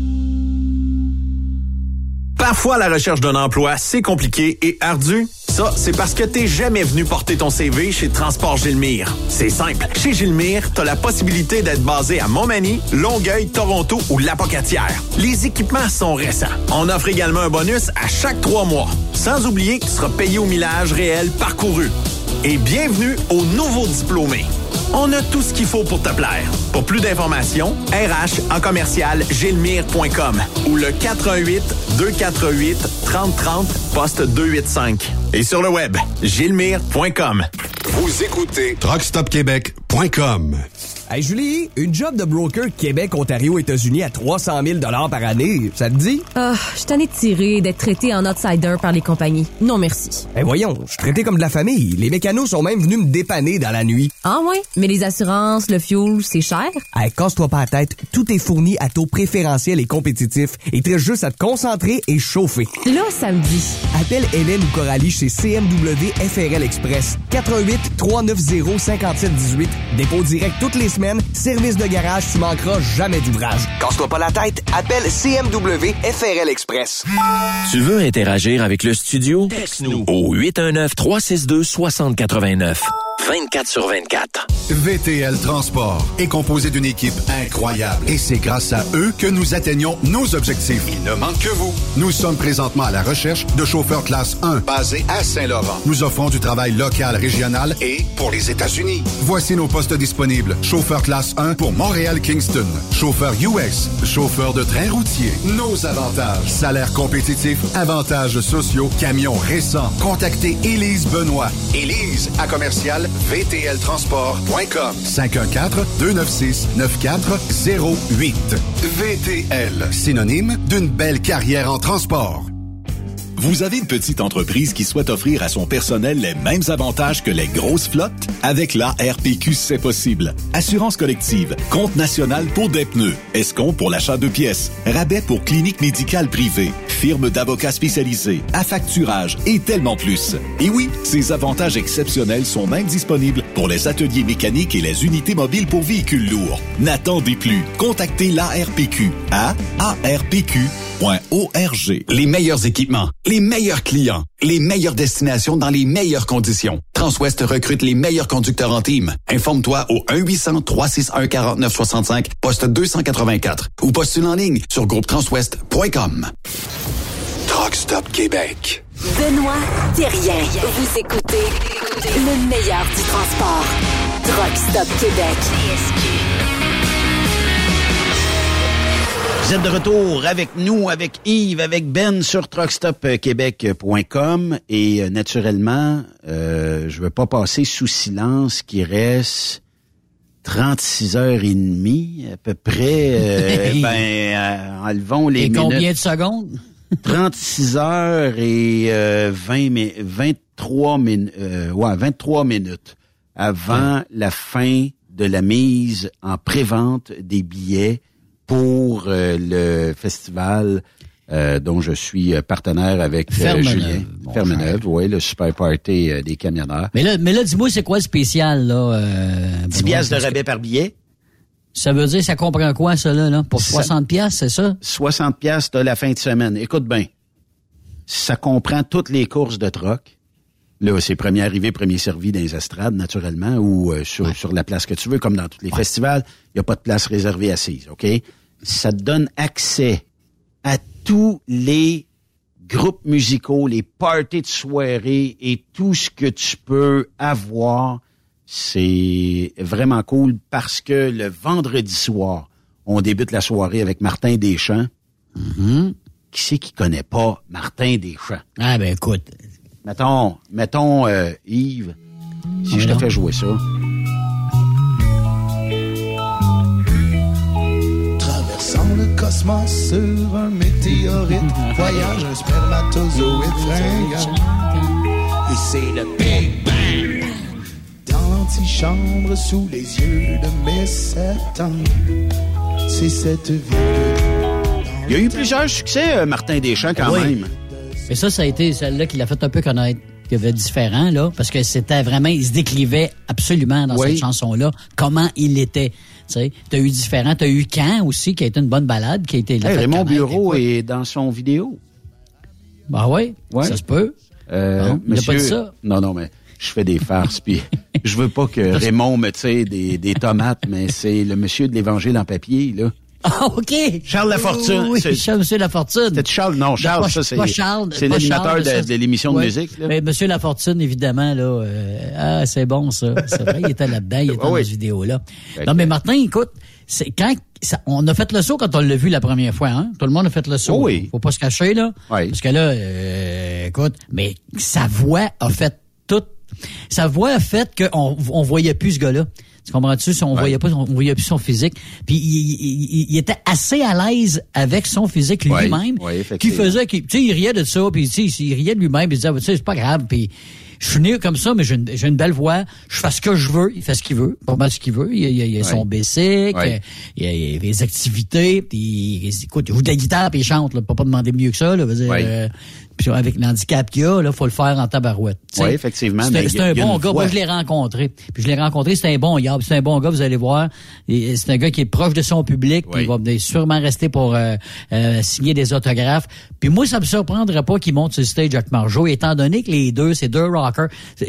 Parfois, la recherche d'un emploi, c'est compliqué et ardu. Ça, c'est parce que t'es jamais venu porter ton CV chez Transport Gilmire. C'est simple. Chez Gilmire, t'as la possibilité d'être basé à Montmagny, Longueuil, Toronto ou Lapocatière. Les équipements sont récents. On offre également un bonus à chaque 3 mois. Sans oublier que tu seras payé au millage réel parcouru. Et bienvenue aux nouveaux diplômés. On a tout ce qu'il faut pour te plaire. Pour plus d'informations, RH en commercial gilmire.com ou le 418-248-3030 poste 285. Et sur le web, gilmire.com. Vous écoutez truckstopquebec.com. Hey Julie, une job de broker Québec, Ontario, États-Unis à 300 000 par année, ça te dit? Ah, je suis tannée de tirer et d'être traité en outsider par les compagnies. Non merci. Eh voyons, je suis traité comme de la famille. Les mécanos sont même venus me dépanner dans la nuit. Ah ouais? Mais les assurances, le fuel, c'est cher? Hey, casse-toi pas la tête, tout est fourni à taux préférentiel et compétitif. Il te reste juste à te concentrer et chauffer. Là, ça me dit. Appelle Hélène ou Coralie chez CMW FRL Express. 418-390-5718. Dépôt direct toutes les semaines. Service de garage, tu manqueras jamais d'ouvrage. Casse-toi pas la tête, appelle CMW FRL Express. Tu veux interagir avec le studio? Texte-nous au 819-362-6089. 24/24. VTL Transport est composé d'une équipe incroyable et c'est grâce à eux que nous atteignons nos objectifs. Il ne manque que vous. Nous sommes présentement à la recherche de chauffeurs classe 1 basés à Saint-Laurent. Nous offrons du travail local, régional et pour les États-Unis. Voici nos postes disponibles. Chauffeur classe 1 pour Montréal-Kingston. Chauffeur US. Chauffeur de train routier. Nos avantages. Salaire compétitif. Avantages sociaux. Camions récents. Contactez Élise Benoît. Élise à commercial VTLtransport.com 514-296-9408. VTL, synonyme d'une belle carrière en transport. Vous avez une petite entreprise qui souhaite offrir à son personnel les mêmes avantages que les grosses flottes? Avec la RPQ, c'est possible. Assurance collective, compte national pour des pneus, escompte pour l'achat de pièces, rabais pour clinique médicale privée, firme d'avocats spécialisés, affacturage et tellement plus. Et oui, ces avantages exceptionnels sont même disponibles pour les ateliers mécaniques et les unités mobiles pour véhicules lourds. N'attendez plus. Contactez l'ARPQ à arpq.org. Les meilleurs équipements, les meilleurs clients, les meilleures destinations dans les meilleures conditions. Transwest recrute les meilleurs conducteurs en team. Informe-toi au 1-800-361-4965, poste 284 ou postule en ligne sur groupetranswest.com. Truck Stop Québec. Benoît Thérien. Vous écoutez le meilleur du transport. Truck Stop Québec. Vous êtes de retour avec nous, avec Yves, avec Ben sur truckstopquebec.com et naturellement, je veux pas passer sous silence qu'il reste 36h30 à peu près. Enlevons les minutes. Combien de secondes? 36 heures et 23 minutes avant la fin de la mise en prévente des billets pour le festival dont je suis partenaire avec Julien. Fermeneuve, oui, le super party des camionneurs. Mais là, dis-moi, c'est quoi le spécial, là? 10 piastres de rabais par billet. Ça veut dire, ça comprend quoi, ça, là? Pour 60 piastres, c'est ça? 60 piastres de la fin de semaine. Écoute bien. Ça comprend toutes les courses de troc. Là, c'est premier arrivé, premier servi dans les estrades, naturellement, ou sur la place que tu veux, comme dans tous les festivals. Il n'y a pas de place réservée assise, OK? Ça te donne accès à tous les groupes musicaux, les parties de soirée et tout ce que tu peux avoir. C'est vraiment cool parce que le vendredi soir, on débute la soirée avec Martin Deschamps. Mm-hmm. Qui c'est qui connaît pas Martin Deschamps? Ah ben écoute, Mettons, Yves, si je te fais jouer ça. Traversant le cosmos sur un météorite, voyage un spermatozoïde fringant. Et c'est le Big Bang. Dans l'antichambre, sous les yeux de mes 7 ans, c'est cette vie que... Il y a eu plusieurs succès, Martin Deschamps, quand même. Et ça a été celle-là qui l'a fait un peu connaître. Il y avait différent, là, parce que c'était vraiment, il se décrivait absolument dans cette chanson-là, comment il était. Tu sais, t'as eu différent, t'as eu Quand aussi, qui a été une bonne balade, qui a été... Raymond Bureau est dans son vidéo. Ben oui, ça se peut. Monsieur... Il n'a pas dit ça. Non, mais je fais des farces, puis je veux pas que Raymond me tire des tomates, mais c'est le monsieur de l'Évangile en papier, là. Ah, OK. Charles Lafortune. Oui, Monsieur Lafortune. C'était Charles? Non, Charles, ça, c'est... Pas Charles. C'est l'animateur de l'émission de musique, là. Mais Monsieur Lafortune, évidemment, là, c'est bon, ça. C'est vrai, il était là-dedans, il était dans cette vidéo-là. Non, mais Martin, écoute, on a fait le saut quand on l'a vu la première fois, hein? Tout le monde a fait le saut. Oui. Faut pas se cacher, là. Oui. Parce que là, écoute, mais sa voix a fait tout. Sa voix a fait qu'on voyait plus ce gars-là. Tu comprends-tu? On voyait plus son physique. Puis il était assez à l'aise avec son physique lui-même. Qui faisait, tu sais, il riait de ça, puis tu sais, il riait de lui-même, puis il disait, tu sais, c'est pas grave, puis je suis né comme ça, mais j'ai une belle voix, je fais ce que je veux, il fait ce qu'il veut, pas mal ce qu'il veut, il a son basic, il a les activités, puis écoute, il joue de la guitare, puis il chante, là, peut pas demander mieux que ça, là, veut dire, puis avec l'handicap qu'il a, là, faut le faire en tabarouette. Oui, effectivement. C'est un bon gars. Moi, je l'ai rencontré. Puis c'est un bon gars. C'est un bon gars, vous allez voir. Et c'est un gars qui est proche de son public. Puis il va sûrement rester pour signer des autographes. Puis moi, ça me surprendrait pas qu'il monte sur le stage avec Marjo, étant donné que les deux, c'est deux rockers.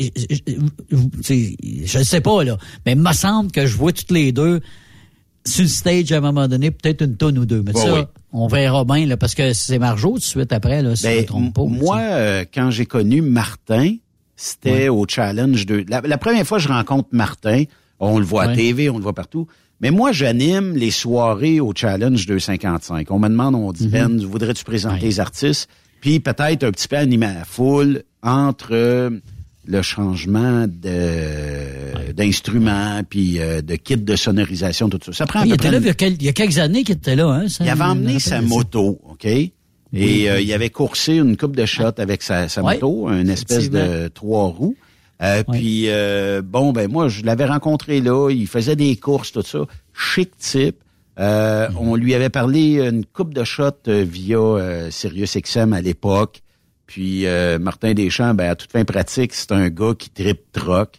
Je ne sais pas, là. Mais il me semble que je vois toutes les deux sur le stage à un moment donné, peut-être une tonne ou deux. Mais on verra bien, là, parce que c'est Marjo tout de suite après, là, si je me trompe pas. Moi, quand j'ai connu Martin, c'était au Challenge 2. La première fois que je rencontre Martin, on le voit à TV, on le voit partout. Mais moi, j'anime les soirées au Challenge 255. On me demande, on dit, Ben, voudrais-tu présenter les artistes? Puis peut-être un petit peu animer la foule entre le changement d'instruments, puis de kit de sonorisation, tout ça. Ça prend il était là il y a quelques années qu'il était là. Hein, il avait emmené sa moto, OK? Et il avait coursé une coupe de shots avec sa moto, une espèce de 3 roues. Puis, moi, je l'avais rencontré là, il faisait des courses, tout ça. Chic type. On lui avait parlé une coupe de shots via SiriusXM à l'époque. Puis Martin Deschamps, à toute fin pratique, c'est un gars qui trippe troc.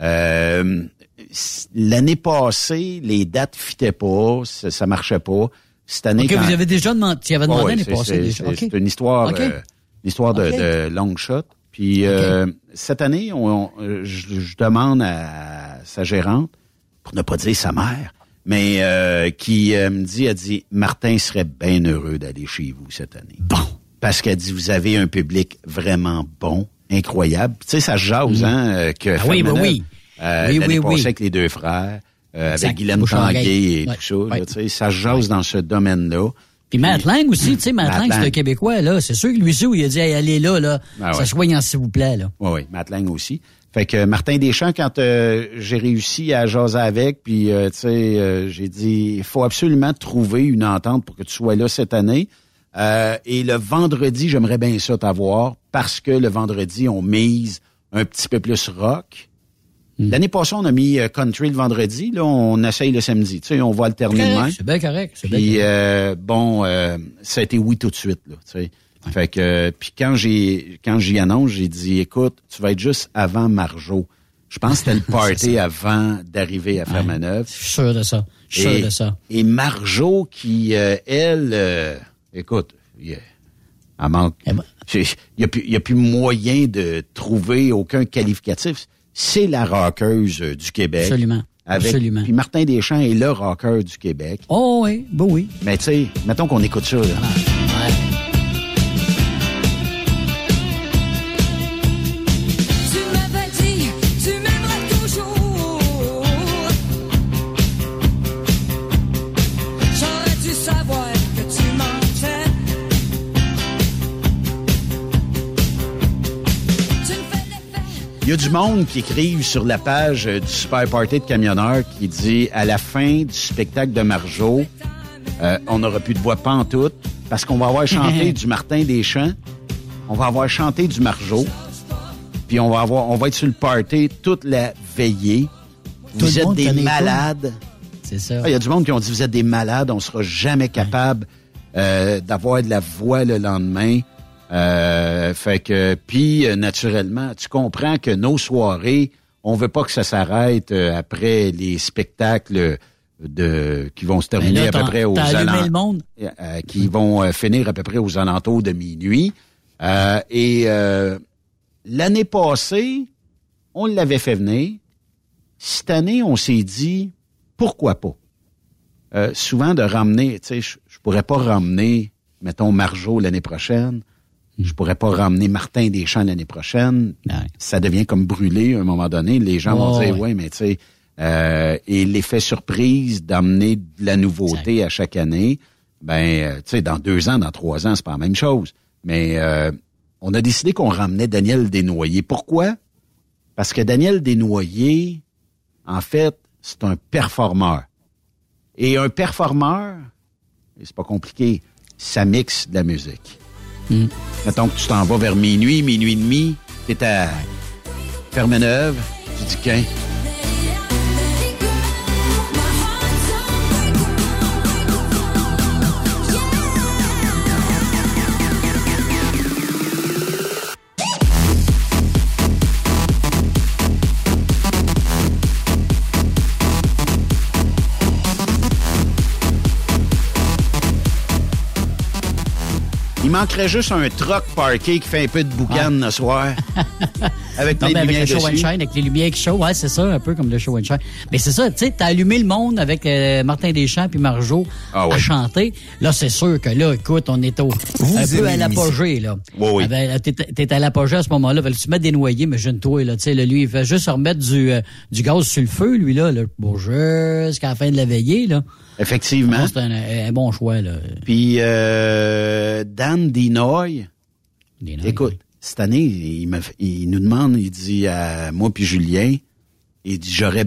L'année passée, les dates fitaient pas, ça marchait pas. Cette année, vous avez déjà demandé, tu avais demandé l'année passée déjà. C'est une histoire, de long shot. Puis cette année, je demande à sa gérante, pour ne pas dire sa mère, mais qui me dit, elle dit, Martin serait bien heureux d'aller chez vous cette année. Bon. Parce qu'elle dit, vous avez un public vraiment bon, incroyable. Tu sais, ça jase, que l'année passée avec les deux frères, avec Guylaine Tanguay et tout ça, là, tu sais, ça jase dans ce domaine-là. Puis Matt Lang aussi, tu sais, Matt Lang, c'est un Québécois, là. C'est sûr que lui aussi, où il a dit, hey, allez là, ça soigne, s'il vous plaît, là. Oui, Matt Lang aussi. Fait que Martin Deschamps, quand j'ai réussi à jaser avec, puis, tu sais, j'ai dit, il faut absolument trouver une entente pour que tu sois là cette année. Et le vendredi, j'aimerais bien ça t'avoir parce que le vendredi, on mise un petit peu plus rock. L'année passée, on a mis country le vendredi. Là, on essaye le samedi. Tu sais, on va alterner de même. C'est bien correct. Puis, ça a été oui tout de suite. Là, tu sais. Fait que, puis quand j'y annonce, j'ai dit, écoute, tu vas être juste avant Marjo. Je pense que c'était le party avant d'arriver à Fermaneuve. Je suis sûr de ça. Et Marjo qui, elle... écoute, elle manque. Il y a plus moyen de trouver aucun qualificatif. C'est la rockeuse du Québec. Absolument. Absolument. Puis Martin Deschamps est le rocker du Québec. Oh oui, ben oui. Mais tu sais, mettons qu'on écoute ça. Là. y a du monde qui écrivent sur la page du Super Party de camionneurs qui dit à la fin du spectacle de Marjo, on n'aura plus de voix pantoute parce qu'on va avoir chanté du Martin Deschamps, on va avoir chanté du Marjo, puis on va être sur le party toute la veillée. Vous êtes des malades. C'est ça. Il y a du monde qui ont dit vous êtes des malades, on sera jamais capable d'avoir de la voix le lendemain. Fait que puis naturellement, tu comprends que nos soirées, on veut pas que ça s'arrête après les spectacles qui vont se terminer à peu près aux alentours, qui vont finir à peu près aux alentours de minuit. L'année passée, on l'avait fait venir. Cette année, on s'est dit pourquoi pas. Souvent de ramener, tu sais, je pourrais pas ramener, mettons, Marjo l'année prochaine. Je pourrais pas ramener Martin Deschamps l'année prochaine. Ouais. Ça devient comme brûlé à un moment donné. Les gens vont dire, ouais, mais tu sais, et l'effet surprise d'amener de la nouveauté à chaque année, tu sais, dans 2 ans, dans 3 ans, c'est pas la même chose. Mais on a décidé qu'on ramenait Daniel Desnoyers. Pourquoi? Parce que Daniel Desnoyers, en fait, c'est un performeur. Et un performeur, c'est pas compliqué, ça mixe de la musique. Mettons que tu t'en vas vers minuit et demi, t'es à Fermeneuve, tu dis qu'un. Il manquerait juste un truck parké qui fait un peu de boucan le soir. Avec les lumières avec le show dessus. and shine, avec les lumières qui show, ouais, c'est ça, un peu comme le show and shine. Mais c'est ça, tu sais, t'as allumé le monde avec Martin Deschamps puis Marjo à chanter. Là, c'est sûr que là, écoute, on est un peu à l'apogée, là. Oui. T'es à l'apogée à ce moment-là. Tu mets des noyers, mais jeune-toi, là, tu sais, lui, il va juste remettre du gaz sur le feu, lui, là, pour jusqu'à la fin de la veillée, là. Effectivement. C'est un bon choix, là. Puis Dan Dinoy, écoute, cette année, il nous demande, il dit à moi puis Julien, il dit, j'ai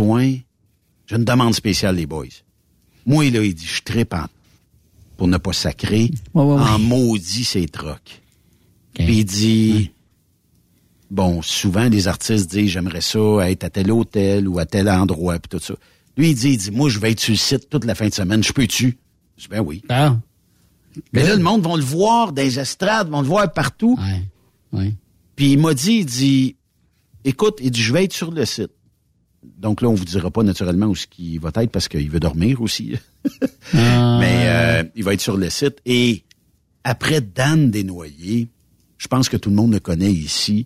une demande spéciale, les boys. Moi, là, il dit, je trippe pour ne pas sacrer, en maudit ces trucks. Puis il dit, bon, souvent, les artistes disent, j'aimerais ça être à tel hôtel ou à tel endroit, puis tout ça. Lui, il dit, moi, je vais être sur le site toute la fin de semaine. Je peux-tu? Je dis, ben oui. Ah. Mais là, le monde va le voir dans les estrades, vont le voir partout. Ouais. Puis il m'a dit, écoute, il dit, je vais être sur le site. Donc là, on vous dira pas naturellement où ce qu'il va être parce qu'il veut dormir aussi. Mais il va être sur le site. Et après Dan Desnoyers, je pense que tout le monde le connaît ici,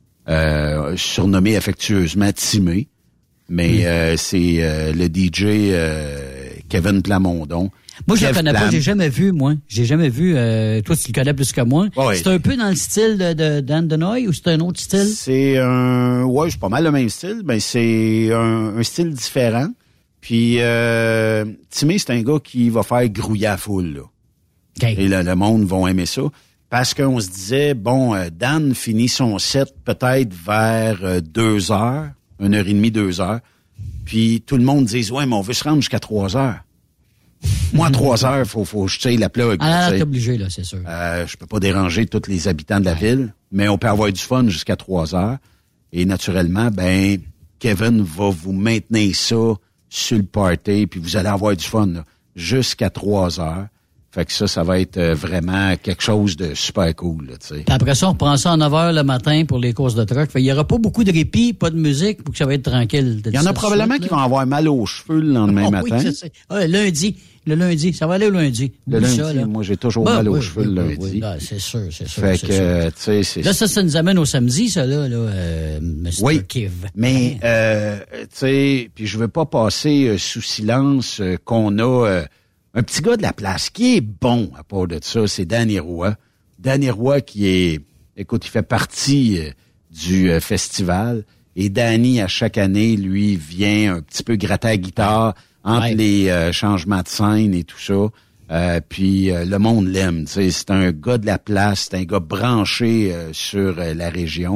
surnommé affectueusement Timé. Mais c'est le DJ Kevin Plamondon. Moi, je le connais pas, j'ai jamais vu, moi. J'ai jamais vu. Toi, tu le connais plus que moi. Ouais. C'est un peu dans le style de Dan Denoy ou c'est un autre style? C'est c'est pas mal le même style. Ben, c'est un style différent. Puis, Timé, c'est un gars qui va faire grouiller à la foule, là. Okay. Et le monde va aimer ça. Parce qu'on se disait, bon, Dan finit son set peut-être vers 2 heures. 1h30, 2 heures. Puis tout le monde dit, ouais, mais on veut se rendre jusqu'à 3 heures. Moi, à 3 heures, faut jeter la plug. Ah, t'es obligé, là, c'est sûr. Je peux pas déranger tous les habitants de la ville, mais on peut avoir du fun jusqu'à 3 heures. Et naturellement, Kevin va vous maintenir ça sur le party, puis vous allez avoir du fun, là, jusqu'à 3 heures. Fait que ça va être vraiment quelque chose de super cool, là, tu sais. Puis après ça, on reprend ça à 9 h le matin pour les courses de truck. Fait il y aura pas beaucoup de répit, pas de musique, pour que ça va être tranquille. Il y en a probablement qui vont avoir mal aux cheveux le lendemain matin. Oui, le lundi. Ça va aller au lundi. Le lundi, moi, j'ai toujours mal aux cheveux le lundi. Là, c'est sûr. Fait que, tu sais, c'est... Là, ça nous amène au samedi, ça, là, Mr. Kiv. Mais, tu sais, puis je veux pas passer sous silence qu'on a... un petit gars de la place qui est bon à part de ça, c'est Danny Roy. Danny Roy qui est... Écoute, il fait partie du festival. Et Danny, à chaque année, lui, vient un petit peu gratter la guitare entre les changements de scène et tout ça. Puis le monde l'aime. Tu sais, c'est un gars de la place, c'est un gars branché sur la région.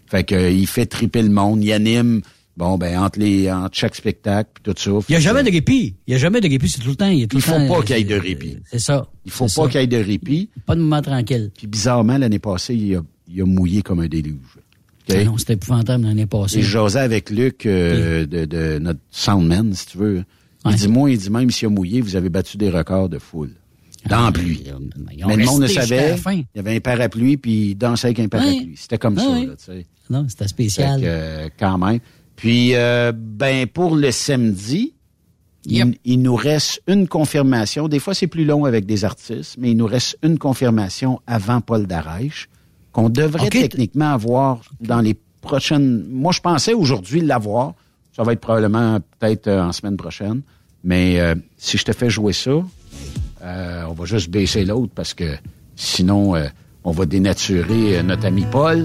Fait que il fait triper le monde, il anime, entre chaque spectacle, puis tout ça. Il n'y a jamais de répit. C'est tout le temps. Il faut pas qu'il y ait de répit. C'est ça. Il faut pas qu'il y ait de répit. Pas de moment tranquille. Puis bizarrement, l'année passée, il a mouillé comme un déluge. Okay? Non, c'était épouvantable l'année passée. Et je jasais avec Luc de notre soundman, si tu veux. Il dit, même s'il a mouillé, vous avez battu des records de foule. Dans la pluie. Mais le monde le savait. Il y avait un parapluie, puis il dansait avec un parapluie. C'était comme ça, là, tu sais. Non, c'était spécial. Quand même. Puis, pour le samedi, il nous reste une confirmation. Des fois, c'est plus long avec des artistes, mais il nous reste une confirmation avant Paul Darèche qu'on devrait techniquement avoir dans les prochaines... Moi, je pensais aujourd'hui l'avoir. Ça va être probablement peut-être en semaine prochaine. Mais si je te fais jouer ça, on va juste baisser l'autre parce que sinon, on va dénaturer notre ami Paul.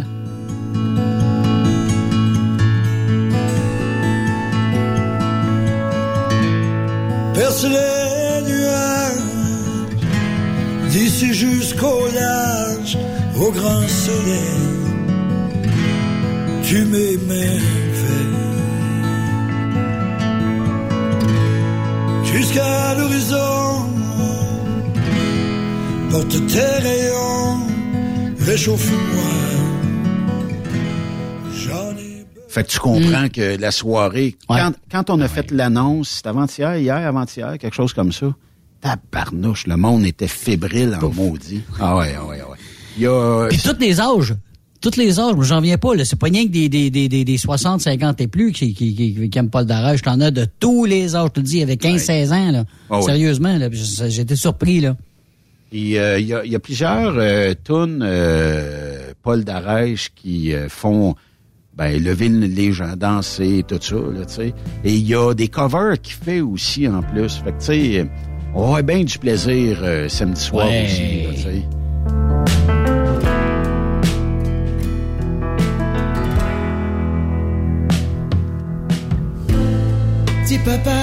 Perce les nuages, d'ici jusqu'au large, au grand soleil, tu m'aimais jusqu'à l'horizon, porte tes rayons, réchauffe-moi. Fait que tu comprends que la soirée, quand on a fait l'annonce, c'était avant-hier, quelque chose comme ça, tabarnouche, le monde était fébrile en maudit. Ah ouais. Puis tous les âges, j'en viens pas, là. C'est pas rien que des 60, 50 et plus qui aiment Paul Darèche. T'en as de tous les âges, je te le dis, avec 15, 16 ans, là. Sérieusement, là. J'étais surpris, là. Il y a plusieurs tunes Paul Darèche qui font lever les gens, danser, tout ça, là, tu sais. Et il y a des covers qu'il fait aussi, en plus. Fait que, tu sais, on aura bien du plaisir samedi soir aussi, là, tu sais. Petit papa,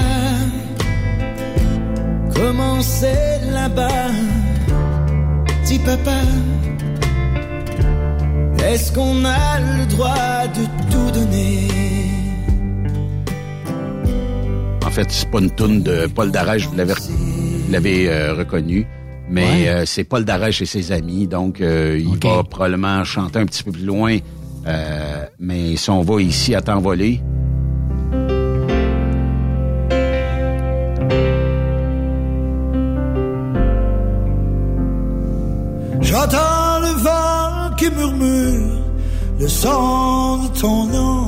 comment c'est là-bas? Petit papa, est-ce qu'on a le droit de tout donner? En fait, c'est pas une toune de Paul Darèche, vous l'avez reconnu, mais c'est Paul Darèche et ses amis, donc il va probablement chanter un petit peu plus loin, mais si on va ici à t'envoler... J'entends le vent qui murmure le son de ton nom,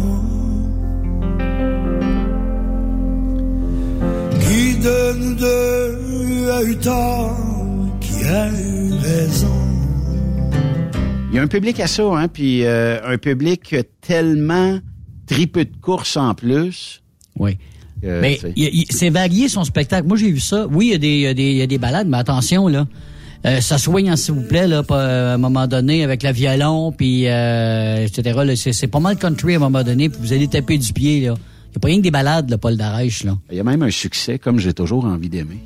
qui de nous deux a eu tort, qui a eu raison. Il y a un public à ça, hein, puis un public tellement tripé de course en plus. Oui. Mais c'est varié son spectacle. Moi, j'ai vu ça. Oui, il y a des balades, mais attention, là. Ça soigne, s'il vous plaît, là, à un moment donné, avec la violon, puis etc. Là, c'est pas mal country à un moment donné, puis vous allez taper du pied, là. Il n'y a pas rien que des balades, là, Paul Darèche, là. Il y a même un succès, comme j'ai toujours envie d'aimer.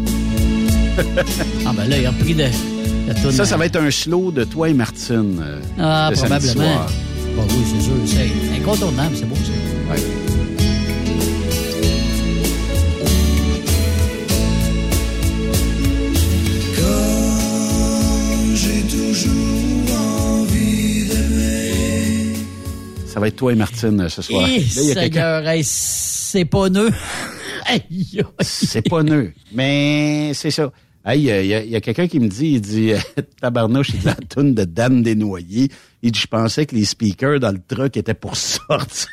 Là, il a repris la toune. Ça va être un slow de toi et Martine. Probablement. Oui, c'est sûr. C'est incontournable, c'est beau, ça. Ouais. Ça va être toi et Martine ce soir. C'est pas nœud. C'est pas nœud, mais c'est ça. Il y a quelqu'un qui me dit, il dit, tabarnouche, il dit la toune de Dan Desnoyers. Il dit, je pensais que les speakers dans le truck étaient pour sortir.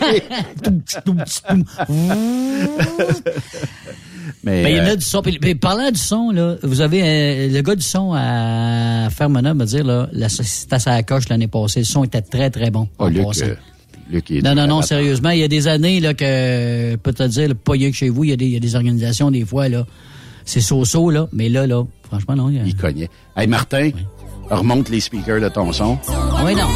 Mais il y en a du son. Puis, parlant du son, là, vous avez le gars du son à Fermanagh me dire, là, c'était à sa coche l'année passée. Le son était très, très bon. Luc est non, sérieusement. Il y a des années, là, que, peut te dire, pas rien que chez vous, il y a des organisations, des fois, là. C'est so-so, là. Mais là, franchement, non. Il cognait. Hey, Martin, remonte les speakers de ton son. Oui, non.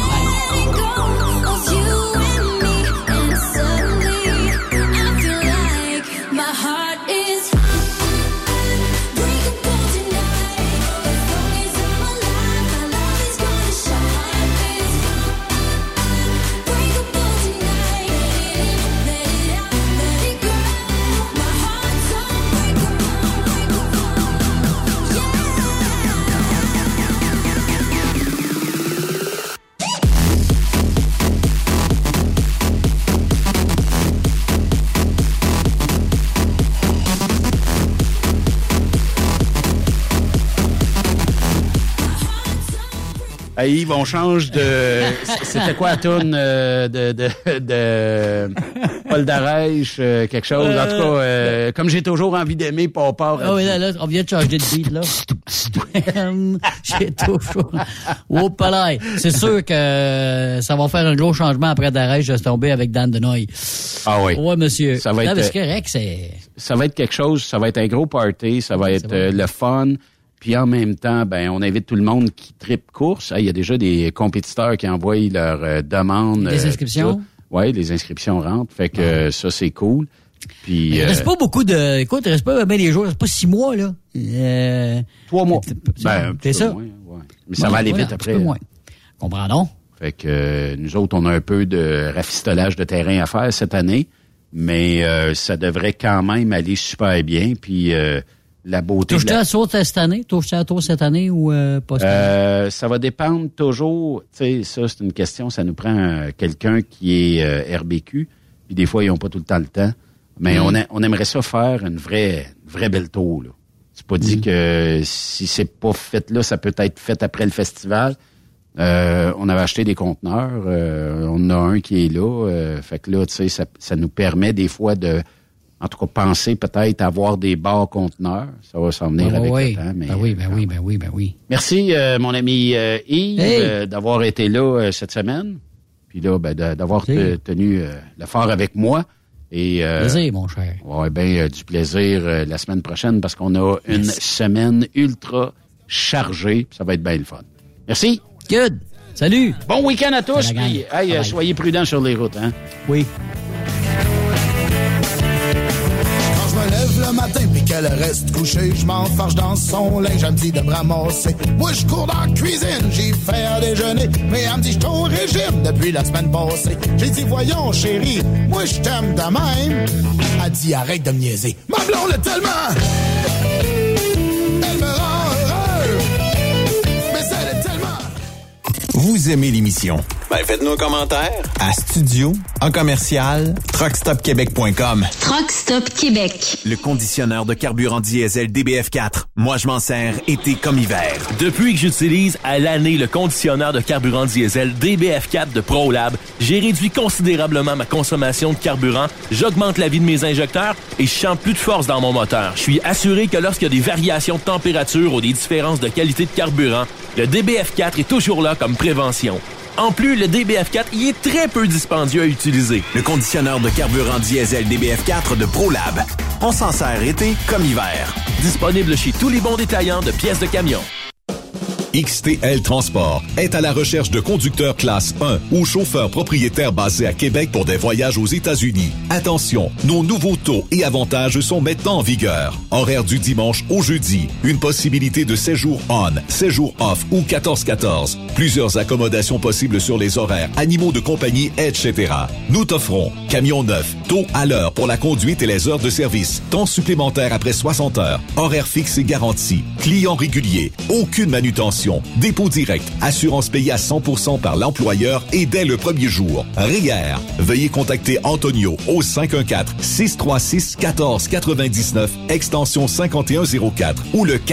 Hey, Yves, on change de... C'était quoi la toune de Paul Darèche, quelque chose? En tout cas, comme j'ai toujours envie d'aimer, pas part. Ah oui, là, on vient de changer de beat, là. J'ai toujours... Oh, palais. C'est sûr que ça va faire un gros changement après Darèche de se tomber avec Dan Denoy. Ah oui. Ouais, monsieur. Ça va être... C'est correct, ça va être quelque chose, ça va être un gros party, ça va être le fun. Puis en même temps, ben on invite tout le monde qui tripe course. Il y a déjà des compétiteurs qui envoient leurs demandes. Des inscriptions? Oui, les inscriptions rentrent. Fait que ça, c'est cool. Puis, il reste pas beaucoup de... Écoute, il reste pas bien des jours. Il reste pas 6 mois, là. 3 mois. C'est ça. Moins, ouais. Mais ça va aller vite après. Un peu moins. Comprends donc. Fait que nous autres, on a un peu de rafistolage de terrain à faire cette année. Mais ça devrait quand même aller super bien. Puis... la beauté. Touches-tu à tour cette année? Touches-tu à tour cette année ou pas cette année? Ça va dépendre toujours. Tu sais, ça, c'est une question. Ça nous prend quelqu'un qui est RBQ. Puis des fois, ils n'ont pas tout le temps le temps. Mais on aimerait ça faire une vraie belle tour, là. C'est pas dit que si c'est pas fait là, ça peut être fait après le festival. On avait acheté des conteneurs. On en a un qui est là. Fait que là, tu sais, ça nous permet des fois de... En tout cas, penser peut-être avoir des bars conteneurs. Ça va s'en venir avec le temps. Mais, ben oui. Merci, mon ami Yves, d'avoir été là cette semaine. Puis là, d'avoir tenu le fort avec moi. Et, plaisir, mon cher. Ouais, du plaisir la semaine prochaine parce qu'on a une semaine ultra chargée. Ça va être bien le fun. Merci. Good. Salut. Bon week-end à tous. Puis, soyez prudents sur les routes. Hein? Oui. Le matin puis qu'elle reste couchée, je m'enfarge dans son linge, elle me dit de me ramasser. Moi je cours dans la cuisine, j'y fais à déjeuner, mais elle me dit je suis au régime depuis la semaine passée. J'ai dit voyons chérie, moi je t'aime de même. Elle dit arrête de me niaiser, ma blonde est tellement, elle me rend heureux, mais elle est tellement. Vous aimez l'émission? Ben, faites-nous un commentaire. À studio, en commercial, truckstopquebec.com. Truck Stop Québec. Le conditionneur de carburant diesel DBF4. Moi, je m'en sers été comme hiver. Depuis que j'utilise à l'année le conditionneur de carburant diesel DBF4 de ProLab, j'ai réduit considérablement ma consommation de carburant, j'augmente la vie de mes injecteurs et je sens plus de force dans mon moteur. Je suis assuré que lorsqu'il y a des variations de température ou des différences de qualité de carburant, le DBF4 est toujours là comme prévention. En plus, le DBF4 y est très peu dispendieux à utiliser. Le conditionneur de carburant diesel DBF4 de ProLab. On s'en sert été comme hiver. Disponible chez tous les bons détaillants de pièces de camion. XTL Transport est à la recherche de conducteurs classe 1 ou chauffeurs propriétaires basés à Québec pour des voyages aux États-Unis. Attention, nos nouveaux taux et avantages sont maintenant en vigueur. Horaire du dimanche au jeudi. Une possibilité de séjour on, séjour off ou 14-14. Plusieurs accommodations possibles sur les horaires, animaux de compagnie, etc. Nous t'offrons camion neuf, taux à l'heure pour la conduite et les heures de service, temps supplémentaire après 60 heures, horaire fixe et garanti, client régulier, aucune manutention, dépôt direct, assurance payée à 100% par l'employeur et dès le premier jour. REER. Veuillez contacter Antonio au 514-636-1499, extension 5104 ou le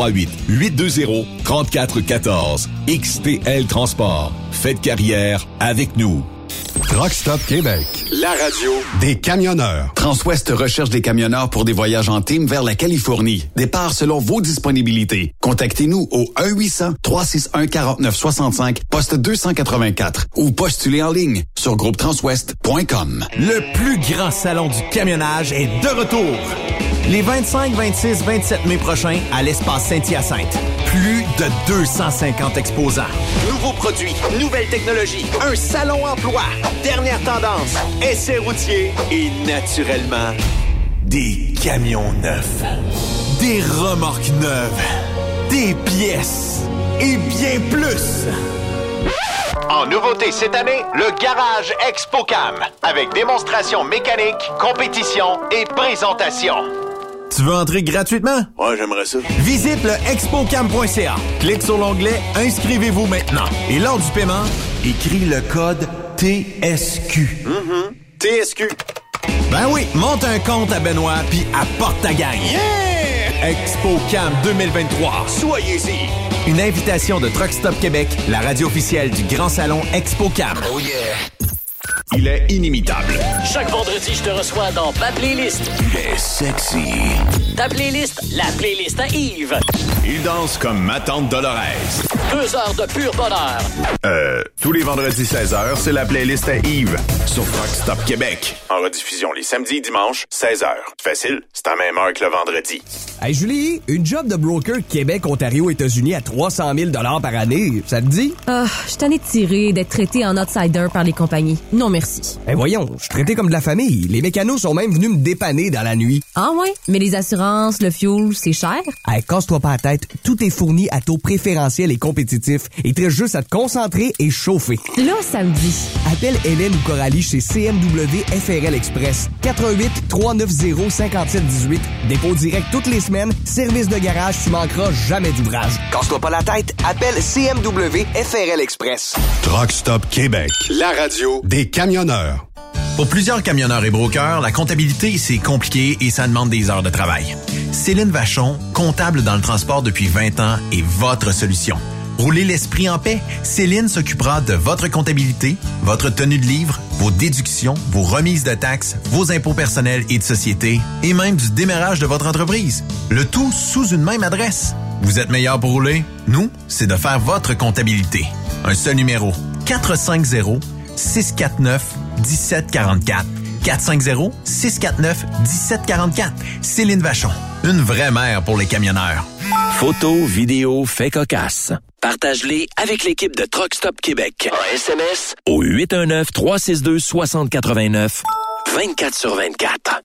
438-820-3414. XTL Transport. Faites carrière avec nous. Truck Stop Québec. La radio des camionneurs. Transwest recherche des camionneurs pour des voyages en team vers la Californie. Départ selon vos disponibilités. Contactez-nous au 1-800-361-4965, poste 284 ou postulez en ligne sur groupetranswest.com. Le plus grand salon du camionnage est de retour. Les 25, 26, 27 mai prochains à l'espace Saint-Hyacinthe. Plus de 250 exposants. Nouveaux produits, nouvelles technologies, un salon emploi, dernière tendance, essais routiers et naturellement, Des camions neufs. Des remorques neuves. Des pièces. Et bien plus. En nouveauté cette année, le Garage ExpoCam, avec démonstration mécanique, compétition et présentation. Tu veux entrer gratuitement? Ouais, j'aimerais ça. Visite le expocam.ca. Clique sur l'onglet « Inscrivez-vous maintenant » et lors du paiement, écris le code TSQ. TSQ. Ben oui, monte un compte à Benoît puis apporte ta gang. Yeah! ExpoCam 2023. Soyez-y. Une invitation de Truck Stop Québec, la radio officielle du Grand Salon ExpoCam. Oh yeah. Il est inimitable. Chaque vendredi, je te reçois dans ma playlist. Il est sexy. Ta playlist, la playlist à Yves. Il danse comme ma tante Dolores. 2 heures de pur bonheur. Tous les vendredis 16h, c'est la playlist à Yves sur Truck Stop Québec. En rediffusion les samedis et dimanches, 16h. Facile, c'est à même heure que le vendredi. Hey Julie, une job de broker Québec, Ontario, États-Unis à 300 000 par année, ça te dit? Ah, je suis tannée de tirer, d'être traité en outsider par les compagnies. Non merci. Eh voyons, je suis traité comme de la famille. Les mécanos sont même venus me dépanner dans la nuit. Ah ouais? Mais les assurances, le fuel, c'est cher? Hey, casse-toi pas la tête, tout est fourni à taux préférentiel et compétitif. Il te reste juste à te concentrer et chauffer. Là, ça me dit. Appelle Hélène ou Coralie chez CMW FRL Express. 88 390 5718. Dépôt direct toutes les semaines. Service de garage, tu manqueras jamais d'ouvrage. Casse-toi pas la tête, appelle CMW FRL Express. Truck Stop Québec, la radio des camionneurs. Pour plusieurs camionneurs et brokers, la comptabilité, c'est compliqué et ça demande des heures de travail. Céline Vachon, comptable dans le transport depuis 20 ans, est votre solution. Roulez l'esprit en paix. Céline s'occupera de votre comptabilité, votre tenue de livre, vos déductions, vos remises de taxes, vos impôts personnels et de société, et même du démarrage de votre entreprise. Le tout sous une même adresse. Vous êtes meilleur pour rouler? Nous, c'est de faire votre comptabilité. Un seul numéro. 450-649-1744. 450-649-1744. Céline Vachon. Une vraie mère pour les camionneurs. Photos, vidéos, faits cocasses. Partage-les avec l'équipe de Truck Stop Québec. En SMS au 819-362-6089. 24/24.